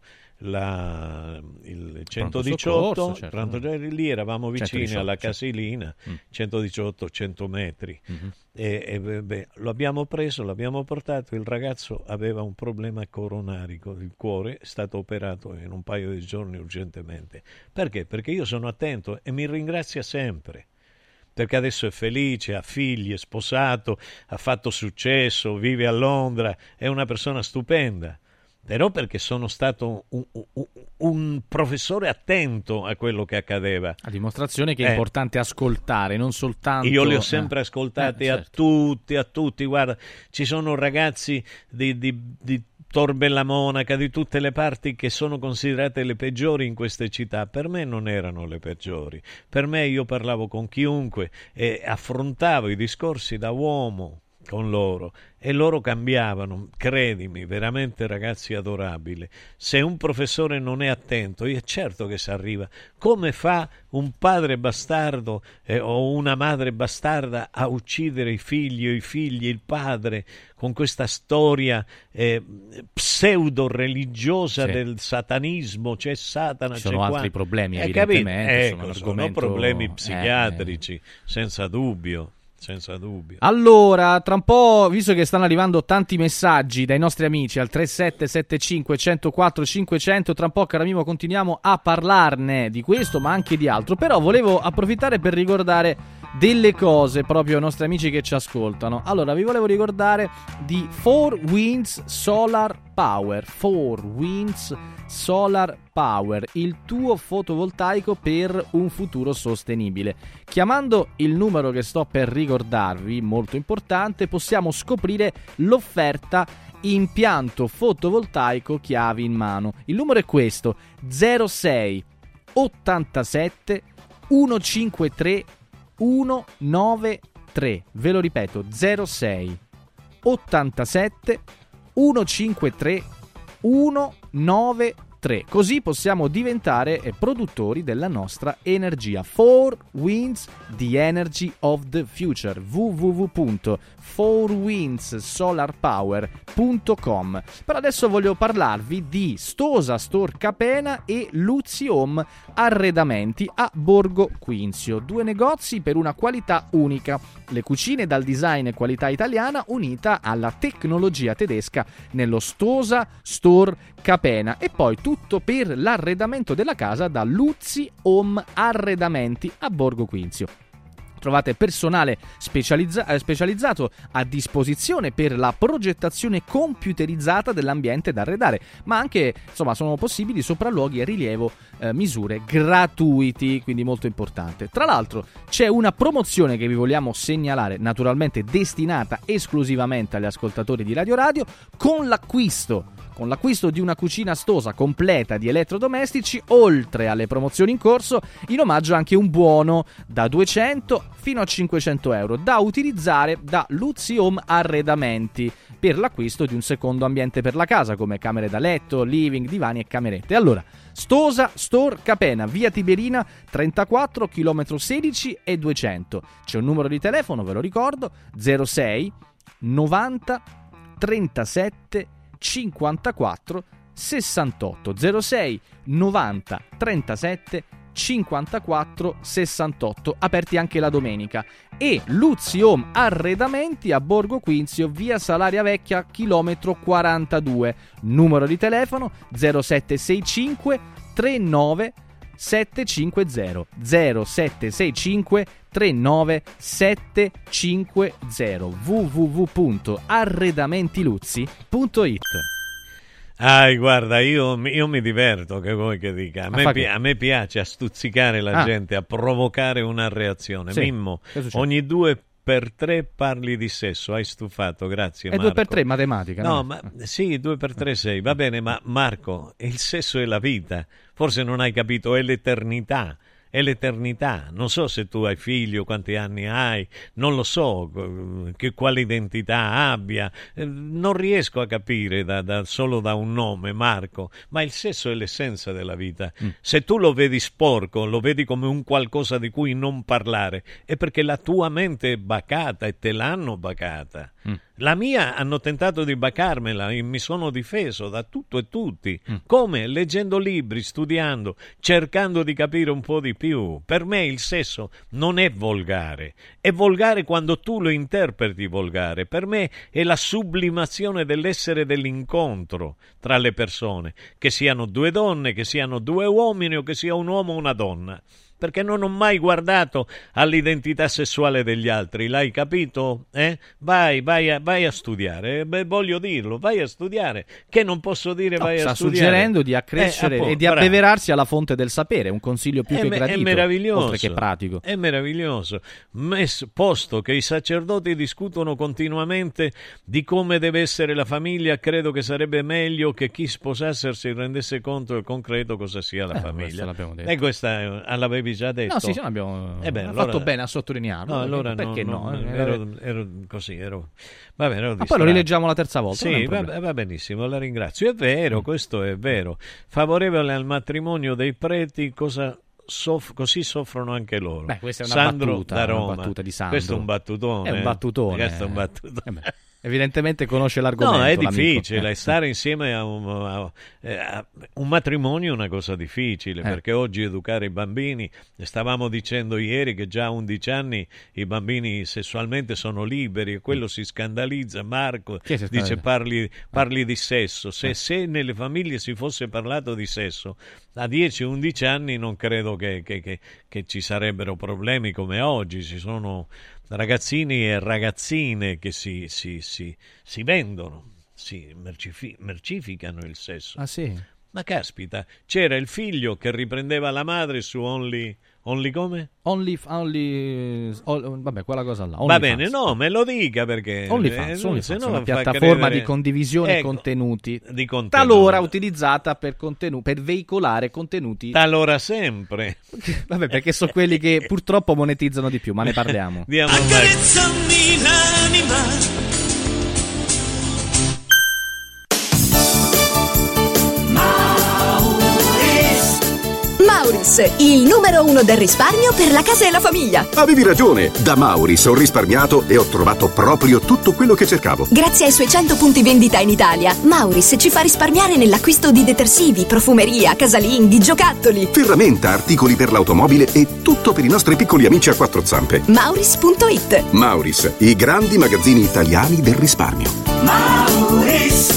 la, il centodiciotto, certo. pronto, lì eravamo vicini centodiciotto, alla certo. Casilina, Mm. centodiciotto, cento metri. Mm-hmm. E, e beh, lo abbiamo preso, l'abbiamo portato, il ragazzo aveva un problema coronarico, il cuore è stato operato in un paio di giorni urgentemente. Perché? Perché io sono attento e mi ringrazia sempre. Perché adesso è felice, ha figli, è sposato, ha fatto successo, vive a Londra, è una persona stupenda. Però perché sono stato un, un, un professore attento a quello che accadeva. A dimostrazione che è Eh. importante ascoltare, non soltanto... Io li ho sempre eh. ascoltati Eh, a certo. tutti, a tutti. Guarda, ci sono ragazzi di, di, di Torbella Monaca, di tutte le parti, che sono considerate le peggiori in queste città. Per me non erano le peggiori. Per me io parlavo con chiunque e affrontavo i discorsi da uomo. con loro e loro cambiavano, credimi, veramente ragazzi adorabili. Se un professore non è attento, è certo che si arriva. Come fa un padre bastardo eh, o una madre bastarda a uccidere i figli o i figli, il padre, con questa storia eh, pseudo-religiosa sì. del satanismo, c'è Satana, ci c'è sono qua. altri problemi eh, evidentemente, ecco, sono, sono argomento... problemi eh, psichiatrici, eh. senza dubbio. Senza dubbio. Allora, tra un po', visto che stanno arrivando tanti messaggi dai nostri amici al tre sette sette cinque uno zero quattro cinquecento, tra un po', caro Mimo, continuiamo a parlarne di questo, ma anche di altro. Però volevo approfittare per ricordare delle cose proprio ai nostri amici che ci ascoltano. Allora, vi volevo ricordare di four winds Solar Power. four winds Solar Power, il tuo fotovoltaico per un futuro sostenibile. Chiamando il numero che sto per ricordarvi, molto importante, possiamo scoprire l'offerta impianto fotovoltaico chiavi in mano. Il numero è questo: zero sei ottantasette centocinquantatré centonovantatré. Ve lo ripeto, zero sei ottantasette centocinquantatré centonovantatré. Così possiamo diventare produttori della nostra energia. four winds, the energy of the future. w w w punto four winds solar power punto com. Però adesso voglio parlarvi di Stosa Store Capena e Luzzi Home Arredamenti a Borgo Quinzio. Due negozi per una qualità unica. Le cucine dal design e qualità italiana unita alla tecnologia tedesca nello Stosa Store Capena. E poi tutto per l'arredamento della casa da Luzzi Home Arredamenti a Borgo Quinzio. Trovate personale specializza- specializzato a disposizione per la progettazione computerizzata dell'ambiente da arredare, ma anche, insomma, sono possibili sopralluoghi a rilievo eh, misure gratuiti, quindi molto importante. Tra l'altro c'è una promozione che vi vogliamo segnalare, naturalmente destinata esclusivamente agli ascoltatori di Radio Radio, con l'acquisto Con l'acquisto di una cucina Stosa completa di elettrodomestici, oltre alle promozioni in corso, in omaggio anche un buono da duecento fino a cinquecento euro da utilizzare da Luzzi Home Arredamenti per l'acquisto di un secondo ambiente per la casa, come camere da letto, living, divani e camerette. Allora, Stosa Store Capena, via Tiberina trentaquattro, chilometro sedici e duecento. C'è un numero di telefono, ve lo ricordo, zero sei novanta trentasette cinquantaquattro sessantotto. zero sei novanta trentasette cinquantaquattro sessantotto, aperti anche la domenica. E Luzzi Home Arredamenti a Borgo Quinzio, via Salaria Vecchia, chilometro quarantadue. Numero di telefono zero sette sei cinque trentanove settecentocinquanta. zero sette sei cinque trentanove settecentocinquanta. w w w punto arredamentiluzzi punto it. Ah, guarda, io, io mi diverto, che vuoi che dica. A me, fa pi- che? a me piace a stuzzicare la Ah. gente, a provocare una reazione. Sì. Mimmo, Che succede? ogni due per tre parli di sesso. Hai stufato, grazie E Marco. due per tre matematica, No, no? ma sì, due per tre sei. Va bene, ma Marco, il sesso è la vita. Forse non hai capito, è l'eternità. È l'eternità. Non so se tu hai figli o quanti anni hai, non lo so che quale identità abbia, eh, non riesco a capire da, da, solo da un nome, Marco, ma il sesso è l'essenza della vita. Mm. Se tu lo vedi sporco, lo vedi come un qualcosa di cui non parlare, è perché la tua mente è bacata e te l'hanno bacata. Mm. La mia hanno tentato di bacarmela e mi sono difeso da tutto e tutti. Mm. Come? Leggendo libri, studiando, cercando di capire un po' di più. Per me il sesso non è volgare. È volgare quando tu lo interpreti volgare. Per me è la sublimazione dell'essere dell'incontro tra le persone. Che siano due donne, che siano due uomini o che sia un uomo o una donna. Perché non ho mai guardato all'identità sessuale degli altri, l'hai capito? Eh? Vai, vai a, vai a studiare, Beh, voglio dirlo, vai a studiare, che non posso dire No, vai sta a studiare. suggerendo di accrescere Eh, appunto, e di bravo. abbeverarsi alla fonte del sapere, un consiglio più È che me- gradito, è meraviglioso, oltre che pratico. È meraviglioso. Messo, posto che i sacerdoti discutono continuamente di come deve essere la famiglia, credo che sarebbe meglio che chi sposasse si rendesse conto del concreto cosa sia la Eh, famiglia. questo l'abbiamo detto. E questa è- l'avevi l'avevi già detto? No, sì, sì, abbiamo eh beh, allora... fatto bene a sottolinearlo. No, allora perché no? no? no ero, ero così, ero... Va bene, ero Ma poi lo rileggiamo la terza volta. Sì, va, va benissimo, la ringrazio. È vero, mm. questo è vero. Favorevole al matrimonio dei preti, cosa... Soff- così soffrono anche loro. Beh, questa è una Sandro battuta, da Roma. una battuta di Sandro. Questo è un battutone. È un battutone. Questo è un battutone. Eh beh, evidentemente conosce l'argomento. No, è l'amico. difficile. Eh. Stare insieme a un, a, a un matrimonio è una cosa difficile, eh. perché oggi educare i bambini, stavamo dicendo ieri che già a undici anni i bambini sessualmente sono liberi e quello si scandalizza. Marco si dice scandalizza? parli, parli di sesso. Se, Eh. se nelle famiglie si fosse parlato di sesso a dieci undici anni non credo che, che, che, che ci sarebbero problemi come oggi. Ci sono ragazzini e ragazzine che si, si, si, si vendono, si mercifi- mercificano il sesso. Ah sì? Ma caspita, c'era il figlio che riprendeva la madre su Only... Only come? Only, only, all, vabbè, quella cosa là. Va bene, fans. No, me lo dica perché OnlyFans, eh, OnlyFans, no una piattaforma credere... di condivisione ecco, contenuti, di contenuti, talora utilizzata per, contenuti, per veicolare contenuti. Talora sempre. Vabbè, perché sono quelli che purtroppo monetizzano di più, ma ne parliamo. Accarezzami l'anima. Mauris, il numero uno del risparmio per la casa e la famiglia. Avevi ragione, da Mauris ho risparmiato e ho trovato proprio tutto quello che cercavo. Grazie ai suoi cento punti vendita in Italia, Mauris ci fa risparmiare nell'acquisto di detersivi, profumeria, casalinghi, giocattoli, ferramenta, articoli per l'automobile e tutto per i nostri piccoli amici a quattro zampe. Mauris punto it. Mauris, i grandi magazzini italiani del risparmio. Mauris.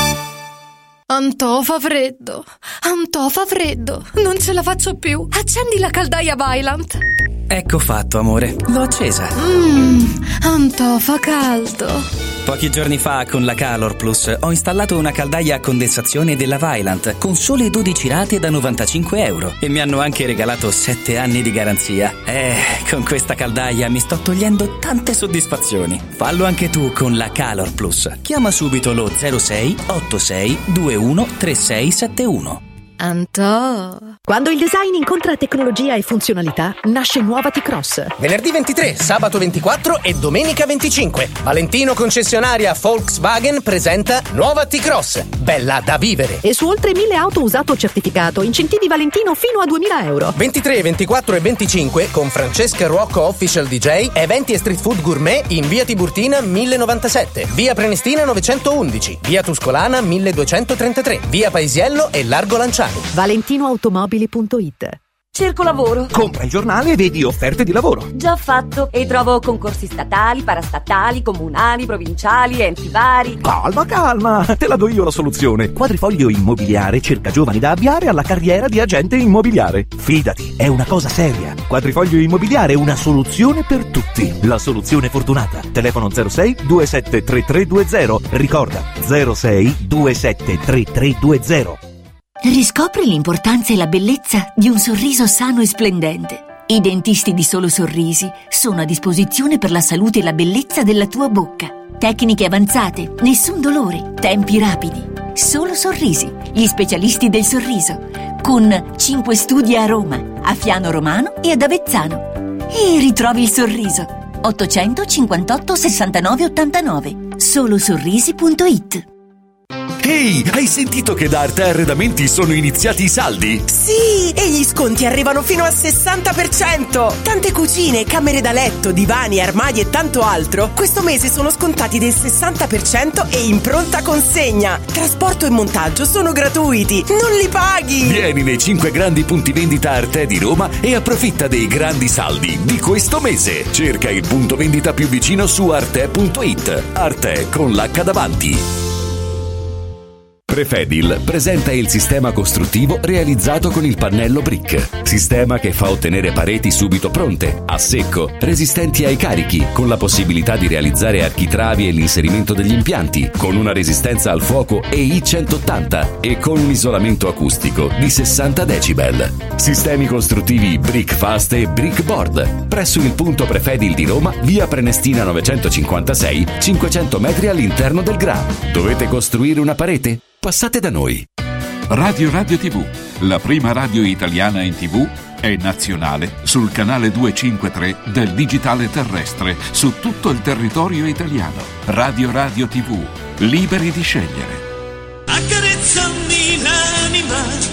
Antò fa freddo, Antò fa freddo, non ce la faccio più. Accendi la caldaia Vaillant. Ecco fatto, amore, l'ho accesa. Mmm, Antò fa caldo. Pochi giorni fa con la Calor Plus ho installato una caldaia a condensazione della Vaillant con sole dodici rate da novantacinque euro e mi hanno anche regalato sette anni di garanzia. Eh, con questa caldaia mi sto togliendo tante soddisfazioni. Fallo anche tu con la Calor Plus. Chiama subito lo zero sei otto sei due uno tre sei sette uno. Antò. Quando il design incontra tecnologia e funzionalità, nasce nuova T-Cross. Venerdì ventitré, sabato ventiquattro e domenica venticinque. Valentino concessionaria Volkswagen presenta nuova T-Cross. Bella da vivere. E su oltre mille auto usato certificato, incentivi Valentino fino a duemila euro. ventitré, ventiquattro e venticinque con Francesca Ruocco Official D J, eventi e street food gourmet in via Tiburtina mille novantasette, via Prenestina novecentoundici, via Tuscolana milleduecentotrentatré, via Paisiello e Largo Lanciani. valentino automobili punto it. Cerco lavoro. Compra il giornale e vedi offerte di lavoro. Già fatto. E trovo concorsi statali, parastatali, comunali, provinciali, enti vari. Calma, calma, te la do io la soluzione. Quadrifoglio Immobiliare cerca giovani da avviare alla carriera di agente immobiliare. Fidati, è una cosa seria. Quadrifoglio Immobiliare è una soluzione per tutti. La soluzione fortunata. Telefono zero sei due sette tre tre due zero. Ricorda, zero sei due sette tre tre due zero. Riscopri l'importanza e la bellezza di un sorriso sano e splendente. I dentisti di Solo Sorrisi sono a disposizione per la salute e la bellezza della tua bocca. Tecniche avanzate, nessun dolore, tempi rapidi. Solo Sorrisi, gli specialisti del sorriso, con cinque studi a Roma, a Fiano Romano e ad Avezzano. E ritrovi il sorriso. ottocentocinquantotto sessantanove ottantanove. solo sorrisi punto it. Ehi, hai sentito che da Arte Arredamenti sono iniziati i saldi? Sì, e gli sconti arrivano fino al sessanta per cento. Tante cucine, camere da letto, divani, armadi e tanto altro questo mese sono scontati del sessanta per cento e in pronta consegna. Trasporto e montaggio sono gratuiti, non li paghi. Vieni nei cinque grandi punti vendita Arte di Roma e approfitta dei grandi saldi di questo mese. Cerca il punto vendita più vicino su arte punto it. Arte con l'H davanti. Prefedil presenta il sistema costruttivo realizzato con il pannello brick. Sistema che fa ottenere pareti subito pronte, a secco, resistenti ai carichi, con la possibilità di realizzare architravi e l'inserimento degli impianti, con una resistenza al fuoco E I centottanta e con un isolamento acustico di sessanta decibel. Sistemi costruttivi Brick Fast e Brick Board. Presso il punto Prefedil di Roma, via Prenestina novecentocinquantasei, cinquecento metri all'interno del G R A. Dovete costruire una parete? Passate da noi. Radio Radio tivù, la prima radio italiana in tivù È nazionale sul canale duecentocinquantatré del digitale terrestre su tutto il territorio italiano. Radio Radio tivù, liberi di scegliere. Accarezzami l'anima.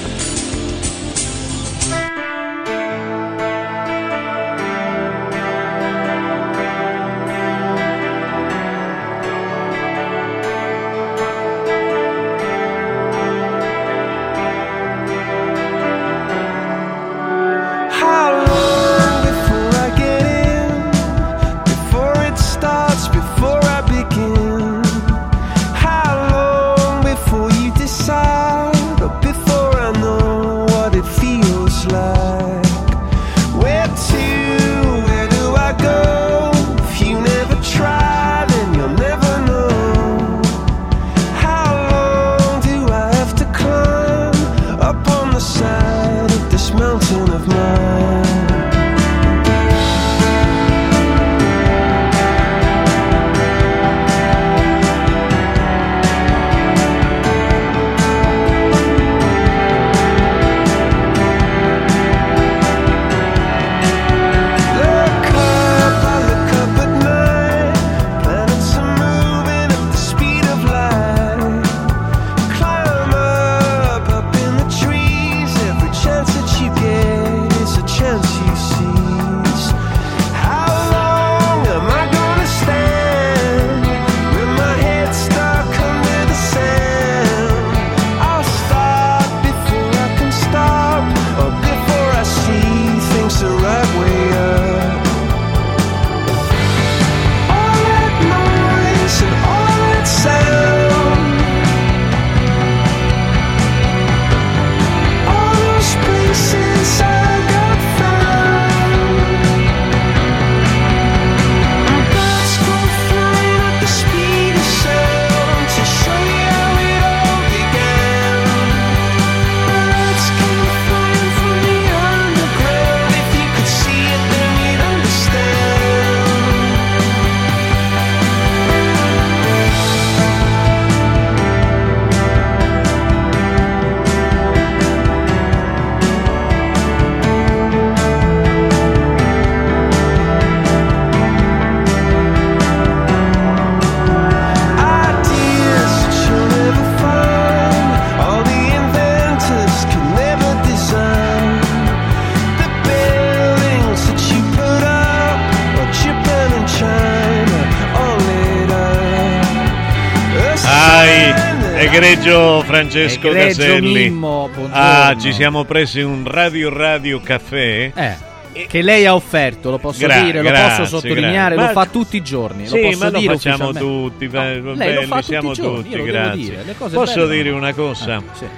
Egregio Francesco Egregio Caselli. Mimmo, buongiorno. Ah, ci siamo presi un Radio Radio caffè. Eh. Che lei ha offerto, lo posso Gra- dire, grazie, lo posso sottolineare, grazie. lo Ma- fa tutti i giorni. Sì, lo posso ma lo dire facciamo ufficialmente. tutti, No, belli, lei lo fa tutti siamo i giorni, tutti, io lo devo grazie. dire, le cose Posso belle dire no? una cosa? Eh, sì.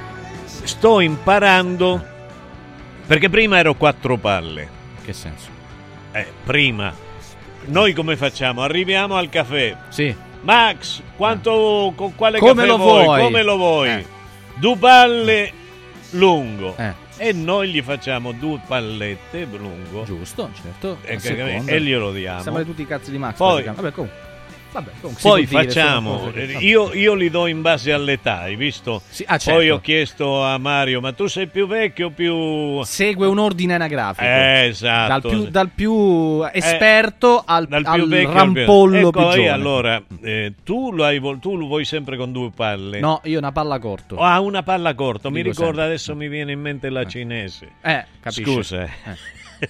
Sto imparando, perché prima ero quattro palle. Che senso? Eh, prima. Noi come facciamo? Arriviamo al caffè. Sì. Max, quanto, con quale Come caffè lo vuoi? vuoi? Come lo vuoi? Eh. Due palle lungo. Eh. E noi gli facciamo due pallette lungo. Giusto, certo. E, a che- seconda. e glielo diamo. Sembra tutti i cazzi di Max. Poi- praticamente. Vabbè, comunque. Vabbè, comunque, si Poi può dire, sono facciamo, cose che- vabbè. io, io li do in base all'età, hai visto? Sì, ah, certo. Poi ho chiesto a Mario, ma tu sei più vecchio o più... Segue un ordine anagrafico. Eh, esatto. Dal più, dal più esperto al, Dal al più vecchio al più- rampollo ecco, pigione. io allora, eh, tu, lo hai vol- tu lo vuoi sempre con due palle? No, io una palla corto. Ah, una palla corta, mi Dico ricorda, sempre. adesso mi viene in mente la cinese. Eh, capisci? Scusa. eh. Eh.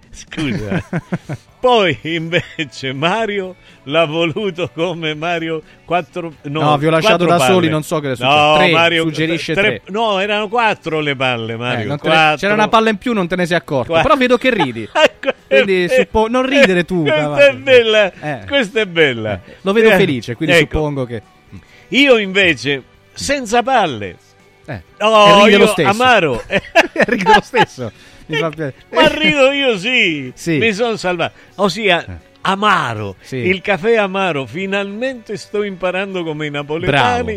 Scusa. Poi invece Mario l'ha voluto come Mario quattro no, No, vi ho lasciato quattro da palle. soli, non so che ne succede. No, Tre, Mario suggerisce tre. No, erano quattro le palle, Mario. Eh, non te ne- quattro. c'era una palla in più, non te ne sei accorto. Qua- Però vedo che ridi. Quindi suppo- non ridere tu. Questa Cavazzi. è bella. Eh. Questa è bella. Lo vedo Eh, felice, quindi ecco. suppongo che. Io invece senza palle. Eh. No, E ride lo io stesso. amaro. Ride lo stesso. Mi fa piacere. Ma rido io sì. Sì. Mi sono salvato. Ossia, amaro. Sì. Il caffè amaro. Finalmente sto imparando come i napoletani.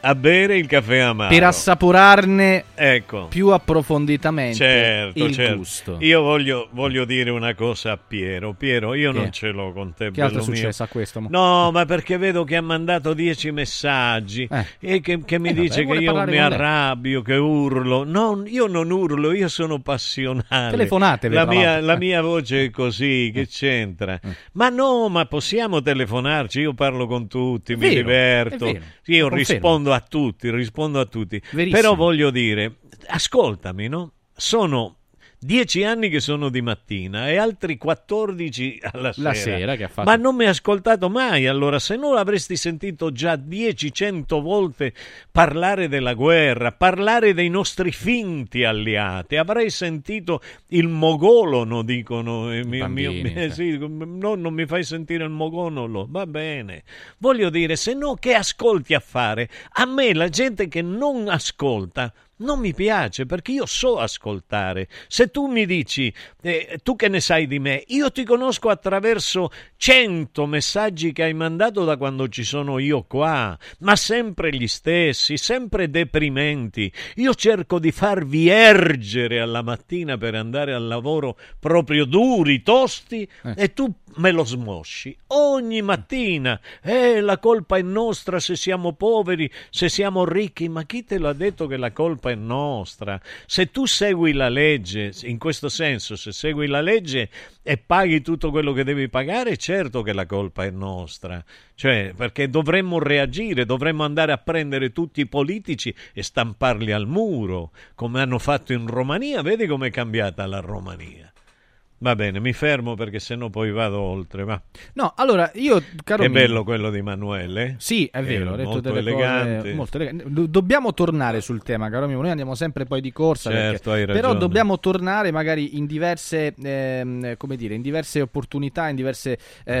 a bere il caffè amaro per assaporarne ecco. più approfonditamente certo, il certo. gusto. Io voglio, voglio dire una cosa a Piero. Piero, io che? non ce l'ho con te. Che altro è bello successo mio. a questo? Mo? No, ma perché vedo che ha mandato dieci messaggi eh. e che, che mi eh, dice vabbè, che io mi con arrabbio, che urlo. No, io non urlo, io sono passionale. Telefonatevi, la tra mia, l'altro. la mia voce è così, che c'entra? Eh. Ma no, ma possiamo telefonarci, io parlo con tutti, È mi vero, diverto. è vero, Io lo rispondo a tutti, rispondo a tutti. Verissimo. Però voglio dire, ascoltami, no? Sono dieci anni che sono di mattina e altri quattordici alla sera. La sera che ha fatto. Ma non mi hai ascoltato mai, allora se no avresti sentito già dieci, cento volte parlare della guerra, parlare dei nostri finti alleati, avrei sentito il mogolono, dicono, eh, mio, bambini, mio, eh, sì, no, non mi fai sentire il mogonolo, va bene. Voglio dire, se no che ascolti a fare? A me la gente che non ascolta non mi piace, perché io so ascoltare. Se tu mi dici, eh, tu che ne sai di me, io ti conosco attraverso cento messaggi che hai mandato da quando ci sono io qua, ma sempre gli stessi, sempre deprimenti. Io cerco di farvi ergere alla mattina per andare al lavoro proprio duri, tosti, eh. e tu me lo smosci ogni mattina. Eh, la colpa è nostra se siamo poveri, se siamo ricchi. Ma chi te l'ha detto che la colpa è nostra? Se tu segui la legge, in questo senso, se segui la legge e paghi tutto quello che devi pagare, certo che la colpa è nostra. Cioè, perché dovremmo reagire, dovremmo andare a prendere tutti i politici e stamparli al muro, come hanno fatto in Romania. Vedi com'è cambiata la Romania. Va bene, mi fermo perché sennò poi vado oltre. Va. No, allora io, caro È mio, bello quello di Emanuele. Sì, è vero, ho detto molto delle elegante. cose molto eleganti. Do- dobbiamo tornare sul tema, caro mio. Noi andiamo sempre poi di corsa, Certo, perché, hai ragione. però dobbiamo tornare magari in diverse, ehm, come dire, in diverse opportunità, in diverse,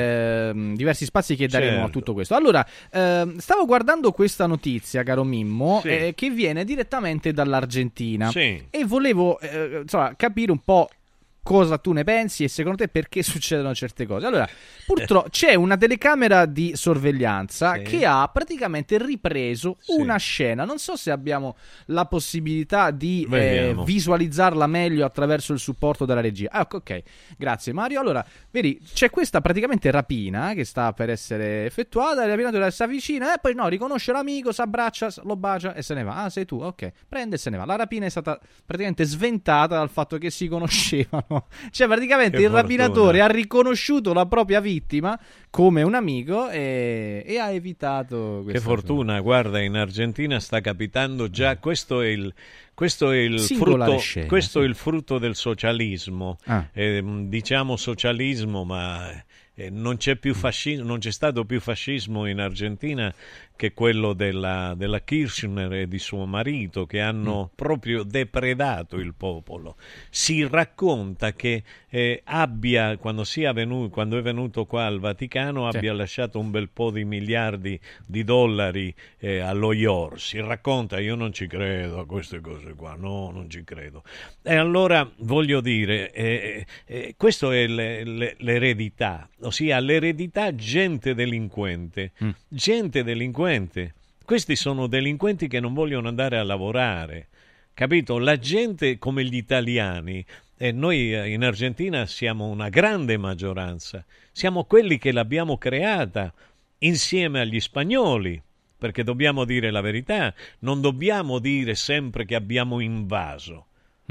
ehm, diversi spazi che daremo Certo. a tutto questo. Allora, ehm, stavo guardando questa notizia, caro Mimmo, Sì. eh, che viene direttamente dall'Argentina, Sì. e volevo eh, insomma, capire un po' cosa tu ne pensi e secondo te perché succedono certe cose. Allora, purtroppo c'è una telecamera di sorveglianza Sì. che ha praticamente ripreso Sì. una scena. Non so se abbiamo la possibilità di eh, Vediamo. visualizzarla meglio attraverso il supporto della regia. Ah, ok, grazie Mario. Allora, vedi, c'è questa praticamente rapina che sta per essere effettuata, il rapinatore si avvicina e poi no, riconosce l'amico, si abbraccia, lo bacia e se ne va. Ah, sei tu? Ok, prende e se ne va. La rapina è stata praticamente sventata dal fatto che si conoscevano. Cioè praticamente Che il fortuna. rapinatore ha riconosciuto la propria vittima come un amico e, e ha evitato questa Che fortuna, guarda, in Argentina sta capitando già, questo è il, questo è il, Singolare frutto, scena, questo sì. è il frutto del socialismo. Ah. Eh, diciamo socialismo, ma eh, non c'è più fascismo, non c'è stato più fascismo in Argentina che quello della, della Kirchner e di suo marito, che hanno mm. proprio depredato il popolo. Si racconta che eh, abbia, quando, sia venuto, quando è venuto qua al Vaticano, Sì. abbia lasciato un bel po' di miliardi di dollari eh, allo I O R. Si racconta, io non ci credo a queste cose qua, no, non ci credo. E allora voglio dire, eh, eh, questo è le, le, l'eredità, ossia l'eredità gente delinquente, mm. gente delinquente. Questi sono delinquenti che non vogliono andare a lavorare, capito? La gente come gli italiani, e noi in Argentina siamo una grande maggioranza, siamo quelli che l'abbiamo creata insieme agli spagnoli, perché dobbiamo dire la verità, non dobbiamo dire sempre che abbiamo invaso.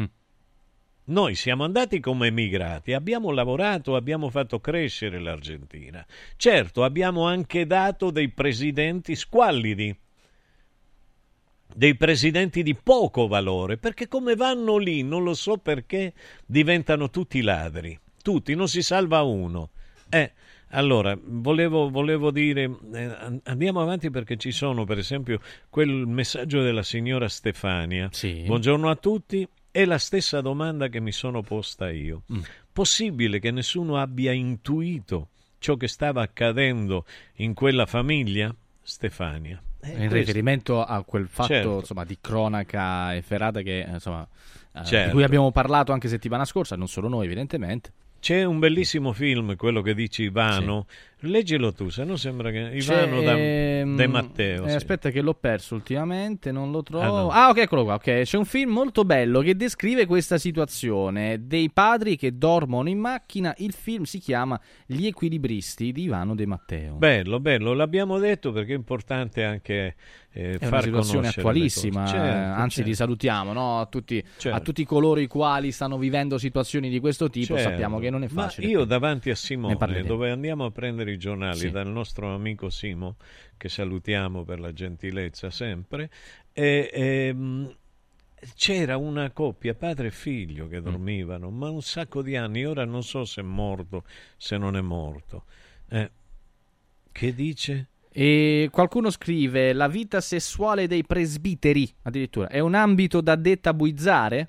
Noi siamo andati come emigrati, abbiamo lavorato, abbiamo fatto crescere l'Argentina. Certo, abbiamo anche dato dei presidenti squallidi, dei presidenti di poco valore, perché come vanno lì, non lo so perché, diventano tutti ladri. Tutti, non si salva uno. Eh, allora, volevo, volevo dire, eh, andiamo avanti perché ci sono, per esempio, quel messaggio della signora Stefania. Sì. Buongiorno a tutti. È la stessa domanda che mi sono posta io. Mm. Possibile che nessuno abbia intuito ciò che stava accadendo in quella famiglia? Stefania. Eh, in questo. riferimento a quel fatto certo. insomma, di cronaca efferata che, insomma, certo. eh, di cui abbiamo parlato anche settimana scorsa, non solo noi evidentemente. C'è un bellissimo film, quello che dici Ivano, Leggilo tu, se no sembra che C'è, Ivano da, ehm, De Matteo. eh, sì. Aspetta che l'ho perso ultimamente, non lo trovo. Ah, no. Ah, ok, eccolo qua. Ok, c'è un film molto bello che descrive questa situazione dei padri che dormono in macchina. Il film si chiama Gli equilibristi di Ivano De Matteo. Bello, bello, l'abbiamo detto perché è importante anche eh, È far una situazione conoscere attualissima, le cose. eh, Certo, anzi certo. li salutiamo, no? a, tutti, Certo. a tutti coloro i quali stanno vivendo situazioni di questo tipo, Certo. sappiamo che non è facile. Ma io davanti a Ne Simone, parleremo. dove andiamo a prendere i giornali Sì. dal nostro amico Simo, che salutiamo per la gentilezza sempre, e, ehm, c'era una coppia, padre e figlio, che dormivano, ma un sacco di anni. Ora non so se è morto, se non è morto. Eh, che dice? E qualcuno scrive: la vita sessuale dei presbiteri, addirittura, è un ambito da dettabuizzare?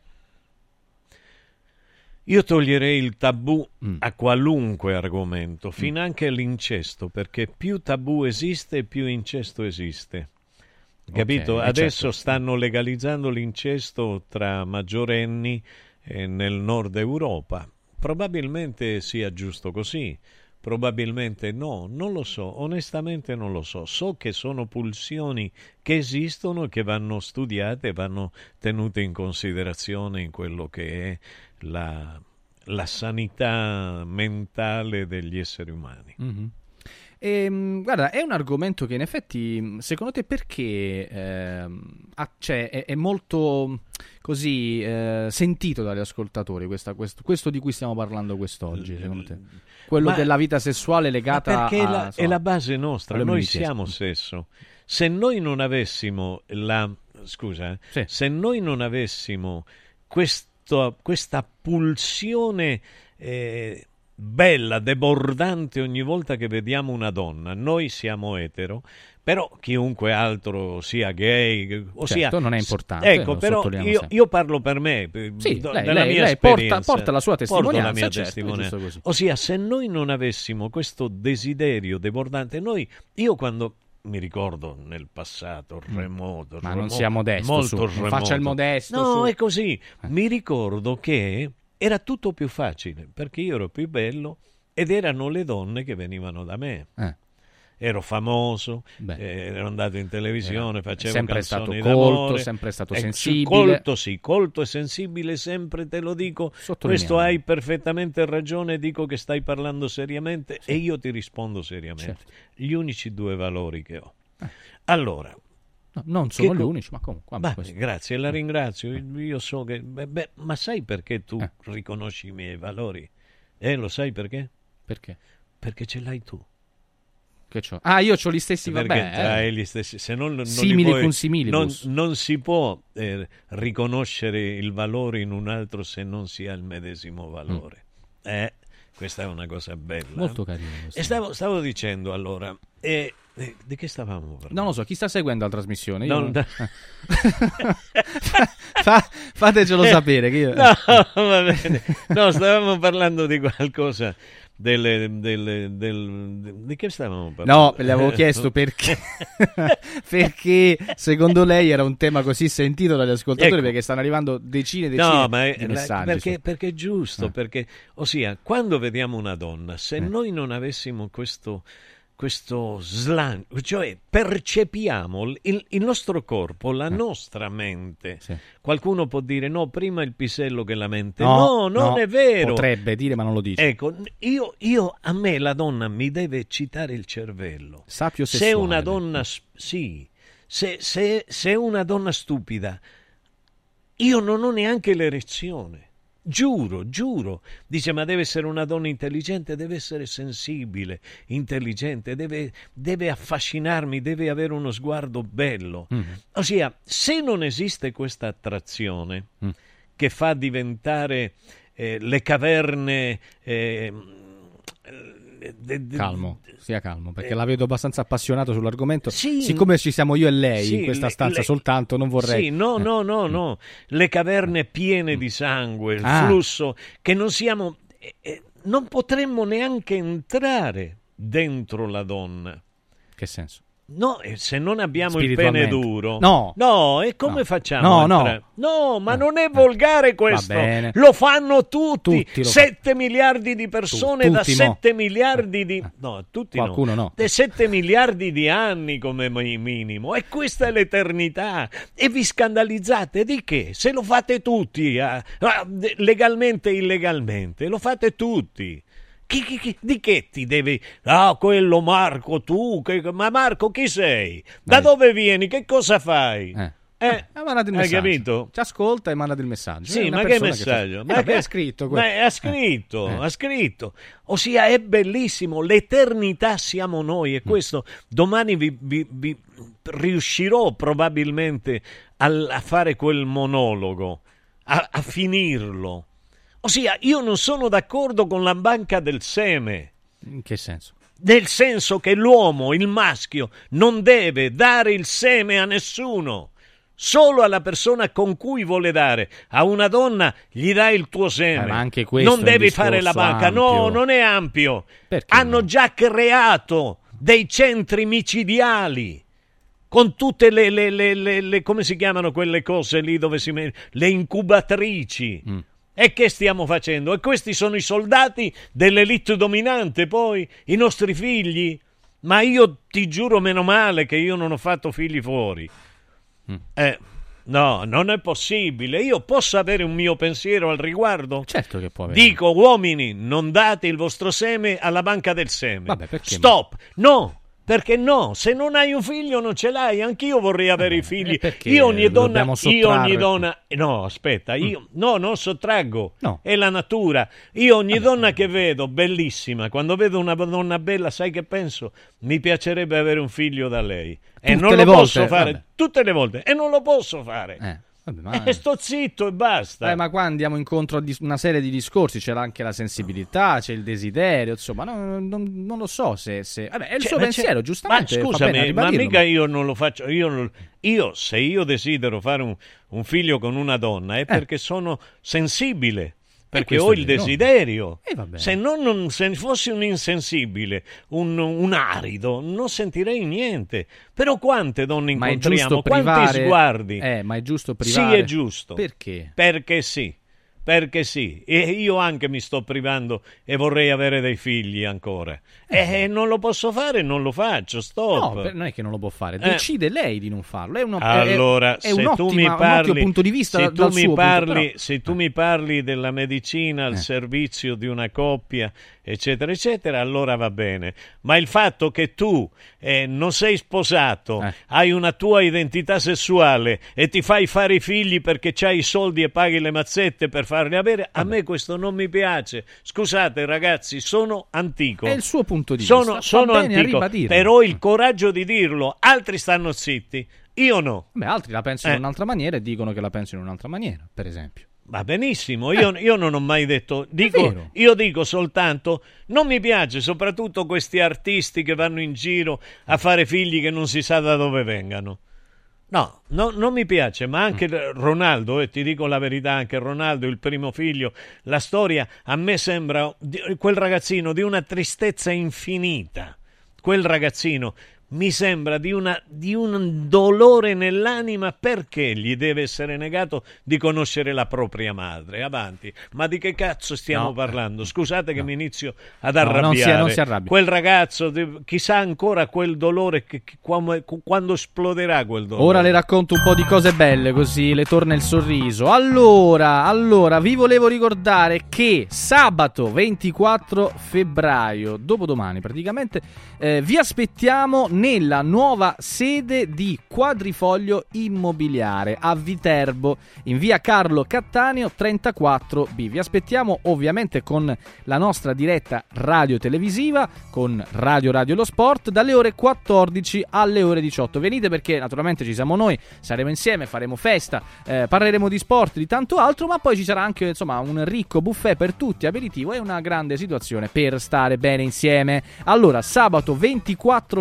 Io toglierei il tabù Mm. a qualunque argomento, finanche l'incesto, perché più tabù esiste, più incesto esiste. Capito? Ok, Adesso certo. stanno legalizzando l'incesto tra maggiorenni eh, nel nord Europa. Probabilmente sia giusto così, probabilmente no, non lo so, onestamente non lo so. So che sono pulsioni che esistono e che vanno studiate e vanno tenute in considerazione in quello che è la, la sanità mentale degli esseri umani. Mhm. Ehm, guarda, è un argomento che in effetti, secondo te, perché ehm, ha- cioè, è, è molto così eh, sentito dagli ascoltatori questa- questo, questo di cui stiamo parlando quest'oggi, secondo te? Quello Ma- della vita sessuale legata Ma perché a... la- insomma, è la base nostra, alle noi mimetiche. siamo sesso. Se noi non avessimo la scusa, eh, se noi non avessimo questo, questa pulsione eh, bella, debordante ogni volta che vediamo una donna, noi siamo etero, però chiunque altro sia gay, ossia, Certo, non è importante, ecco, lo però sottolineiamo io, sempre. io parlo per me, per- Sì, do- lei- della lei- mia lei porta- esperienza. porta la sua Porto la testimonianza, mia certo, è testimonianza. giusto così. Ossia, se noi non avessimo questo desiderio debordante, noi, io quando mi ricordo nel passato remoto, Ma non remoto, sia modesto, molto su, non remoto. faccia il modesto, No, su. è così. Mi ricordo che era tutto più facile perché io ero più bello ed erano le donne che venivano da me. Eh. Ero famoso, Beh. eh, ero andato in televisione, Era facevo sempre canzoni stato colto, d'amore. sempre stato Ecco, sensibile. Colto, sì, colto e sensibile sempre, te lo dico. Questo hai perfettamente ragione, dico che stai parlando seriamente e io ti rispondo seriamente. Certo. Gli unici due valori che ho. Allora, No, non sono che gli co- unici, ma comunque... vabbè, Beh, questo- grazie, la ringrazio. Io so che. Beh, beh, ma sai perché tu Eh. riconosci i miei valori? Eh, lo sai perché? Perché? Perché ce l'hai tu. Che c'ho? Ah, io ho gli stessi, Perché vabbè. eh. hai gli stessi, se non, non li Simili puoi- con similibus. non, non si può eh, riconoscere il valore in un altro se non si ha il medesimo valore. Eh, questa è una cosa bella. Molto carino questo. E stavo, stavo dicendo allora, eh, eh, di che stavamo parlando? Non lo so, chi sta seguendo la trasmissione? Io Non- non- Fa- fatecelo sapere. Che io... No, va bene. No, stavamo parlando di qualcosa. Delle, delle, del, di che stavamo parlando? No, le avevo chiesto perché perché secondo lei era un tema così sentito dagli ascoltatori, Ecco. perché stanno arrivando decine e decine No, ma è- di la- messaggi. perché, su- perché è giusto, Eh. perché, ossia, quando vediamo una donna, se Eh. noi non avessimo questo, questo slancio, cioè percepiamo il, il- il nostro corpo, la nostra mente, qualcuno può dire no, prima il pisello che la mente, no, non no, è vero. Potrebbe dire, ma non lo dice. Ecco, io, io a me la donna mi deve eccitare il cervello. Sapio Se sessuale. una donna, s- sì, se, se, se è una donna stupida, io non ho neanche l'erezione. Giuro, giuro. Dice, ma deve essere una donna intelligente, deve essere sensibile, intelligente, deve, deve affascinarmi, deve avere uno sguardo bello. Mm. Ossia, se non esiste questa attrazione Mm. che fa diventare eh, le caverne... eh, de- de- Calmo, stia calmo, perché Eh. la vedo abbastanza appassionato sull'argomento. Sì. Siccome ci siamo io e lei Sì, in questa le- stanza le- soltanto, non vorrei... Sì, no, no, no, no. Le caverne piene di sangue, il Ah. flusso, che non siamo... eh, eh, non potremmo neanche entrare dentro la donna. Che senso? No, se non abbiamo il pene duro, no, no, e come no. facciamo? No, a no. tra... no, ma non è volgare questo. bene. Lo fanno tutti, Tutti lo sette miliardi di persone Tu- da tutti sette miliardi di no, tutti Qualcuno no, no. da sette miliardi di anni come mi- minimo. E questa è l'eternità. E vi scandalizzate di che? Se lo fate tutti, eh, legalmente e illegalmente, lo fate tutti. Chi, chi, chi, di che ti devi... Ah, quello Marco, tu... Che, ma Marco chi sei? Da Dai. dove vieni? Che cosa fai? Eh. Eh, Eh, mandate il hai messaggio. capito? Ci ascolta e mandate il messaggio. È Sì, una ma che persona messaggio? Che ma eh, vabbè, che ha scritto ma quello. ha scritto, Eh. ha scritto. Ossia, è bellissimo, l'eternità siamo noi e questo domani vi, vi- vi riuscirò probabilmente a, a fare quel monologo, a, a finirlo. Ossia, io non sono d'accordo con la banca del seme. In che senso? Nel senso che l'uomo, il maschio, non deve dare il seme a nessuno, solo alla persona con cui vuole dare. A una donna gli dai il tuo seme, Eh, ma anche questo non è un devi fare la discorso banca. No, ampio. non è ampio. Perché Hanno già creato dei centri micidiali con tutte le, le, le, le, le- come si chiamano quelle cose lì dove si met- le incubatrici. Mm. E che stiamo facendo? E questi sono i soldati dell'elite dominante, poi i nostri figli. Ma io ti giuro, meno male che io non ho fatto figli fuori. Mm. Eh, no, non è possibile. Io posso avere un mio pensiero al riguardo? Certo che può avere. Dico, uomini, non date il vostro seme alla banca del seme. Vabbè, perché Stop. No. Perché no, se non hai un figlio non ce l'hai, anch'io vorrei avere i figli. perché Io ogni donna, dobbiamo io ogni sottrarre? donna, no, aspetta, io no, non sottraggo. No. È la natura. Io ogni donna che vedo, bellissima, quando vedo una donna bella, sai che penso? Mi piacerebbe avere un figlio da lei. E Tutte non le lo volte? posso fare Vabbè. tutte le volte e non lo posso fare. Eh, vabbè, ma... E sto zitto e basta. Eh, ma qua andiamo incontro a dis- una serie di discorsi, c'è anche la sensibilità, c'è il desiderio, insomma, no, non, non lo so se... se... Vabbè, è il Cioè, suo ma pensiero, c'è- giustamente. Ma fa scusami, bene a ma ribadirlo, mica io non lo faccio. Io, non- io se io desidero fare un, un figlio con una donna è perché sono sensibile. Perché questo ho è il vero. desiderio. Eh, vabbè. Se non, non- se fossi un insensibile, un, un arido, non sentirei niente. Però quante donne Ma è incontriamo, giusto quanti privare... sguardi. Eh, ma è giusto Sì, privare... è giusto. Perché? Perché sì. Perché sì, e io anche mi sto privando e vorrei avere dei figli ancora. E non lo posso fare, non lo faccio, stop. No, per- non è che non lo può fare, Eh. decide lei di non farlo. È, una, Allora, è, è se un, tu ottima, mi un parli, ottimo punto di vista se da- tu dal mi suo parli, punto, però- se tu mi parli della medicina al Eh. servizio di una coppia, eccetera, eccetera, allora va bene. Ma il fatto che tu eh, non sei sposato, Eh. hai una tua identità sessuale e ti fai fare i figli perché c'hai i soldi e paghi le mazzette per farli avere, a me questo non mi piace. Scusate ragazzi, sono antico. È il suo punto di sono, vista. Fa sono bene a antico, ribadirlo. però ho il coraggio di dirlo. Altri stanno zitti, io no. Beh, altri la pensano Eh. in un'altra maniera e dicono che la pensano in un'altra maniera, per esempio. Va benissimo, io, io non ho mai detto, dico, vero. io dico soltanto, non mi piace soprattutto questi artisti che vanno in giro a fare figli che non si sa da dove vengano. No, no, non mi piace, ma anche Ronaldo, e ti dico la verità, anche Ronaldo, il primo figlio, la storia a me sembra di- quel ragazzino di una tristezza infinita, quel ragazzino mi sembra di, una, di un dolore nell'anima perché gli deve essere negato di conoscere la propria madre. Avanti, ma di che cazzo stiamo No. parlando? Scusate che mi inizio ad No, non si- arrabbiare. non si arrabbi. Quel ragazzo, di- chissà ancora quel dolore, che, che- quando, quando esploderà quel dolore. Ora le racconto un po' di cose belle, così le torna il sorriso. Allora, allora, vi volevo ricordare che sabato ventiquattro febbraio, dopodomani praticamente, eh, vi aspettiamo nella nuova sede di Quadrifoglio Immobiliare a Viterbo, in via Carlo Cattaneo trentaquattro B. Vi aspettiamo ovviamente con la nostra diretta radio-televisiva, con Radio Radio Lo Sport, dalle ore quattordici alle ore diciotto. Venite perché naturalmente ci siamo noi, saremo insieme, faremo festa, eh, parleremo di sport, di tanto altro, ma poi ci sarà anche insomma un ricco buffet per tutti, aperitivo e una grande situazione per stare bene insieme. Allora, sabato ventiquattro febbraio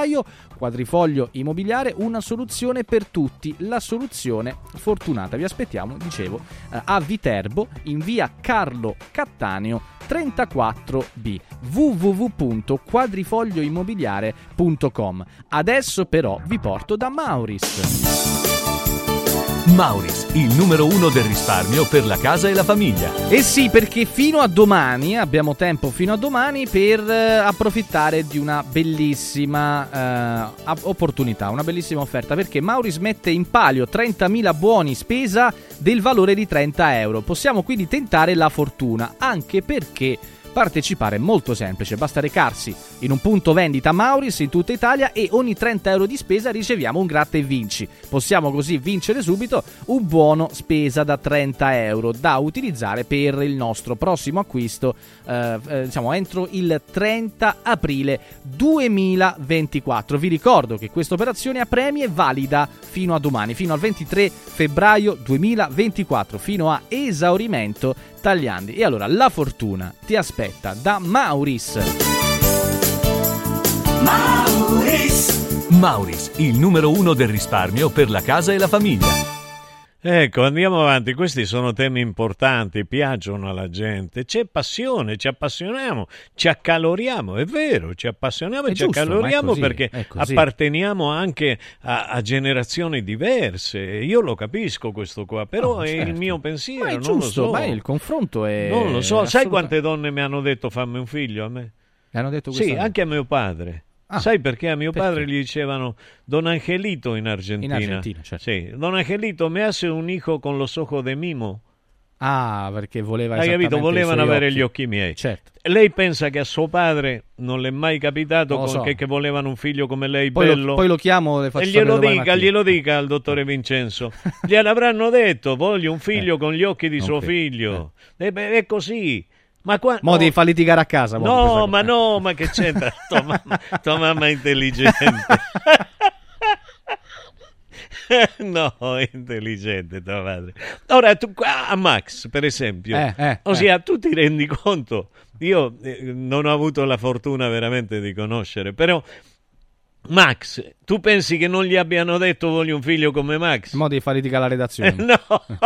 febbraio. Quadrifoglio Immobiliare, una soluzione per tutti, la soluzione fortunata. Vi aspettiamo, dicevo, a Viterbo in via Carlo Cattaneo trentaquattro B, w w w punto quadrifoglioimmobiliare punto com. Adesso però vi porto da Mauris. Mauris, il numero uno del risparmio per la casa e la famiglia. E sì, perché fino a domani, abbiamo tempo fino a domani per eh, approfittare di una bellissima eh, opportunità, una bellissima offerta, perché Mauris mette in palio trentamila buoni spesa del valore di trenta euro. Possiamo quindi tentare la fortuna, anche perché partecipare è molto semplice, basta recarsi in un punto vendita Mauris in tutta Italia e ogni trenta euro di spesa riceviamo un gratta e vinci. Possiamo così vincere subito un buono spesa da trenta euro da utilizzare per il nostro prossimo acquisto, eh, eh, diciamo entro il trenta aprile duemilaventiquattro. Vi ricordo che questa operazione a premi è valida fino a domani, fino al ventitré febbraio duemilaventiquattro, fino a esaurimento tagliandi. E allora la fortuna ti aspetta da Mauris. Mauris. Mauris, il numero uno del risparmio per la casa e la famiglia. Ecco, andiamo avanti. Questi sono temi importanti, piacciono alla gente. C'è passione, ci appassioniamo, ci accaloriamo, è vero, ci appassioniamo e ci giusto, accaloriamo così, perché apparteniamo anche a, a generazioni diverse. Io lo capisco questo qua, però no, è certo. il mio pensiero, ma è non giusto, lo so. ma il confronto è Non lo so, sai assolutamente... quante donne mi hanno detto fammi un figlio a me? Mi hanno detto sì, anche a mio padre. Ah, sai perché a mio perché? padre gli dicevano Don Angelito in Argentina? In Argentina, certo. Sì, Don Angelito mi hace un hijo con los ojos de mimo. Ah, perché voleva Hai capito? Volevano avere occhi. gli occhi miei. Certo. Lei pensa che a suo padre non le è mai capitato Non lo con so. che, che volevano un figlio come lei, Poi bello? lo, poi lo chiamo, le faccio e glielo sapere domani dica, mattina. glielo dica al dottore Vincenzo. Gliel'avranno detto, voglio un figlio Eh. con gli occhi di suo Ok. figlio. Eh, beh, è così. Ma qua, Mo' no. devi far litigare a casa. mo' per questa No, cosa. ma no, ma che c'entra? Tua mamma, tua mamma è intelligente. No, è intelligente tua madre. Ora, tu, a Max, per esempio, Eh, eh, ossia, eh. tu ti rendi conto? Io eh, non ho avuto la fortuna veramente di conoscere, però Max, tu pensi che non gli abbiano detto voglio un figlio come Max? Mo' devi far litigare la redazione. No.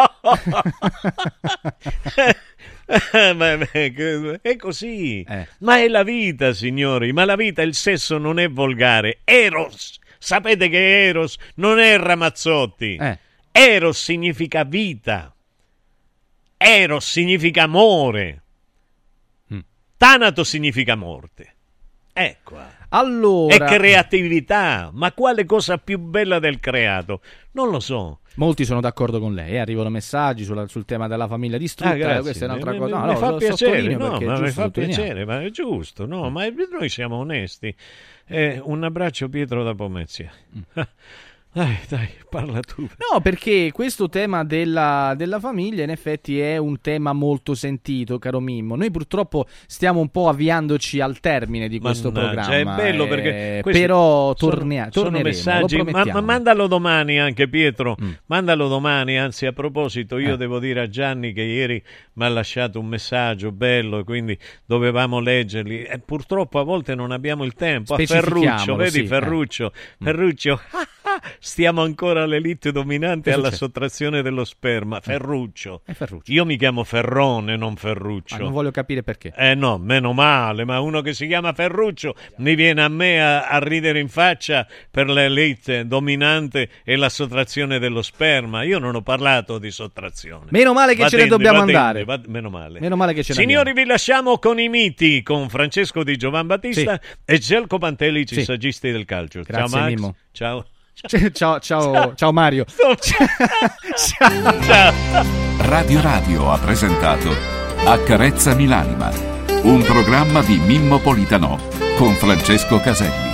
Ma- ma- è così, Eh. ma è la vita, signori, ma la vita, il sesso non è volgare. Eros, sapete che Eros non è Ramazzotti. Eh. Eros significa vita, Eros significa amore, Mm. Tanato significa morte. Ecco. Allora, E creatività, ma quale cosa più bella del creato? Non lo so. molti sono d'accordo con lei, eh. Arrivano messaggi sulla- sul tema della famiglia distrutta. Ah, grazie. Questa è un'altra Mi- cosa. mi- No, mi no, fa lo piacere, sottolineo no, perché è ma mi giusto fa sottolineare. piacere, ma è giusto, no, ma noi siamo onesti. Eh, un abbraccio Pietro da Pomezia. Dai, dai, parla tu. No, perché questo tema della, della famiglia in effetti è un tema molto sentito, caro Mimmo. Noi purtroppo stiamo un po' avviandoci al termine di questo Mannaggia, programma. è bello eh, perché questi però sono- tornia- sono, torneremo, messaggi, lo ma, promettiamo. ma mandalo domani anche Pietro, Mm. mandalo domani, anzi a proposito io Eh. devo dire a Gianni che ieri mi ha lasciato un messaggio bello e quindi dovevamo leggerli e purtroppo a volte non abbiamo il tempo. A Ferruccio, Specifichiamolo, vedi sì, eh. Ferruccio, Ferruccio, stiamo ancora all'elite dominante Che alla succede? sottrazione dello sperma. Ferruccio. È Ferruccio. Io mi chiamo Ferrone, non Ferruccio. Ah, non voglio capire perché. Eh no, meno male, ma uno che si chiama Ferruccio mi viene a me a, a ridere in faccia per l'elite dominante e la sottrazione dello sperma. Io non ho parlato di sottrazione. Meno male che Va ce ne dentro, dobbiamo va dentro, andare. va- meno male. Meno male che ce ne Signori, vi lasciamo con i miti, con Francesco Di Giovan Battista Sì. e Gelco Pantelici, Sì. saggisti del calcio. Grazie, ciao Max. Mimmo. Ciao. Ciao, ciao, ciao Mario. Ciao. Ciao. Radio Radio ha presentato Accarezza Milanima, un programma di Mimmo Politano con Francesco Caselli.